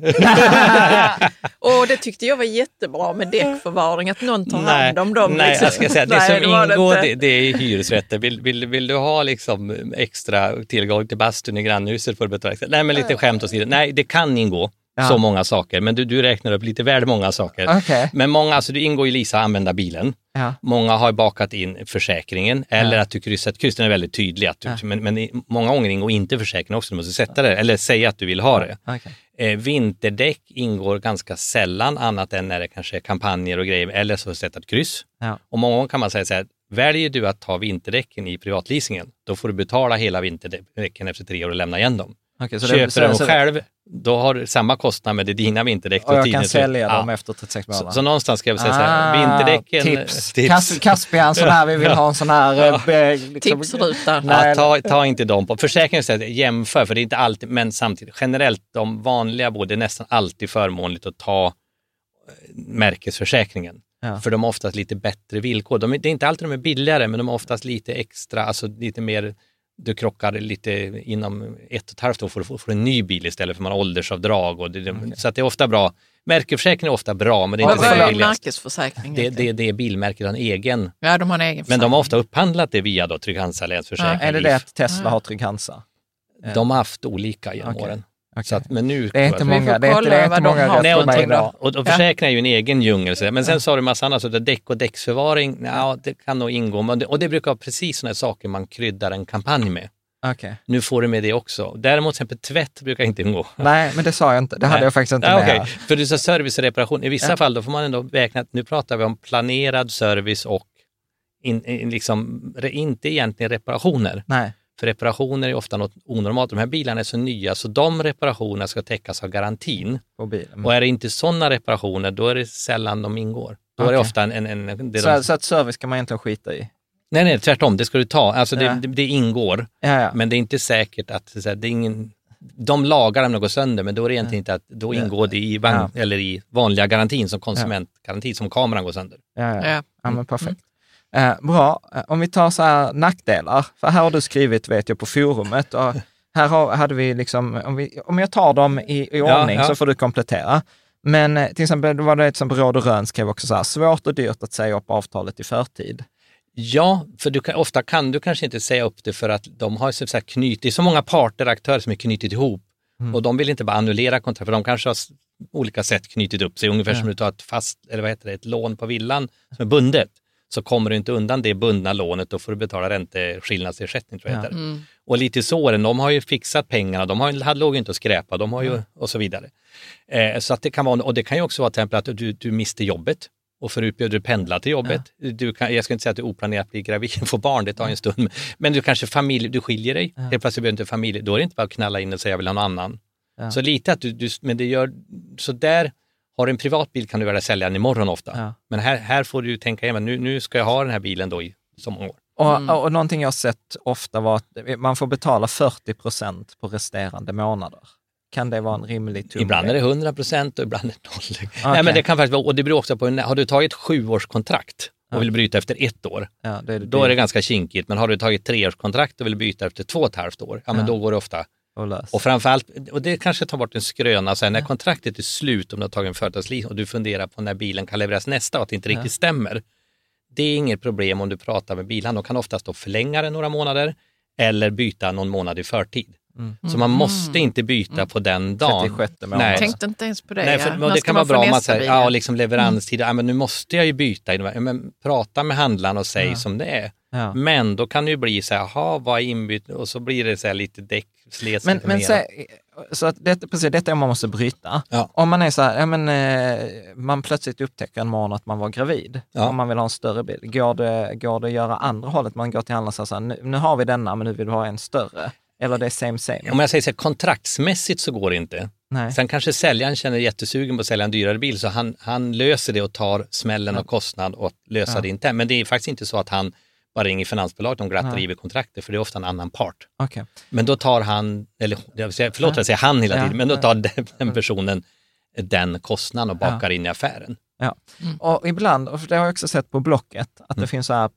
Och det tyckte jag var jättebra med däckförvaring, att någon tar nej, hand om dem. Nej, liksom. jag ska säga, det nej, som det ingår det, det är hyresrätter. Vill, vill, vill du ha liksom extra tillgång till bastun i grannhuset för att betala? Nej, men lite skämt och sidor. Nej, det kan ingå. Ja. Så många saker, men du, du räknar upp lite väl många saker. Okay. Men många, alltså du ingår i Lisa använda bilen. Ja. Många har bakat in försäkringen eller ja. att du kryssat, kryssen är väldigt tydlig att du, ja. men, men många gånger ingår inte försäkringen också, du måste sätta det eller säga att du vill ha det. Okay. Eh, vinterdäck ingår ganska sällan annat än när det kanske är kampanjer och grejer eller så sätta ett kryss. Ja. Och många gånger kan man säga så här, väljer du att ta vinterdäcken i privatleasingen, då får du betala hela vinterdäcken efter tre år och lämna igen dem. Okay, så köper du dem själv, då har du samma kostnad med det dina vinterdäck. Och jag kan sälja dem ja. efter trettiosex månader. Så, så någonstans ska jag säga ah, så här, vinterdäcken... Tips. tips. Caspian, sån här, vi vill ha en sån här... Ja. Be, liksom, tipsruta. Ja, ta, ta inte dem på. Försäkringen säger jämför, för det är inte alltid, men samtidigt, generellt, de vanliga både nästan alltid förmånligt att ta märkesförsäkringen. Ja. För de har oftast lite bättre villkor. De, det är inte alltid de är billigare, men de har oftast lite extra, alltså lite mer... du krockar lite inom ett och ett halvt år får du få en ny bil istället för man har åldersavdrag. Och det, okay. Så att det är ofta bra. Märkeförsäkring är ofta bra, men det är inte vad så billigast. Märkesförsäkring? Det, det, det är bilmärket en egen. Ja, de har en egen men de har ofta upphandlat det via då Trygg-Hansa länsförsäkring. Ja, är det det att Tesla har Trygg-Hansa? De har haft olika genom okay. åren. Okay. Så att, men nu, det är inte många. Det är inte, det är inte många nej, och, och, och, och försäkring är ju en egen djungel. Men sen så har du massa annat, så det däck och däcksförvaring, ja, det kan nog ingå. Men det, och det brukar vara precis sådana saker man kryddar en kampanj med. Okay. Nu får du med det också. Däremot till exempel tvätt brukar inte ingå. Nej, men det sa jag inte. Det hade nej. jag faktiskt inte ja, med. Okay. För du sa service och reparation. I vissa ja. fall då får man ändå räkna att nu pratar vi om planerad service och in, in, liksom, inte egentligen reparationer. Nej. För reparationer är ofta något onormalt. De här bilarna är så nya så de reparationerna ska täckas av garantin. På bilen. Och är det inte sådana reparationer då är det sällan de ingår. Då okay. är det ofta en... en, en det så, de... så att service kan man egentligen skita i? Nej, nej, tvärtom. Det ska du ta. Alltså det, ja. det, det ingår. Ja, ja. Men det är inte säkert att så här, det är ingen... De lagar om något sönder, men då är det egentligen inte att då ingår det i, vagn, ja. eller i vanliga garantin som konsumentgaranti som kameran går sönder. Ja, ja. ja. ja men perfekt. Eh, bra, om vi tar så här nackdelar, för här har du skrivit vet jag på forumet och här har, hade vi liksom, om, vi, om jag tar dem i, i ordning ja, ja. så får du komplettera. Men eh, till exempel var det ett som Råd och Rön skrev också så här, svårt och dyrt att säga upp avtalet i förtid. Ja, för du kan, ofta kan du kanske inte säga upp det för att de har så, så här knutit, det är så många parter, aktörer som är knutit ihop mm. och de vill inte bara annullera kontrakt för de kanske har olika sätt knutit upp sig, ungefär ja. som du tar ett fast, eller vad heter det, ett lån på villan som är bundet. Så kommer du inte undan det bundna lånet, då får du betala ränteskillnadsersättning tror jag ja. mm. Och lite så är det, de har ju fixat pengarna, de har, hade låg inte att skräpa, de har ju mm. och så vidare. Eh, så att det kan vara, och det kan ju också vara till exempel att du, du mister jobbet och för utbjuder du pendla till jobbet. Ja. Du kan, jag ska inte säga att du är oplanerat blir gravid och får barn, det tar en stund. Men du kanske familj, du skiljer dig, ja. helt plötsligt behöver du inte familj, då är det inte bara att knalla in och säga jag vill ha någon annan. Ja. Så lite att du, du, men det gör, så där har du en privat bil kan du välja sälja den imorgon ofta. Ja. Men här, här får du tänka, ja, nu, nu ska jag ha den här bilen då i så många år. Och, mm. och, och någonting jag har sett ofta var att man får betala fyrtio procent på resterande månader. Kan det vara en rimlig tumregel? Ibland är det hundra procent och ibland är det noll. Okay. Nej, men det kan faktiskt vara, och det beror också på, har du tagit sjuårskontrakt och okay. vill bryta efter ett år, ja, det är det då är det ganska kinkigt. Men har du tagit treårskontrakt och vill byta efter två och ett halvt år, ja men ja. då går det ofta. Och, och framförallt, och det kanske tar bort en skröna, så här, när ja. kontraktet är slut om du har tagit en företagsleasing och du funderar på när bilen kan levereras nästa och att det inte riktigt ja. stämmer. Det är inget problem om du pratar med bilen. De kan oftast då förlänga det några månader eller byta någon månad i förtid. Mm. Så man måste inte byta mm. på den dagen. Nej. Jag tänkte inte ens på det. Nej, för, ja. Det kan vara bra om man säger, ja, liksom leveranstid, mm. ja, men nu måste jag ju byta. Ja, men prata med handlaren och säg ja. som det är. Ja. Men då kan det ju bli så här, jaha, vad är inbytt? Och så blir det så här lite däck, slets men, men så, så att det, precis, detta är om man måste bryta. Ja. Om man är så här, ja, men, eh, man plötsligt upptäcker en morgon att man var gravid. Ja. Om man vill ha en större bil. Går det, går det att göra andra hållet? Man går till handlaren och säger, nu, nu har vi denna, men nu vill du ha en större. Eller det är same same? Om jag säger så här, kontraktsmässigt så går det inte. Nej. Sen kanske säljaren känner jättesugen på att sälja en dyrare bil, så han, han löser det och tar smällen ja. och kostnad och löser ja. det inte. Men det är faktiskt inte så att han bara ringer finansbolaget och glattar i kontraktet, för det är ofta en annan part. Okay. Men då tar han, eller förlåt att säga han hela tiden, ja. men då tar den, den personen den kostnaden och bakar ja. in i affären. Ja. Mm. Och ibland, och det har jag också sett på Blocket, att mm. det finns så här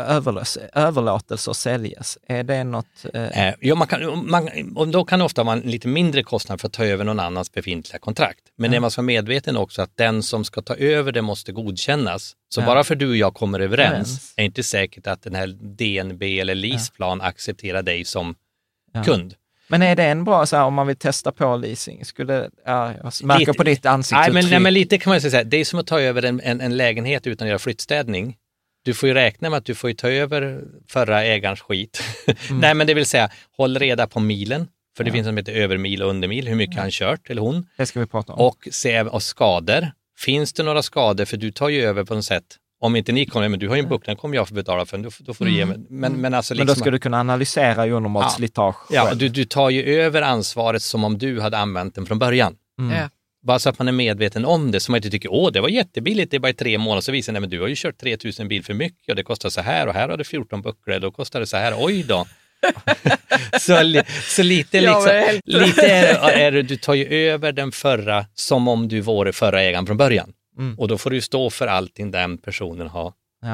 överlåtelser och säljes. Är det något? Eh... Eh, ja, man kan, man, och då kan det ofta vara en lite mindre kostnad för att ta över någon annans befintliga kontrakt. Men mm. det är man så medveten också att den som ska ta över det måste godkännas. Så ja. bara för du och jag kommer överens yes. är inte säkert att den här D N B eller leaseplan ja. accepterar dig som ja. kund. Men är det en bra, så här, om man vill testa på leasing, skulle ja, jag märka lite, på ditt ansikte? Nej men, nej, men lite kan man ju säga, det är som att ta över en, en, en lägenhet utan att göra flyttstädning. Du får ju räkna med att du får ju ta över förra ägarens skit. Mm. nej men det vill säga, håll reda på milen, för det ja. finns som heter övermil och undermil, hur mycket ja. han kört eller hon. Det ska vi prata om. Och se och skador. Finns det några skador, för du tar ju över på något sätt. Om inte ni kommer, men du har ju en buckla, den kommer jag få betala för, då, då får du ge mig. Men, men, alltså liksom, men då ska du kunna analysera ju normalt ja, slitage själv. Ja, du, du tar ju över ansvaret som om du hade använt den från början. Mm. Ja. Bara så att man är medveten om det, så man inte tycker, åh det var jättebilligt, det är bara i tre månader, så visar det, men du har ju kört tre tusen bil för mycket och det kostar så här, och här har du fjorton bucklor, då kostar det så här, oj då. så, så lite liksom, ja, lite är, är det, du tar ju över den förra som om du vore förra ägaren från början. Mm. Och då får du stå för allting den personen har ja.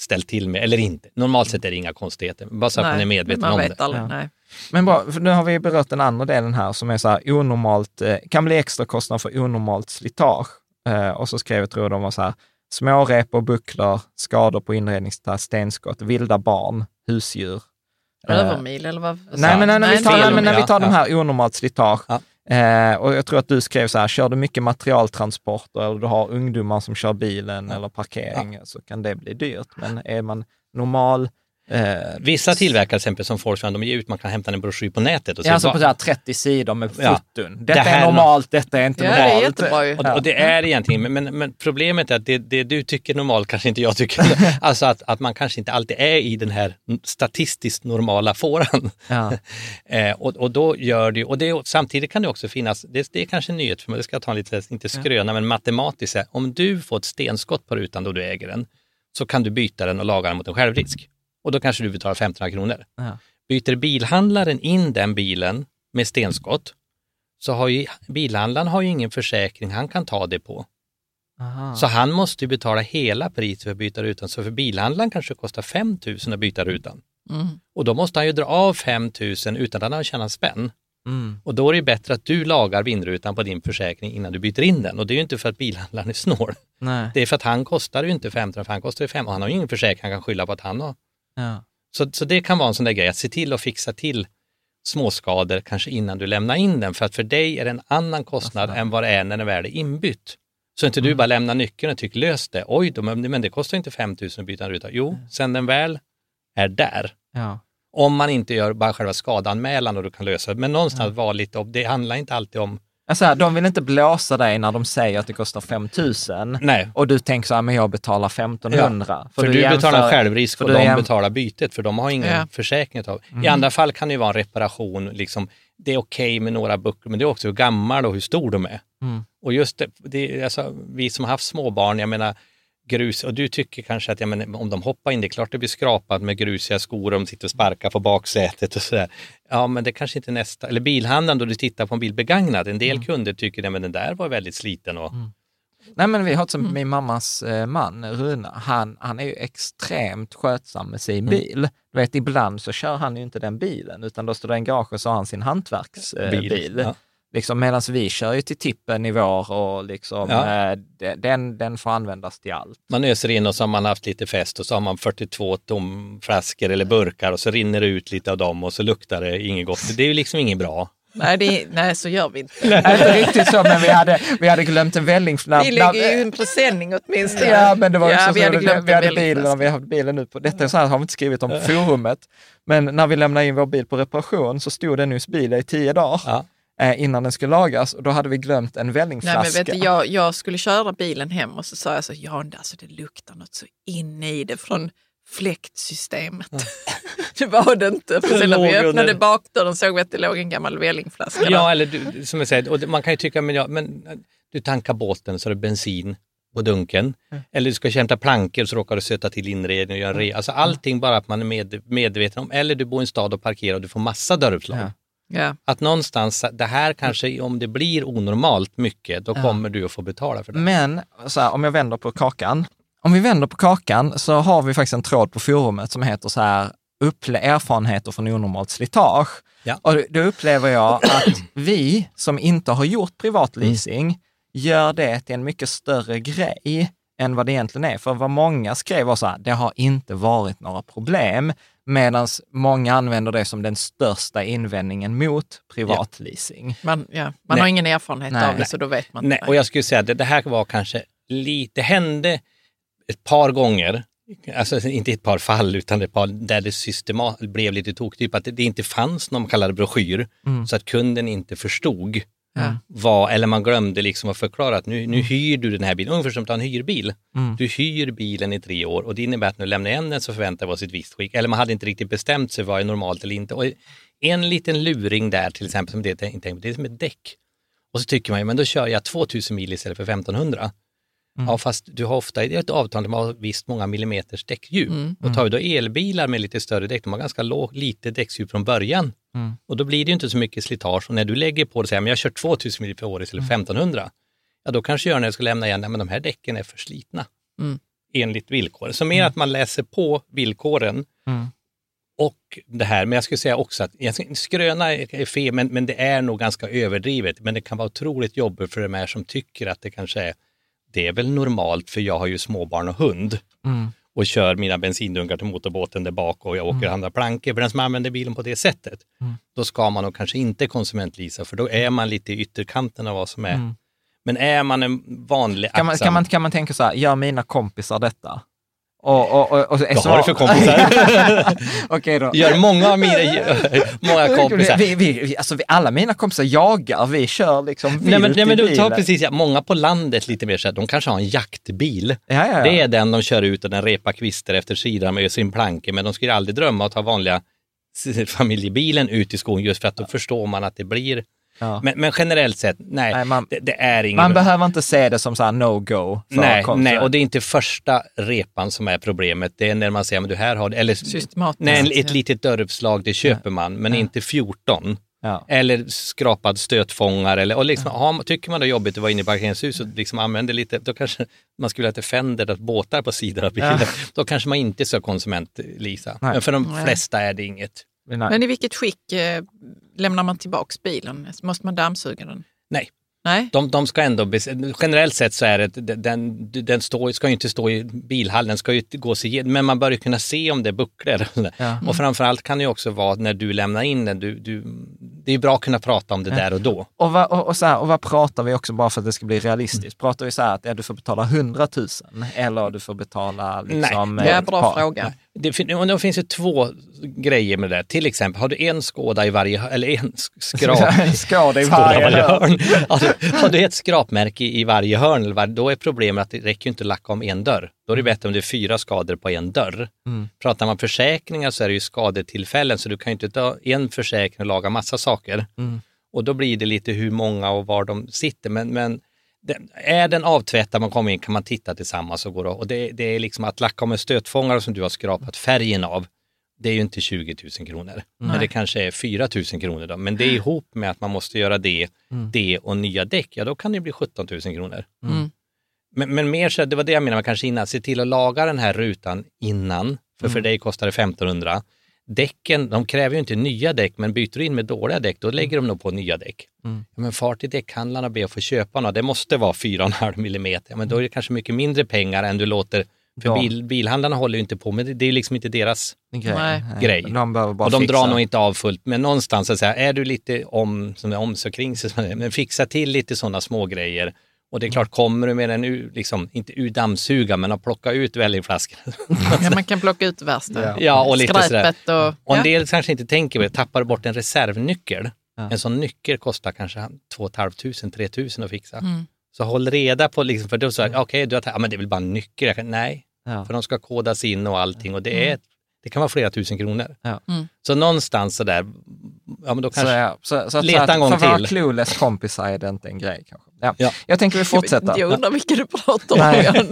ställt till med eller inte. Normalt sett är det inga konstigheter. Bara så att nej, man är medveten man om vet det. Aldrig, ja. nej. Men bra, för nu har vi berört den andra delen här som är så här onormalt, eh, kan bli extra kostnad för onormalt slitage. Eh, och så skrev jag, tror de var så här, smårep och bucklor, skador på inredningstass, stenskott, vilda barn, husdjur. Övermil eller vad? Nej, men när, när, vi, tar, nej, men när vi tar ja, de här onormalt slitage, ja. eh, och jag tror att du skrev så här, kör du mycket materialtransporter eller du har ungdomar som kör bilen ja. eller parkering, ja. så kan det bli dyrt. Men är man normal... Eh, Vissa tillverkare till exempel som Forsman, de ger ut, man kan hämta en broschyr på nätet. Och ja, alltså bara, på så här trettio sidor med foton. Ja, detta det är normalt, detta är inte ja, normalt. Det är jättebra ju. Och, och det är egentligen, men, men, men problemet är att det, det du tycker normalt kanske inte jag tycker. Alltså att, att man kanske inte alltid är i den här statistiskt normala fåran. Ja. eh, och, och då gör det, och det, samtidigt kan det också finnas, det, det är kanske en nyhet för mig, det ska jag ta en lite, inte skröna, ja. men matematiskt, om du får ett stenskott på rutan då du äger den, så kan du byta den och laga den mot en självrisk. Och då kanske du betalar femtonhundra kronor. Ja. Byter bilhandlaren in den bilen med stenskott, så har ju bilhandlaren har ju ingen försäkring han kan ta det på. Aha. Så han måste ju betala hela priset för att byta rutan. Så för bilhandlaren kanske det kostar fem tusen att byta rutan. Mm. Och då måste han ju dra av fem tusen utan att han tjänar spänn. Mm. Och då är det bättre att du lagar vindrutan på din försäkring innan du byter in den. Och det är ju inte för att bilhandlaren är snål. Nej. Det är för att han kostar ju inte femton, för han kostar ju fem. Och han har ju ingen försäkring han kan skylla på att han har. Ja. Så, så det kan vara en sån där grej, att se till att fixa till småskador kanske innan du lämnar in den. För att för dig är det en annan kostnad än vad det är när den väl är inbytt. Så inte mm. du bara lämnar nyckeln och tycker lös det. Oj, då, men det kostar inte fem tusen att byta en ruta. Jo, mm. sen den väl är där. Ja. Om man inte gör bara själva skadanmälan och du kan lösa det. Men någonstans ja. var lite, det handlar inte alltid om... Alltså, de vill inte blåsa dig när de säger att det kostar fem tusen. Nej. Och du tänker så här, men jag betalar femtonhundra. Ja. För, för du, du jämför, betalar självrisk och de jämför... betalar bytet, för de har ingen ja. försäkring. Av. Mm. I andra fall kan det ju vara en reparation. Liksom, det är okej okay med några böcker, men det är också hur gammal och hur stor de är. Mm. Och just det, det alltså, vi som har haft småbarn, jag menar grus, och du tycker kanske att ja, men, om de hoppar in, det är klart det blir skrapat med grusiga skor och de sitter och sparkar på baksätet och sådär. Ja, men det kanske inte nästa, eller bilhandeln då du tittar på en bil begagnad. En del mm. kunder tycker att den där var väldigt sliten. Och... Mm. Nej, men vi har som mm. min mammas eh, man, Runa, han, han är ju extremt skötsam med sin mm. bil. Du vet, ibland så kör han ju inte den bilen, utan då står det en garage och så har han sin hantverksbil. Eh, ja. Liksom, medan vi kör ju till tippen i vår och liksom, ja. eh, den, den får användas till allt. Man öser in och så har man haft lite fest och så har man fyrtiotvå tom flaskor eller burkar och så rinner det ut lite av dem och så luktar det inget gott. Det är ju liksom inget bra. Nej, det, nej, så gör vi inte. Nej, inte riktigt så, men vi hade, vi hade glömt en vällingflaska. Vi lägger ju en presenning åtminstone. Ja, men det var ju ja, så, vi hade glömt vi hade bilen och vi hade bilen nu på, detta så här har vi inte skrivit om forumet, men när vi lämnade in vår bil på reparation så stod den hos bilen i tio dagar. Ja. Innan den skulle lagas, och då hade vi glömt en vällingflaska. Nej, men vet du, jag, jag skulle köra bilen hem och så sa jag så, ja, alltså, det luktar något så in i det från fläktsystemet. Ja. Det var det inte. För sen när vi öppnade under... bakdörren såg vi att det låg en gammal vällingflaska. Ja, där. Eller du, som jag säger, och man kan ju tycka, men, ja, men du tankar båten så är det bensin på dunken. Mm. Eller du ska hämta plankor så råkar du söta till inredning och göra re. Alltså allting bara att man är med, medveten om. Eller du bor i en stad och parkerar och du får massa dörruppslag. Ja. Ja. Att någonstans, det här kanske, om det blir onormalt mycket, då kommer ja. du att få betala för det. Men så här, om jag vänder på kakan, om vi vänder på kakan så har vi faktiskt en tråd på forumet som heter så här, upple- erfarenheter från onormalt slitage. Ja. Och då upplever jag att vi som inte har gjort privatleasing mm. gör det till en mycket större grej än vad det egentligen är. För vad många skrev var så här, det har inte varit några problem. Medan många använder det som den största invändningen mot privatleasing. Ja. Man, ja, man har ingen erfarenhet nej. av det, så då vet man. Nej, och jag skulle säga att det, det här var kanske lite, det hände ett par gånger, alltså inte ett par fall utan ett par där det systemat blev lite tok, typ att det, det inte fanns någon kallad broschyr mm. så att kunden inte förstod mm. vad, eller man glömde liksom att förklara att nu, nu hyr du den här bilen, ungefär som att ta en hyrbil. Mm. Du hyr bilen i tre år och det innebär att när du lämnar igen den så förväntar vi oss ett visst skick. Eller man hade inte riktigt bestämt sig vad är normalt eller inte. Och en liten luring där till exempel som det, det är som ett däck. Och så tycker man ju, men då kör jag tvåtusen mil istället för femtonhundra. Mm. Ja, fast du har ofta ett avtal med har visst många millimeters däckdjup. Mm. Och tar vi då elbilar med lite större däck, de har ganska låg, lite däcksdjup från början. Mm. Och då blir det ju inte så mycket slitage. Och när du lägger på det och säger, men jag kör tvåtusen mil per år istället för femtonhundra. Ja, då kanske jag när jag ska lämna igen, men de här däcken är för slitna. Mm. enligt villkoren. Så mer mm. att man läser på villkoren mm. och det här. Men jag skulle säga också att jag, skröna är fel, men, men det är nog ganska överdrivet. Men det kan vara otroligt jobbigt för de här som tycker att det kanske är, det är väl normalt för jag har ju småbarn och hund. Mm. Och kör mina bensindunkar till motorbåten där bak och jag åker mm. andra plankor. För den som använder bilen på det sättet, mm. då ska man nog kanske inte konsumentlisa. För då är man lite i ytterkanten av vad som är. Mm. Men är man en vanlig kan man, kan man, kan man tänka så här, gör mina kompisar detta? Och, och, och, och, vad har du för kompisar? Okej då. Gör många av mina många kompisar. Vi, vi, alltså vi, alla mina kompisar jagar, vi kör liksom vilt. Nej men, nej, men du tar precis, ja, många på landet lite mer så att de kanske har en jaktbil. Ja, ja, ja. Det är den de kör ut och den repar kvister efter sidan med sin planke. Men de skulle aldrig drömma att ta vanliga familjebilen ut i skogen just för att då förstår man att det blir. Ja. Men, men generellt sett, nej, nej man, det, det är inget. Man behöver inte se det som så här no-go. Nej, nej, och det är inte första repan som är problemet. Det är när man säger, men du här har det, eller nej, ett litet dörruppslag, det köper man, men ja. inte fjorton. Ja. Eller skrapad stötfångare. Eller, och liksom, ja. ha, tycker man det är jobbigt att vara inne i parkeringshus och liksom använder lite, då kanske man skulle ha Fender och båtar på sidan av bilen. Ja. Då kanske man inte ska konsumentlisa. Nej. Men för de flesta nej. är det inget. Nej. Men i vilket skick eh, lämnar man tillbaka bilen? Måste man dammsuga den? Nej. Nej. De, de ska ändå, generellt sett så är det, den, den står, ska ju inte stå i bilhallen, den ska ju gå sig, men man bör ju kunna se om det bucklar. Ja. Och framförallt kan det ju också vara när du lämnar in den, du, du, det är bra att kunna prata om det ja. där och då. Och vad, och, och, så här, och vad pratar vi också bara för att det ska bli realistiskt? Mm. Pratar vi så här att ja, du får betala hundratusen eller du får betala liksom... Nej, det är en bra fråga. Det, och det finns ju två grejer med det. Till exempel, har du en skåda i varje eller en skrap, skåda i varje hörn. Har du, har du ett skrapmärke i varje hörn, då är problemet att det räcker inte att lacka om en dörr. Då är det bättre om det är fyra skador på en dörr. Mm. Pratar man försäkringar så är det ju skadetillfällen, så du kan ju inte ta en försäkring och laga massa saker. Mm. Och då blir det lite hur många och var de sitter. Men, men det, är den avtvättad man kommer in kan man titta tillsammans och gå då. Och det, det är liksom att lacka om en stötfångare som du har skrapat färgen av. Det är ju inte tjugo tusen kronor. Nej. Men det kanske är fyra tusen kronor då. Men det är ihop med att man måste göra det, mm. det och nya däck. Ja, då kan det bli sjutton tusen kronor. Mm. Men, men mer så, det var det jag menar, man kanske innan, se till att laga den här rutan innan. För mm. för dig kostar det femtonhundra. Däcken, de kräver ju inte nya däck, men byter du in med dåliga däck, då lägger de nog på nya däck. Mm. Ja, men far till däckhandlarna och be att få köpa något. Det måste vara fyra komma fem millimeter. Ja, men då är det kanske mycket mindre pengar än du låter. För ja. bil, bilhandlarna håller ju inte på, men det, det är liksom inte deras grej. grej. De bara och de fixa. drar nog inte av fullt. Men någonstans så att säga, är du lite om, som är om så kring sig, men fixa till lite sådana små grejer. Och det är klart, kommer du med den ur, liksom, inte ur dammsuga, men att plocka ut välgflaskan. Ja, man kan plocka ut det värsta. Ja, ja och lite skräpet sådär. Och, och en del kanske inte tänker på det, tappar bort en reservnyckel. Ja. En sån nyckel kostar kanske två tusen, tre tusen att fixa. Mm. Så håll reda på, liksom, för då så okej, okay, du har ja, men det är väl bara en nyckel. Kan, nej, ja. För de ska kodas in och allting. Och det, är, det kan vara flera tusen kronor. Ja. Mm. Så någonstans så där, ja men då kanske så, ja. så, så att, leta så att, en gång för till. För våra clueless kompisar är det inte en grej kanske. Ja. Ja. Jag tänker vi fortsätter. Jag, jag undrar vilka du pratar om.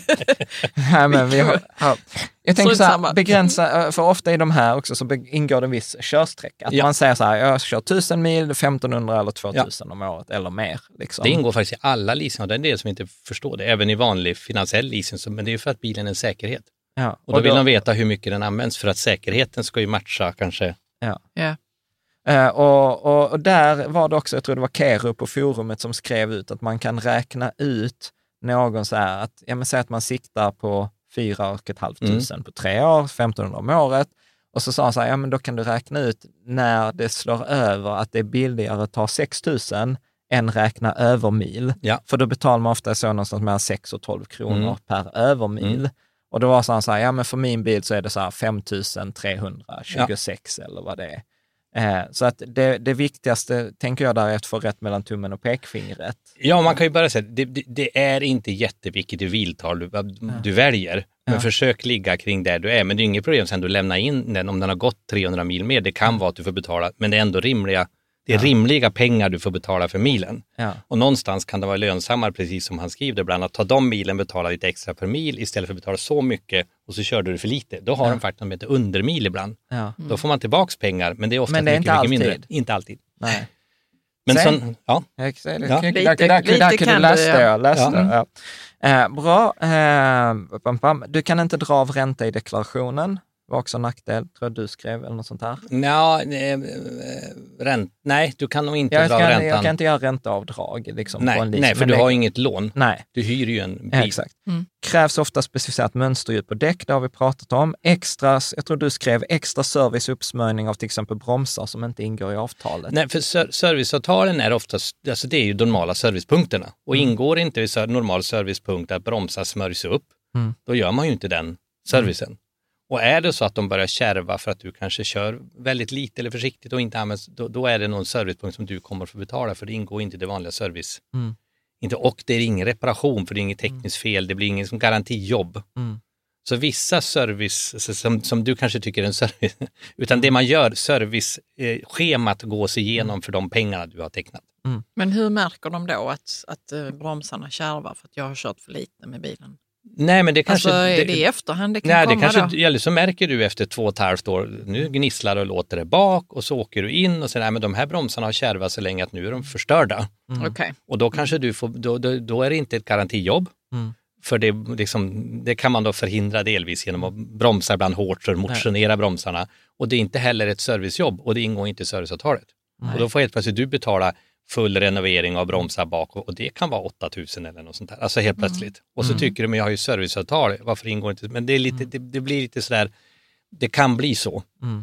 Nej, men vi har, ja. Jag tänker så här, begränsa, för ofta i de här också så ingår det en viss körsträcka. Att ja. man säger så här, jag kör tusen mil, femtonhundra eller tvåtusen ja. om året eller mer. Liksom. Det ingår faktiskt i alla leasing, och det är en del som inte förstår det. Även i vanlig finansiell leasing, men det är ju för att bilen är en säkerhet. Ja. Och, och då vill då, de veta hur mycket den används, för att säkerheten ska ju matcha kanske. Ja. Ja. Uh, och, och, och där var det också, jag tror det var Kero på forumet som skrev ut att man kan räkna ut någon så här, att ja, men säg att man siktar på fyra och ett halvt tusen mm. på tre år, femtonhundra om året. Och så sa han så här, ja men då kan du räkna ut när det slår över att det är billigare att ta sex tusen än räkna övermil. Ja. För då betalar man ofta så någonstans mellan sex och tolv kronor mm. per övermil. Mm. Och då var så han så här, ja men för min bil så är det så här fem tusen trehundratjugosex ja. eller vad det är. Eh, så att det, det viktigaste, tänker jag, där är att få rätt mellan tummen och pekfingret. Ja, man kan ju bara säga, det, det, det är inte jätteviktigt hur viltal du, du väljer. Men ja. försök ligga kring där du är. Men det är inget problem sen du lämnar in den om den har gått trehundra mil mer. Det kan mm. vara att du får betala, men det är ändå rimliga, det är ja. rimliga pengar du får betala för milen. Ja. Och någonstans kan det vara lönsammare, precis som han skriver ibland, att ta de milen, betala lite extra per mil istället för att betala så mycket och så kör du för lite. Då har ja. de faktiskt något med undermil ibland. Ja. Mm. Då får man tillbaks pengar, men det är ofta men det är mycket, inte mycket alltid. mindre. Inte alltid. Nej. Men Sen, sån, ja. Exakt, Ja. där, Lite- där, där, lite där kunde kan du läsa du, ja. jag läste. Ja. Ja. Eh, bra. Eh, pam, pam. Du kan inte dra av ränta i deklarationen. Det var också en nackdel, tror jag du skrev eller något sånt här. Ja, eh, ränt, nej, du kan nog inte Jag dra av kan, räntan. jag kan inte göra ränteavdrag liksom, nej, på en lease. nej, för men du det, har inget lån. Nej. Du hyr ju en bil. Ja, exakt. Mm. Krävs ofta specificerat mönsterdjup på däck, det har vi pratat om. Extra, jag tror du skrev extra service och uppsmörjning av till exempel bromsar som inte ingår i avtalet. Nej, för ser- serviceavtalen är oftast, alltså det är ju de normala servicepunkterna. Och Mm. ingår inte i ser- normal servicepunkt att bromsar smörjs upp, Mm. då gör man ju inte den servicen. Mm. Och är det så att de börjar kärva för att du kanske kör väldigt lite eller försiktigt och inte används, då, då är det någon servicepunkt som du kommer att få betala, för det ingår inte i det vanliga service. Mm. Inte, och det är ingen reparation, för det är inget tekniskt fel, det blir ingen som garantijobb. Mm. Så vissa service som, som du kanske tycker är en service, utan det man gör, serviceschemat eh, gås igenom för de pengarna du har tecknat. Mm. Men hur märker de då att, att uh, bromsarna kärvar för att jag har kört för lite med bilen? Nej, men det kanske... Alltså är det i efterhand det kan nej, komma det kanske, då? eller så märker du efter två och ett halvt år, nu gnisslar och låter det bak och så åker du in och säger, nej men de här bromsarna har kärvat så länge att nu är de förstörda. Mm. Okej. Och då kanske du får, då, då, då är det inte ett garantijobb. Mm. För det, liksom, det kan man då förhindra delvis genom att bromsa ibland hårt för att motionera bromsarna. Och det är inte heller ett servicejobb och det ingår inte i serviceavtalet. Nej. Och då får helt plötsligt du betala full renovering av bromsar bak och det kan vara åtta tusen eller något sånt där. Alltså helt plötsligt. Mm. Och så tycker du, men jag har ju serviceavtal, varför ingår inte? Men det, är lite, mm. det, det blir lite sådär, det kan bli så. Mm.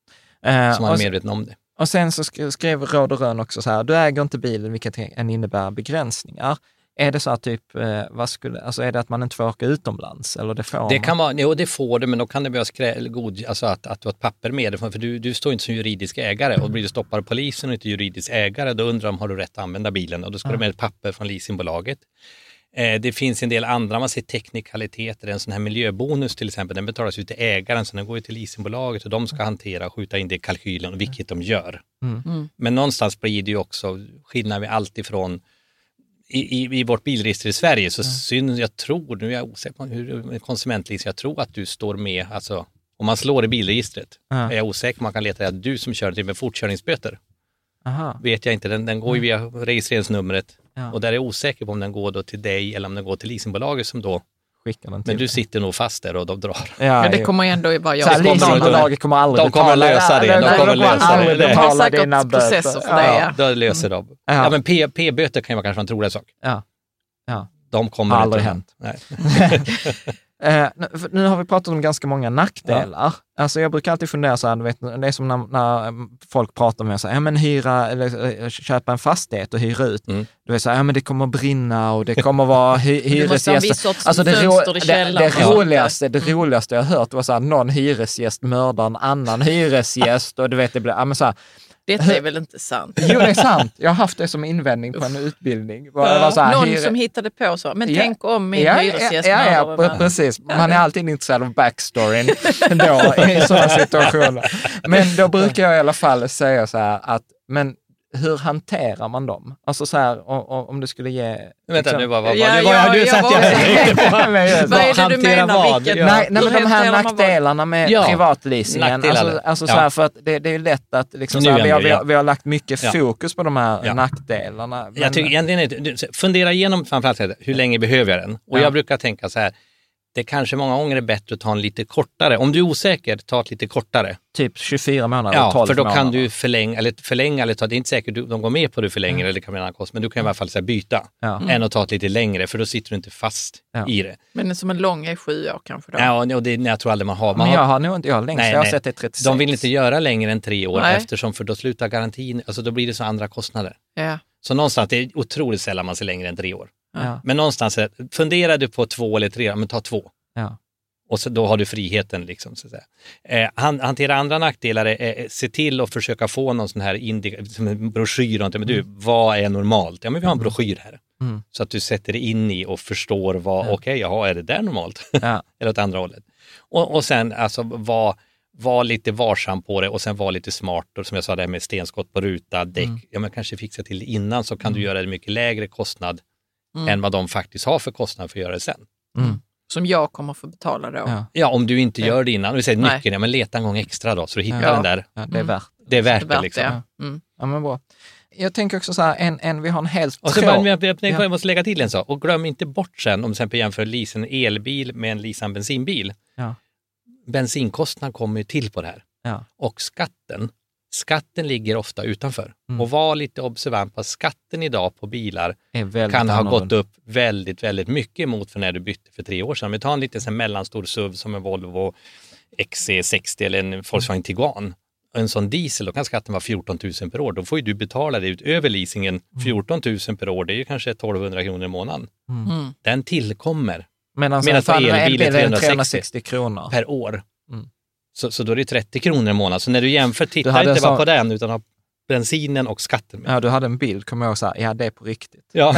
Eh, så man är och, medveten om det. Och sen så skrev Råd och Rön också så här, du äger inte bilen vilket än innebär begränsningar. Är det så att typ, eh, vad skulle, alltså är det att man inte får åka utomlands? Eller det får det man? kan vara, jo det får det, men då kan det behövas krä, god, alltså att, att du har ett papper med det, för du, du står inte som juridisk ägare och blir du stoppad av polisen och inte juridisk ägare, då undrar de, har du rätt att använda bilen? Och då ska mm. du med ett papper från leasingbolaget. Eh, det finns en del andra, man ser teknikaliteter, en sån här miljöbonus till exempel, den betalas ut till ägaren, så den går ju till leasingbolaget och de ska hantera och skjuta in det i kalkylen, vilket de gör. Mm. Mm. Men någonstans blir det ju också skillnad med allt ifrån I, i, i vårt bilregister i Sverige så mm. syns, jag tror, nu är jag osäker på hur konsumentleasing, jag tror att du står med, alltså om man slår i bilregistret, mm. är jag osäker, man kan leta att du som kör till med fortkörningsböter. Aha. Vet jag inte, den, den går ju via registreringsnumret ja. Och där är jag osäker på om den går då till dig eller om den går till leasingbolaget som då skickar den till. Men du sitter nog fast där och de drar. Ja, men det kommer ändå vara jag. Leasingbolaget kommer aldrig de kommer lösa det. De kommer lösa det. De har säkert processer för det. Ja, då löser de. Ja, ja men P, P-böter kan ju vara kanske en trolig sak. Ja. Ja. De kommer aldrig hänt. Nej. Uh, nu har vi pratat om ganska många nackdelar. Ja. Alltså jag brukar alltid fundera så här, vet, det är som när, när folk pratar med sig, ja men hyra eller köpa en fastighet och hyra ut. Mm. Du vet så här, ja men det kommer brinna och det kommer vara hy- hyresgäster. Alltså det, ro- det, det, roligaste, det roligaste jag har hört var så här, någon hyresgäst mördar en annan hyresgäst och du vet det blir, ja men så här, detta är väl inte sant? Jo, det är sant. Jag har haft det som invändning på en utbildning. Ja. Var så här, någon hyre... som hittade på så. Men ja. tänk om min ja, hyresgäst ja, ja, ja, precis. Man är alltid intresserad av backstoryn då, i sådana situationer. Men då brukar jag i alla fall säga så här att, men hur hanterar man dem? Alltså så här, om, om du skulle ge... Vänta liksom, nu, vad var ja, det? Ja, du jag satt jag tänkte på. Vad är det du menar? Vilket, ja. Nej, nej men de här nackdelarna med ja. privatleasingen. Alltså, alltså så här, ja. för att det, det är ju lätt att liksom, så här, vi, har, vi, har, vi har lagt mycket ja. fokus på de här ja. nackdelarna. Men... Jag tycker egentligen, fundera igenom framförallt hur länge behöver jag den? Och ja. jag brukar tänka så här, det kanske många gånger är bättre att ta en lite kortare. Om du är osäker, ta ett lite kortare. Typ tjugofyra månader, ja, tolv för då månader. kan du förlänga, eller förlänga, eller ta, det är inte säkert att de går med på att du förlänger mm. eller det kan bli en annan kost, men du kan i alla fall så här, byta. Ja. Mm. Än att ta ett lite längre, för då sitter du inte fast ja. i det. Men som en lång är sju år kanske då? Ja, och det jag tror aldrig man har. Man men jag har, har nog inte, jag har längst, nej, jag har nej. sett det trettiosex. De vill inte göra längre än tre år nej. eftersom, för då slutar garantin, alltså då blir det så andra kostnader. Ja. Så någonstans, det är otroligt sällan man ser längre än tre år. Ja. Men någonstans, funderar du på två eller tre, men ta två. Ja. Och så då har du friheten liksom, så att säga. Eh, han, hantera andra nackdelar är eh, se till att försöka få någon sån här indika- som en broschyr. Men du, mm. vad är normalt? Ja, men vi har en broschyr här. Mm. Så att du sätter det in i och förstår vad, ja. okej, okay, jaha, är det där normalt? Ja. Eller åt andra hållet. Och, och sen alltså var, var lite varsam på det och sen var lite smart. Och som jag sa, det här med stenskott på ruta, däck. Mm. Ja, men kanske fixa till det innan så kan mm. du göra det mycket lägre kostnad mm. än vad de faktiskt har för kostnad för att göra det sen. Mm. Som jag kommer få betala då. Ja, ja om du inte gör det innan. Vi säger nyckeln, ja, men leta en gång extra då så du hittar ja. den där. Ja, det är värt det. är värt det, det liksom. Ja. Mm. Ja, men bra. jag tänker också så här, en, en, vi har en helt och så bara, jag, jag, jag, jag måste lägga till en sak. Och glöm inte bort sen, om till exempel jämför leasa en elbil med en leasa en bensinbil. Ja. Bensinkostnaden kommer ju till på det här. Ja. Och skatten, skatten ligger ofta utanför. Mm. Och var lite observant på att skatten idag på bilar kan ha annorlunda. gått upp väldigt, väldigt mycket mot för när du bytte för tre år sedan. Om vi tar en liten sån mellanstor S U V som en Volvo X C sextio eller en Volkswagen Tiguan. En sån diesel, då kan skatten vara fjorton tusen per år. Då får ju du betala det utöver leasingen. fjorton tusen per år, det är ju kanske tolvhundra kronor i månaden. Mm. Den tillkommer. Medan elbil är trehundrasextio kronor per år. Mm. Så, så då är det trettio kronor i månaden. Så när du jämför, titta inte bara så... på den utan ha bensinen och skatten med. Ja, du hade en bild, kommer jag ihåg så här, ja det är på riktigt. Ja.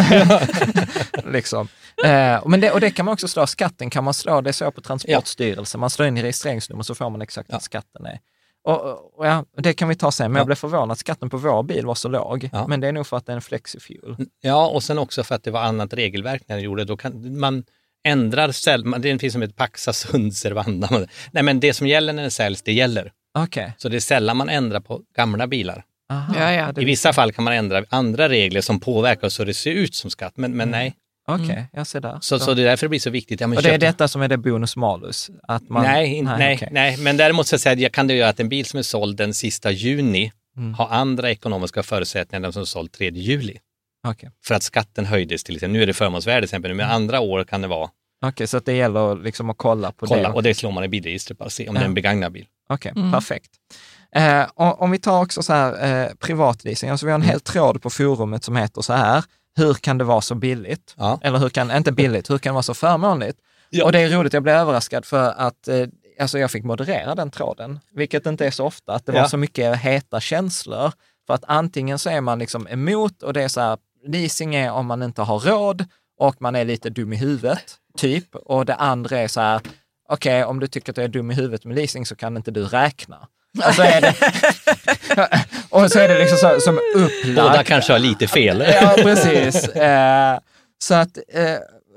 liksom. Eh, men det, och det kan man också slå, skatten kan man slå, det är så på Transportstyrelsen. Ja. Man slår in i registreringsnummer så får man exakt vad skatten är. Och, och ja, det kan vi ta sen, men ja. Jag blev förvånad att skatten på vår bil var så låg. Ja. Men det är nog för att det är en flexifuel. Ja, och sen också för att det var annat regelverk när det gjorde. Då kan man ändrar sälj, det finns som ett Paxa Sund Servanda. Nej, men det som gäller när det säljs, det gäller. Okay. Så det är sällan man ändrar på gamla bilar. Aha, ja, ja. I vissa fall kan man ändra andra regler som påverkar så det ser ut som skatt, men, men nej. Okej, okay, jag ser där. Så, så det är därför det blir så viktigt. Ja, och det köpte... är detta som är det bonus malus? Att man... Nej, in, nej, nej, okay. nej, men däremot så säger jag kan det göra att en bil som är såld den sista juni mm. har andra ekonomiska förutsättningar än den som är såld tredje juli. Okay. För att skatten höjdes till exempel. Nu är det förmånsvärde till exempel, men andra år kan det vara. Okej, okay, så att det gäller liksom att kolla på kolla, det. Och det slår man i bilregistret bara och se om ja. det är en begagnad bil. Okej, okay, mm. perfekt. Eh, om vi tar också så här eh, privatleasing, alltså vi har en mm. hel tråd på forumet som heter så här: hur kan det vara så billigt? Ja. Eller hur kan, inte billigt, hur kan det vara så förmånligt? Ja. Och det är roligt, jag blev överraskad för att eh, alltså jag fick moderera den tråden, vilket inte är så ofta, att det var ja. så mycket heta känslor. För att antingen så är man liksom emot och det är så här, leasing är om man inte har råd och man är lite dum i huvudet, typ. Och det andra är så här, okej, okay, om du tycker att du är dum i huvudet med leasing så kan inte du räkna. Och så är det, och så är det liksom så, som upplagt. Båda kanske har lite fel. Ja, precis. Eh, så att eh,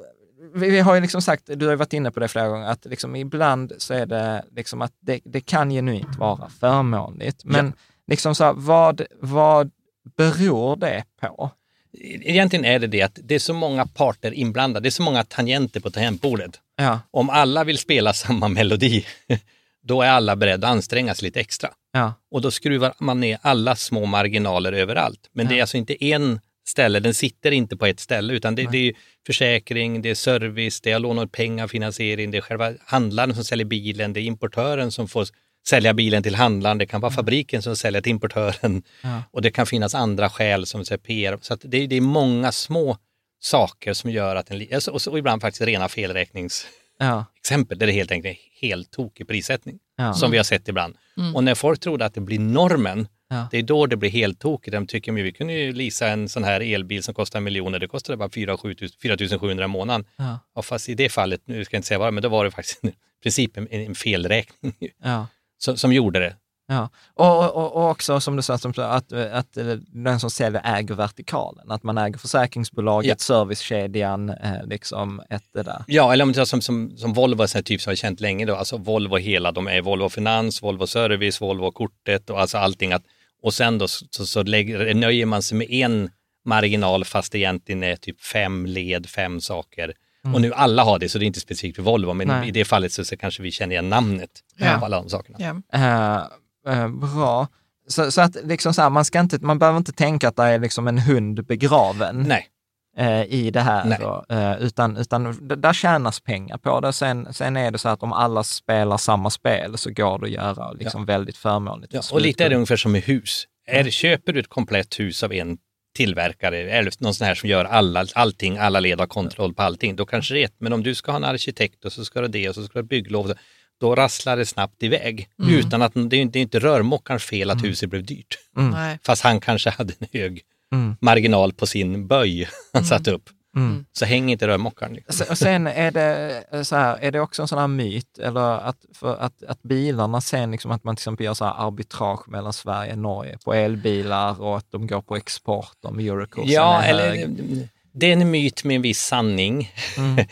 vi, vi har ju liksom sagt, du har ju varit inne på det flera gånger, att liksom ibland så är det liksom att det, det kan genuint vara förmånligt. Men ja. liksom så här, vad, vad beror det på? Egentligen är det det att det är så många parter inblandade. Det är så många tangenter på tangentbordet. Ja. Om alla vill spela samma melodi, då är alla beredda att anstränga sig lite extra. Ja. Och då skruvar man ner alla små marginaler överallt. Men ja. det är alltså inte en ställe, den sitter inte på ett ställe, utan det, det är försäkring, det är service, det är låna ut pengar, finansiering, det är själva handlaren som säljer bilen, det är importören som får sälja bilen till handlaren, det kan vara fabriken som säljer till importören ja. och det kan finnas andra skäl som säger P R. Så att det, det är många små saker som gör att en, och, så, och ibland faktiskt rena felräknings ja. exempel där det helt enkelt är helt tokig prissättning ja. som vi har sett ibland. Mm. Och när folk trodde att det blir normen, ja. det är då det blir helt tokigt. De tycker att vi kunde ju leasa en sån här elbil som kostar miljoner, det kostade bara fyra tusen sjuhundra i månaden. Ja. Och fast i det fallet, nu ska jag inte säga vad, men då var det faktiskt i princip en, en felräkning ja. som, som gjorde det. Ja, och, och, och också som du sa, som, att, att den som säljer äger vertikalen, att man äger försäkringsbolaget, ja. servicekedjan, eh, liksom ett det där. Ja, eller om det är som, som, som Volvo, en typ som jag har känt länge då, alltså Volvo hela, de är Volvo Finans, Volvo Service, Volvo Kortet och alltså allting. Att, och sen då så, så, så lägger, nöjer man sig med en marginal fast det egentligen är typ fem led, fem saker. Mm. Och nu alla har det, så det är inte specifikt för Volvo, men Nej. i det fallet så, så kanske vi känner igen namnet ja. på alla de sakerna. Ja. Uh, uh, bra. Så, så att liksom så här, man, ska inte, man behöver inte tänka att det är liksom en hund begraven. Nej. Uh, i det här. Då, uh, utan, utan där tjänas pengar på det. Sen, sen är det så att om alla spelar samma spel så går det att göra liksom ja. väldigt förmånligt. Ja, och lite är det ungefär som med hus. Är, köper du ett komplett hus av en tillverkare eller någon sån här som gör alla, allting, alla led har kontroll på allting, då kanske det är ett. Men om du ska ha en arkitekt och så ska du det och så ska du bygglov, då rasslar det snabbt iväg. Mm. Utan att det är, det är inte rörmokarens fel att mm. huset blev dyrt. Mm. Fast han kanske hade en hög mm. marginal på sin böj han mm. satt upp. Mm. Så hänger inte rörmokaren. Liksom. Och sen är det så här, är det också en sån här myt eller att, för att, att bilarna sen liksom att man till exempel gör så här arbitrage mellan Sverige och Norge på elbilar och att de går på export om eurokursen ja, är eller hög. Det är en myt med en viss sanning. Mm.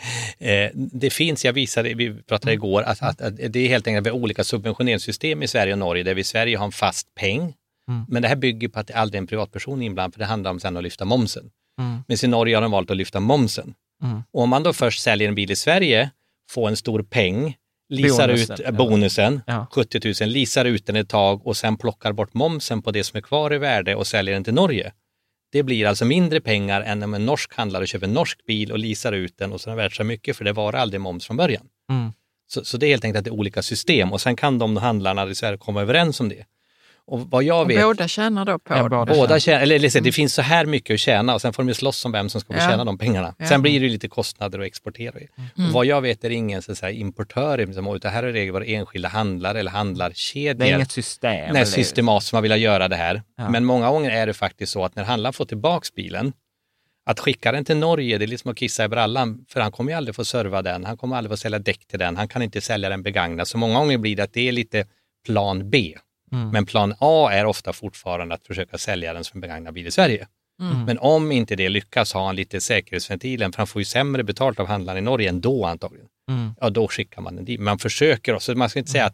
Det finns, jag visade, vi pratade igår, att, att, att det är helt enkelt att vi har olika subventioneringssystem i Sverige och Norge, där vi i Sverige har en fast peng Mm. Men det här bygger på att det aldrig är en privatperson inblandad, för det handlar om sen att lyfta momsen. Mm. Men i Norge har de valt att lyfta momsen. Mm. Och om man då först säljer en bil i Sverige, får en stor peng, leasar bonusen, ut bonusen, ja. sjuttio tusen, leasar ut den ett tag och sen plockar bort momsen på det som är kvar i värde och säljer den till Norge. Det blir alltså mindre pengar än om en norsk handlare köper en norsk bil och leasar ut den och så är den värt så mycket, för det var aldrig moms från början. Mm. Så, så det är helt enkelt att det är olika system och sen kan de handlarna i Sverige komma överens om det. Och vad jag vet, och båda tjänar då på ja, det. Båda, båda tjänar, eller, eller mm. det finns så här mycket att tjäna och sen får de ju slåss om vem som ska få ja. tjäna de pengarna. Ja. Sen blir det lite kostnader att exportera. Mm. Och vad jag vet är det ingen så här, importör, utan här är det regel var enskilda handlare eller handlarkedjor. Det är inget system. Nej, systemat som man vill göra det här. Ja. Men många gånger är det faktiskt så att när handlaren får tillbaks bilen, att skicka den till Norge, det är liksom att kissa i brallan, för han kommer ju aldrig få serva den, han kommer aldrig få sälja däck till den, han kan inte sälja den begagnad. Så många gånger blir det att det är lite plan B. Mm. Men plan A är ofta fortfarande att försöka sälja den som begagnad bil i Sverige. Mm. Men om inte det lyckas har han lite säkerhetsventilen, för han får ju sämre betalt av handlaren i Norge ändå antagligen. Mm. Ja, då skickar man den dit. Man försöker också, man ska inte säga att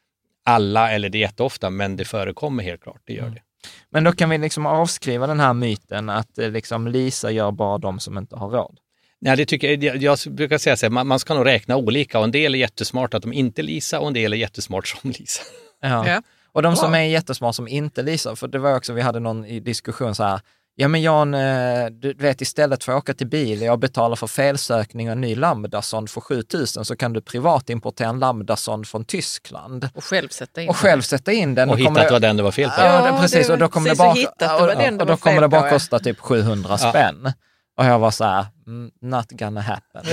alla, eller det är jätteofta, men det förekommer helt klart, det gör det. Men då kan vi liksom avskriva den här myten att liksom Lisa gör bara de som inte har råd. Nej, det tycker jag, jag brukar säga så här, man, man ska nog räkna olika, och en del är jättesmart att de inte Lisa och en del är jättesmart som Lisa. Ja. Ja. Och de som är jättesmart som inte Lisa, för det var också, vi hade någon i diskussion så här, ja men Jan, du vet, istället för att åka till bil, jag betalar för felsökning och en ny Lambda-sond för sju tusen, så kan du privat importera en Lambda-sond från Tyskland. Och själv sätta in och själv sätta in den. Och, och hitta att det var den det var fel på. Ja, det, precis. Och då kommer det bara, och, och, och då kommer det bara kosta typ sjuhundra spänn. Ja. Och jag var så här, not gonna happen.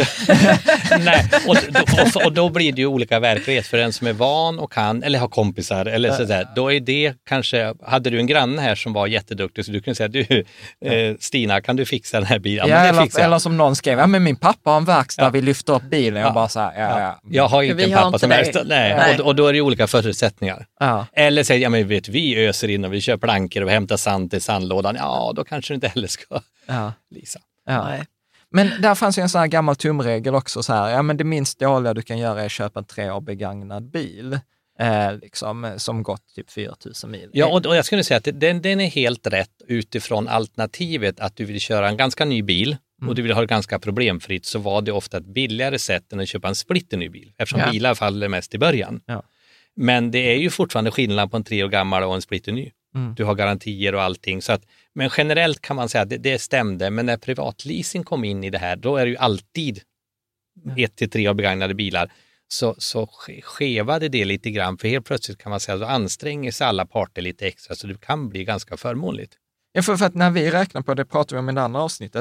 Nej, och då, och då blir det ju olika verklighet för den som är van och kan, eller har kompisar, eller sådär. Då är det kanske, hade du en granne här som var jätteduktig så du kunde säga, du eh, Stina, kan du fixa den här bilen? Ja, ja eller, eller som någon skrev, ja men min pappa har en verkstad, ja. Vi lyfter upp bilen. Jag ja. bara så här, ja, ja. Jag har inte en pappa som verkstad. Nej. Nej. Och, och då är det olika förutsättningar. Ja. Eller säger, ja men vet vi öser in och vi kör plankor och hämtar sand till sandlådan. Ja, då kanske du inte heller ska ja. Lisa. Ja. Nej. Men där fanns ju en sån här gammal tumregel också så här, ja men det minst dåliga du kan göra är att köpa en tre år begagnad bil eh, liksom, som gått typ fyra tusen mil. Ja, och, och jag skulle säga att den, den är helt rätt utifrån alternativet att du vill köra en ganska ny bil mm. och du vill ha det ganska problemfritt, så var det ofta ett billigare sätt än att köpa en splitterny bil, eftersom ja. bilar faller mest i början. Ja. Men det är ju fortfarande skillnad på en tre år gammal och en splitterny. Mm. Du har garantier och allting. Så att, men generellt kan man säga att det, det stämde. Men när privatleasing kom in i det här, då är det ju alltid mm. ett till tre år begagnade bilar. Så, så skevade det lite grann. För helt plötsligt kan man säga att då anstränger sig alla parter lite extra. Så det kan bli ganska förmånligt. Ja, för, för att när vi räknar på det, pratar vi om i det andra avsnittet,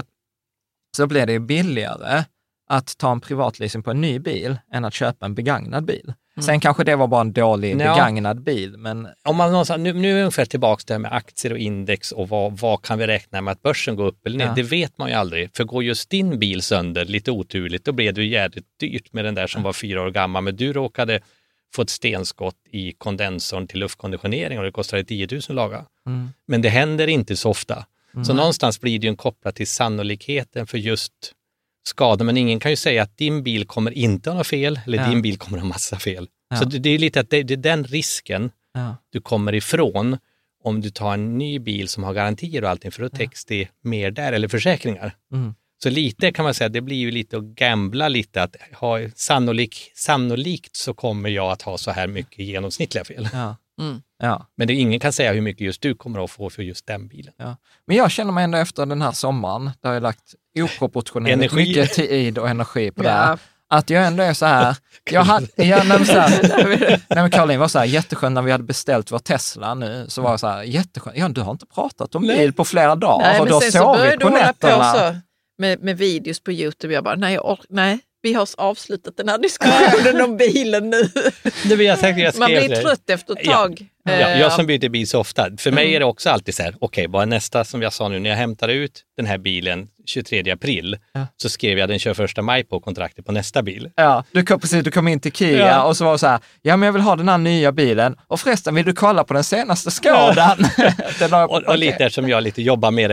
så blir det ju billigare att ta en privatleasing på en ny bil än att köpa en begagnad bil. Mm. Sen kanske det var bara en dålig ja. begagnad bil. Men... Om man någonstans, nu, nu är vi ungefär tillbaka till det med aktier och index och vad, vad kan vi räkna med att börsen går upp eller ner. Ja. Det vet man ju aldrig. För går just din bil sönder lite oturligt, då blev det ju jävligt dyrt med den där som ja. var fyra år gammal. Men du råkade få ett stenskott i kondensorn till luftkonditionering och det kostade tio tusen laga. Mm. Men det händer inte så ofta. Mm. Så någonstans blir det ju en kopplat till sannolikheten för just skada, men ingen kan ju säga att din bil kommer inte ha något fel eller ja. din bil kommer ha massa fel. Ja. Så det, det är lite att det, det är den risken ja. du kommer ifrån om du tar en ny bil som har garantier och allting, för då täcks ja. det mer där, eller försäkringar. Mm. Så lite kan man säga, det blir ju lite att gambla lite, att ha sannolik, sannolikt så kommer jag att ha så här mycket genomsnittliga fel. Ja. Mm. Ja. Men det, ingen kan säga hur mycket just du kommer att få för just den bilen. Ja. Men jag känner mig ändå efter den här sommaren, där jag lagt oproportionerligt mycket tid och energi på ja. det här, att jag ändå är så här, jag hade, jag, när, så här när Caroline var så här jätteskönt när vi hade beställt vår Tesla nu, så var jag så här jätteskönt, ja du har inte pratat om bil på flera dagar. Nej, och men då sen så började du hålla på så med, med videos på YouTube, jag bara, nej, jag ork, nej. Vi har avslutat den här diskussionen om bilen nu. Det jag sagt, jag Man blir trött efter ett tag. Ja. Ja, jag som byter bil så ofta. För mig är det också alltid så här, okej, okay, vad är nästa, som jag sa nu, när jag hämtar ut den här bilen tjugotredje april, ja. så skrev jag den tjugoförsta maj på kontraktet på nästa bil. Ja, du kom, precis, du kom in till Kia ja. och så var det så här, ja men jag vill ha den här nya bilen, och förresten vill du kolla på den senaste Skodan? den har, och, och okay. lite som jag lite jobbar med det,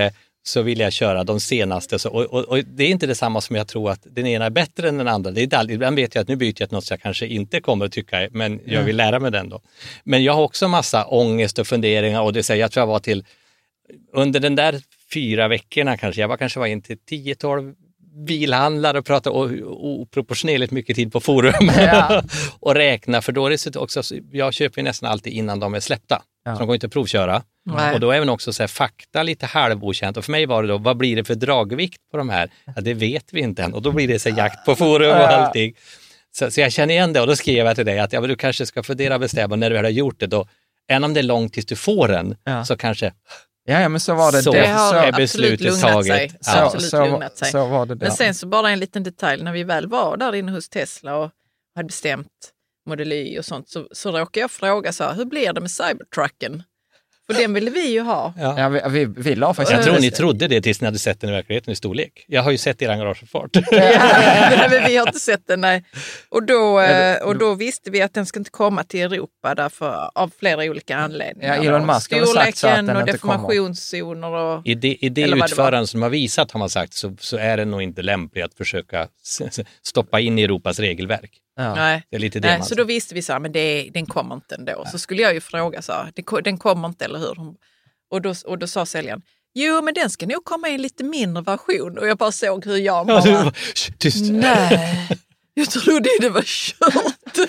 så vill jag köra de senaste. Så, och, och, och det är inte detsamma som jag tror att den ena är bättre än den andra. Det är inte alltid, ibland vet jag att nu byter jag till något jag kanske inte kommer att tycka, men jag vill lära mig den då. Men jag har också massa ångest och funderingar, och det säger jag tror jag var till under den där fyra veckorna kanske, jag var kanske var in till tio tolv bilhandlare och prata oproportionerligt mycket tid på forum ja. och räkna, för då är det så också, jag köper ju nästan alltid innan de är släppta. Ja. Så de går inte att provköra. Nej. Och då är även också så här, fakta lite halvokänt. Och för mig var det då, vad blir det för dragvikt på de här? Ja, det vet vi inte än. Och då blir det så här, jakt på forum och allting. Så, så jag känner igen det, och då skrev jag till dig att ja, men du kanske ska fundera och bestämma när du har gjort det då. Än om det är långt tills du får den, ja. så kanske... Ja, ja, men så var det. Så det har så är beslutet taget. Så, ja. absolut så, lugnat sig. Så var det där. Men sen så bara en liten detalj, när vi väl var där inne hos Tesla och hade bestämt Model Y och sånt, så, så råkade jag fråga så här, hur blir det med Cybertrucken? För den ville vi ju ha. Ja, ja vi, vi, vi la faktiskt. Jag tror ni trodde det tills ni hade sett den i verkligheten i storlek. Jag har ju sett er garagefart. Ja, men vi har inte sett den, nej. Och då, och då visste vi att den ska inte komma till Europa därför, av flera olika anledningar. Ja, Elon Musk har sagt så att den och inte deformationszoner och... I det, i det utförande som har visat, har man sagt, så, så är det nog inte lämpligt att försöka stoppa in i Europas regelverk. Ja. Nej, det är lite det Nej man... så då visste vi så här, men det, den kommer inte ändå. Ja. Så skulle jag ju fråga så här, det, den kommer inte, eller hur? Och då, och då sa säljaren, jo men den ska nog komma i en lite mindre version. Och jag bara såg hur jag bara, ja, tyst. Nej, jag trodde det var kört.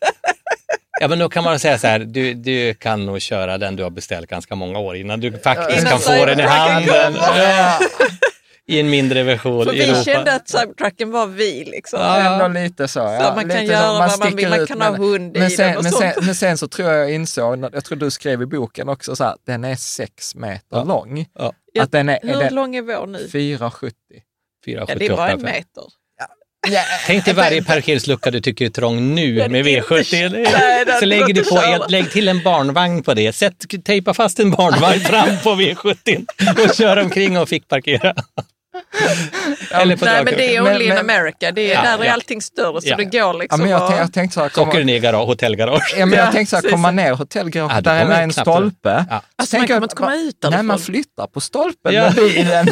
Ja, men då kan man säga så här, du, du kan nog köra den du har beställt ganska många år innan du faktiskt innan kan få den i handen. Ja. I en mindre version För i vi Europa. kände att Cybertrucken var vi liksom. Ja, ändå lite så. Ja. Så man kan lite göra så. Man vad man vill, man kan ha hund men i sen, den och men sånt. sen, men sen så tror jag jag insåg, jag tror du skrev i boken också så här, den är sex meter ja. lång. Ja. Att den är, Hur är den lång är vår nu? fyra sjuttio. fyra Ja, det är bara en meter. Ja. Tänk dig varje parkeringslucka du tycker är trång nu ja, med V sjuttio. Nej, så lägger du på el, lägg till en barnvagn på det. Sätt, tejpa fast en barnvagn fram på V sjuttio och kör omkring och fick parkera. Eller på Nej, men det är only in America. Det är, ja, där är ja. allting större, så ja. det går liksom. Ja, men jag, jag tänkte så här, komma... åker ner garage, hotellgarage. Ja, men jag tänkte så här, komma ner hotellgarage, ja, där är en stolpe. Ja. Alltså man kommer inte komma ut därifrån. Nej, man flyttar på stolpen ja. med bilen.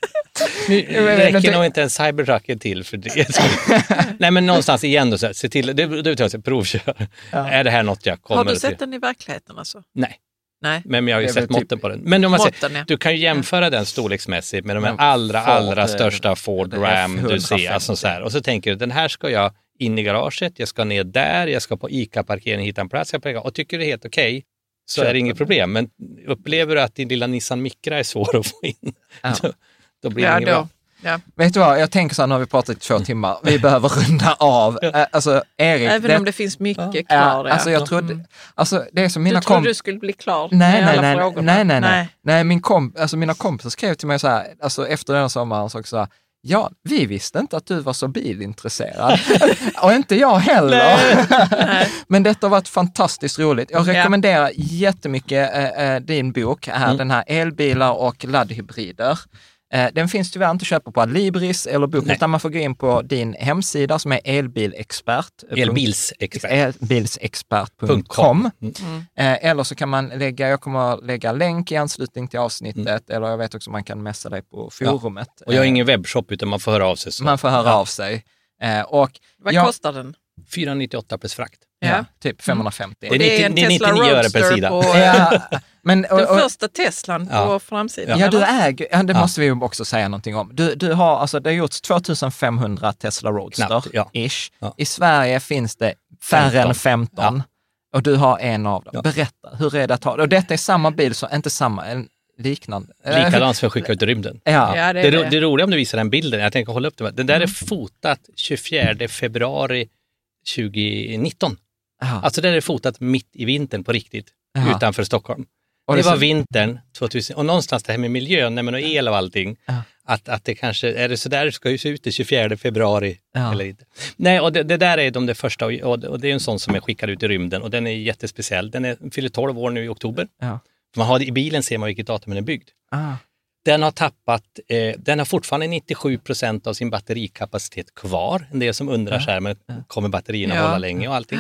Nu räcker nog inte en Cybertruck till för det. Nej, men någonstans igen då, så här, se till, det, det betyder provkör. Ja. Är det här något jag kommer till? Har du sett till? den i verkligheten alltså? Nej. Nej. Men jag har ju sett måtten typ på den. Men om man måtten, ser, ja. du kan ju jämföra ja. den storleksmässigt med de här allra, Ford, allra största Ford Ram du ser. Alltså så här. Och så tänker du, den här ska jag in i garaget, jag ska ner där, jag ska på ICA-parkeringen hitta en plats. Och tycker det är helt okej, okay, så Köp är det inget problem. Men upplever du att din lilla Nissan Micra är svår att få in, ja. då, då blir det ja, inget bra. Ja. Vet du vad, jag tänker så här, nu har vi pratat i två timmar, vi behöver runda av. Alltså, Erik, Även det, om det finns mycket ja, kvar. Alltså, jag trodde, mm. alltså, det är som mina du trodde kom- du skulle bli klar nej, med nej, alla nej, frågorna? Nej, nej, nej. nej. nej min kom- alltså, mina kompisar skrev till mig så här, alltså, efter den sommaren så också, ja, vi visste inte att du var så bilintresserad. Och inte jag heller. Nej. Men detta har varit fantastiskt roligt. Jag rekommenderar ja. jättemycket äh, din bok här, mm. den här elbilar och laddhybrider. Den finns tyvärr inte att köpa på Adlibris eller bok, utan man får gå in på din hemsida som är elbilexpert. Elbilsexpert. elbilsexpert punkt com. Mm. Eller så kan man lägga, jag kommer att lägga länk i anslutning till avsnittet, mm. eller jag vet också man kan messa dig på forumet. Ja. Och jag har ingen webbshop utan man får höra av sig. Så. Man får höra ja. av sig. Och vad jag, kostar den? fyrahundranittioåtta plus frakt. Ja, ja, typ femhundrafemtio. Mm. Det är, det är nittionio öre per sida. På, ja, men, och, och, den första Teslan ja. på framsidan. Ja, du äger, ja, det ja. måste vi också säga någonting om. Du, du har, alltså, det har gjorts tvåtusenfemhundra Tesla Roadster, Knappt, ja. ish. Ja. I Sverige finns det färre femton än femton. Ja. Och du har en av dem. Ja. Berätta, hur är det att ha? Och detta är samma bil, så inte samma, en liknande. Likadant som jag skickar ut i rymden. Ja. Ja, det, är det, det. det är roligt om du visar den bilden. Jag tänker hålla upp det. Den där mm. är fotat tjugofjärde februari tjugonitton. Aha. Alltså det är fotat mitt i vintern på riktigt. Aha. Utanför Stockholm. Och det, det var så... vintern tvåtusen. Och någonstans det här med miljön, nej, men och el och allting. Aha. Att, att det kanske, är det så där det ska ju se ut det tjugofjärde februari ja. eller inte. Nej, och det, det där är de det första, och, och det är en sån som är skickad ut i rymden. Och den är jättespeciell. Den är, fyller tolv år nu i oktober. Ja. Man har, i bilen ser man vilket datum den är byggd. Ah. Den har tappat, eh, den har fortfarande nittiosju procent av sin batterikapacitet kvar. En del som undrar ja. så här, men kommer batterierna ja. hålla länge och allting.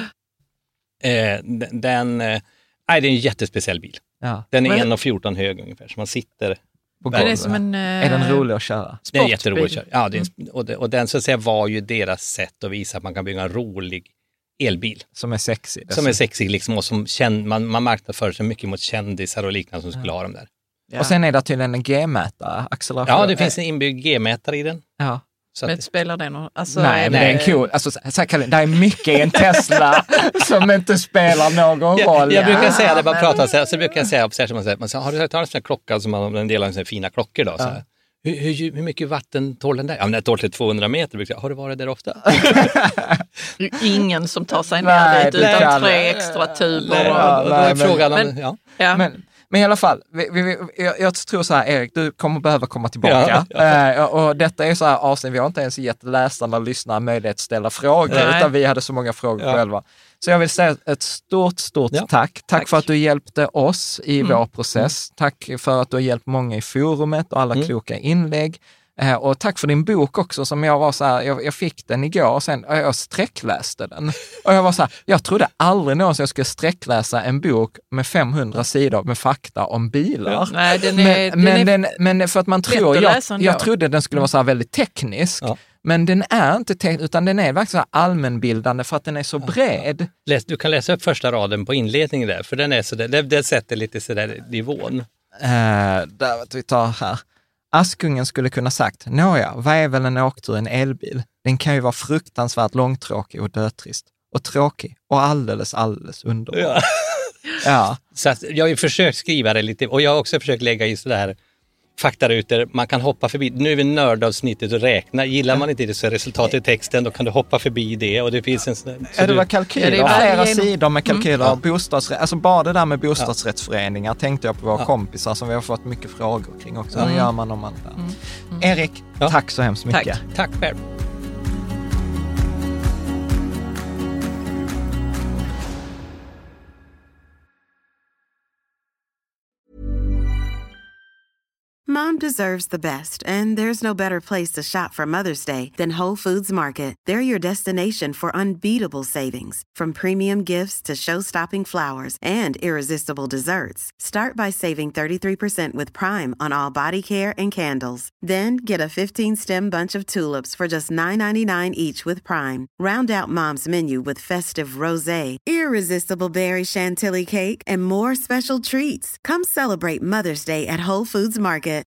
Eh, den, eh, nej, det är en jättespeciell bil. Ja. Den är en komma fjorton hög ungefär, så man sitter... på golvet. Är, det som en, uh, är den rolig att köra? Det är jätteroligt att köra. Ja, det är en, och, det, och den så att säga var ju deras sätt att visa att man kan bygga en rolig elbil. Som är sexig. Som så. är sexig liksom och som känd, man, man marknadsför sig mycket mot kändisar och liknande som skulle ja. ha dem där. Ja. Och sen är det tydligen en G-mätare, acceleration. Ja, det finns en inbyggd G-mätare i den. Ja. Så men spelar det någon? Alltså, nej, men det är en cool. Alltså, så här, det är mycket i en Tesla som inte spelar någon jag, roll. Jag brukar säga det, man pratar så här, så brukar jag säga, så här, man säger, man säger, har du hört talas om en klocka som man en del av en fina klockor då? Så här. Ja. Hur, hur, hur mycket vatten tål den där? Ja, men den tål till tvåhundra meter. Har du varit där ofta? Det är ingen som tar sig ner dit utan kan... tre extra tuber. Ja, och då är frågan om... Men, ja. Ja. Men, men i alla fall, vi, vi, jag, jag tror så här, Erik, du kommer behöva komma tillbaka. Ja, ja. Eh, och detta är så här avsnitt, vi har inte ens gett läsarna och lyssnarna möjlighet att ställa frågor, nej. Utan vi hade så många frågor ja. själva. Så jag vill säga ett stort, stort ja. tack. tack. Tack för att du hjälpte oss i mm. vår process. Mm. Tack för att du har hjälpt många i forumet och alla mm. kloka inlägg. Eh, och tack för din bok också som jag var så här, jag, jag fick den igår och sen och jag sträckläste den. Och jag var så här, jag trodde aldrig någonsin jag skulle sträckläsa en bok med femhundra sidor med fakta om bilar. Ja. Nej, den är, men, den men, är den, men för att man tror, jag, jag trodde den skulle vara så här väldigt teknisk. Ja. Men den är inte teknisk, utan den är verkligen så allmänbildande för att den är så bred. Läs, du kan läsa upp första raden på inledningen där, för den är så där, det, det sätter lite så där nivån. Uh, där, vi tar här. Askungen skulle kunna sagt, nåja, vad är väl en åktur i en elbil? Den kan ju vara fruktansvärt långtråkig och dötrist. Och tråkig och alldeles, alldeles underbar. Ja. ja. Så att jag har ju försökt skriva det lite, och jag har också försökt lägga i sådär faktarutor, man kan hoppa förbi. Nu är vi nördavsnittet och räkna. Gillar man inte det så är resultatet i texten, då kan du hoppa förbi det. Och det finns en sån, så ja, det var du... kalkyler, ja, det är flera sidor med kalkyler. Mm. Bostadsrätt, alltså bara det där med bostadsrättsföreningar tänkte jag på våra ja. kompisar som vi har fått mycket frågor kring också. Mm. Hur gör man om man... Mm. Mm. Erik, ja. tack så hemskt mycket. Tack, tack själv. Mom deserves the best, and there's no better place to shop for Mother's Day than Whole Foods Market. They're your destination for unbeatable savings, from premium gifts to show-stopping flowers and irresistible desserts. Start by saving thirty-three percent with Prime on all body care and candles. Then get a fifteen-stem bunch of tulips for just nine ninety-nine each with Prime. Round out Mom's menu with festive rosé, irresistible berry chantilly cake, and more special treats. Come celebrate Mother's Day at Whole Foods Market.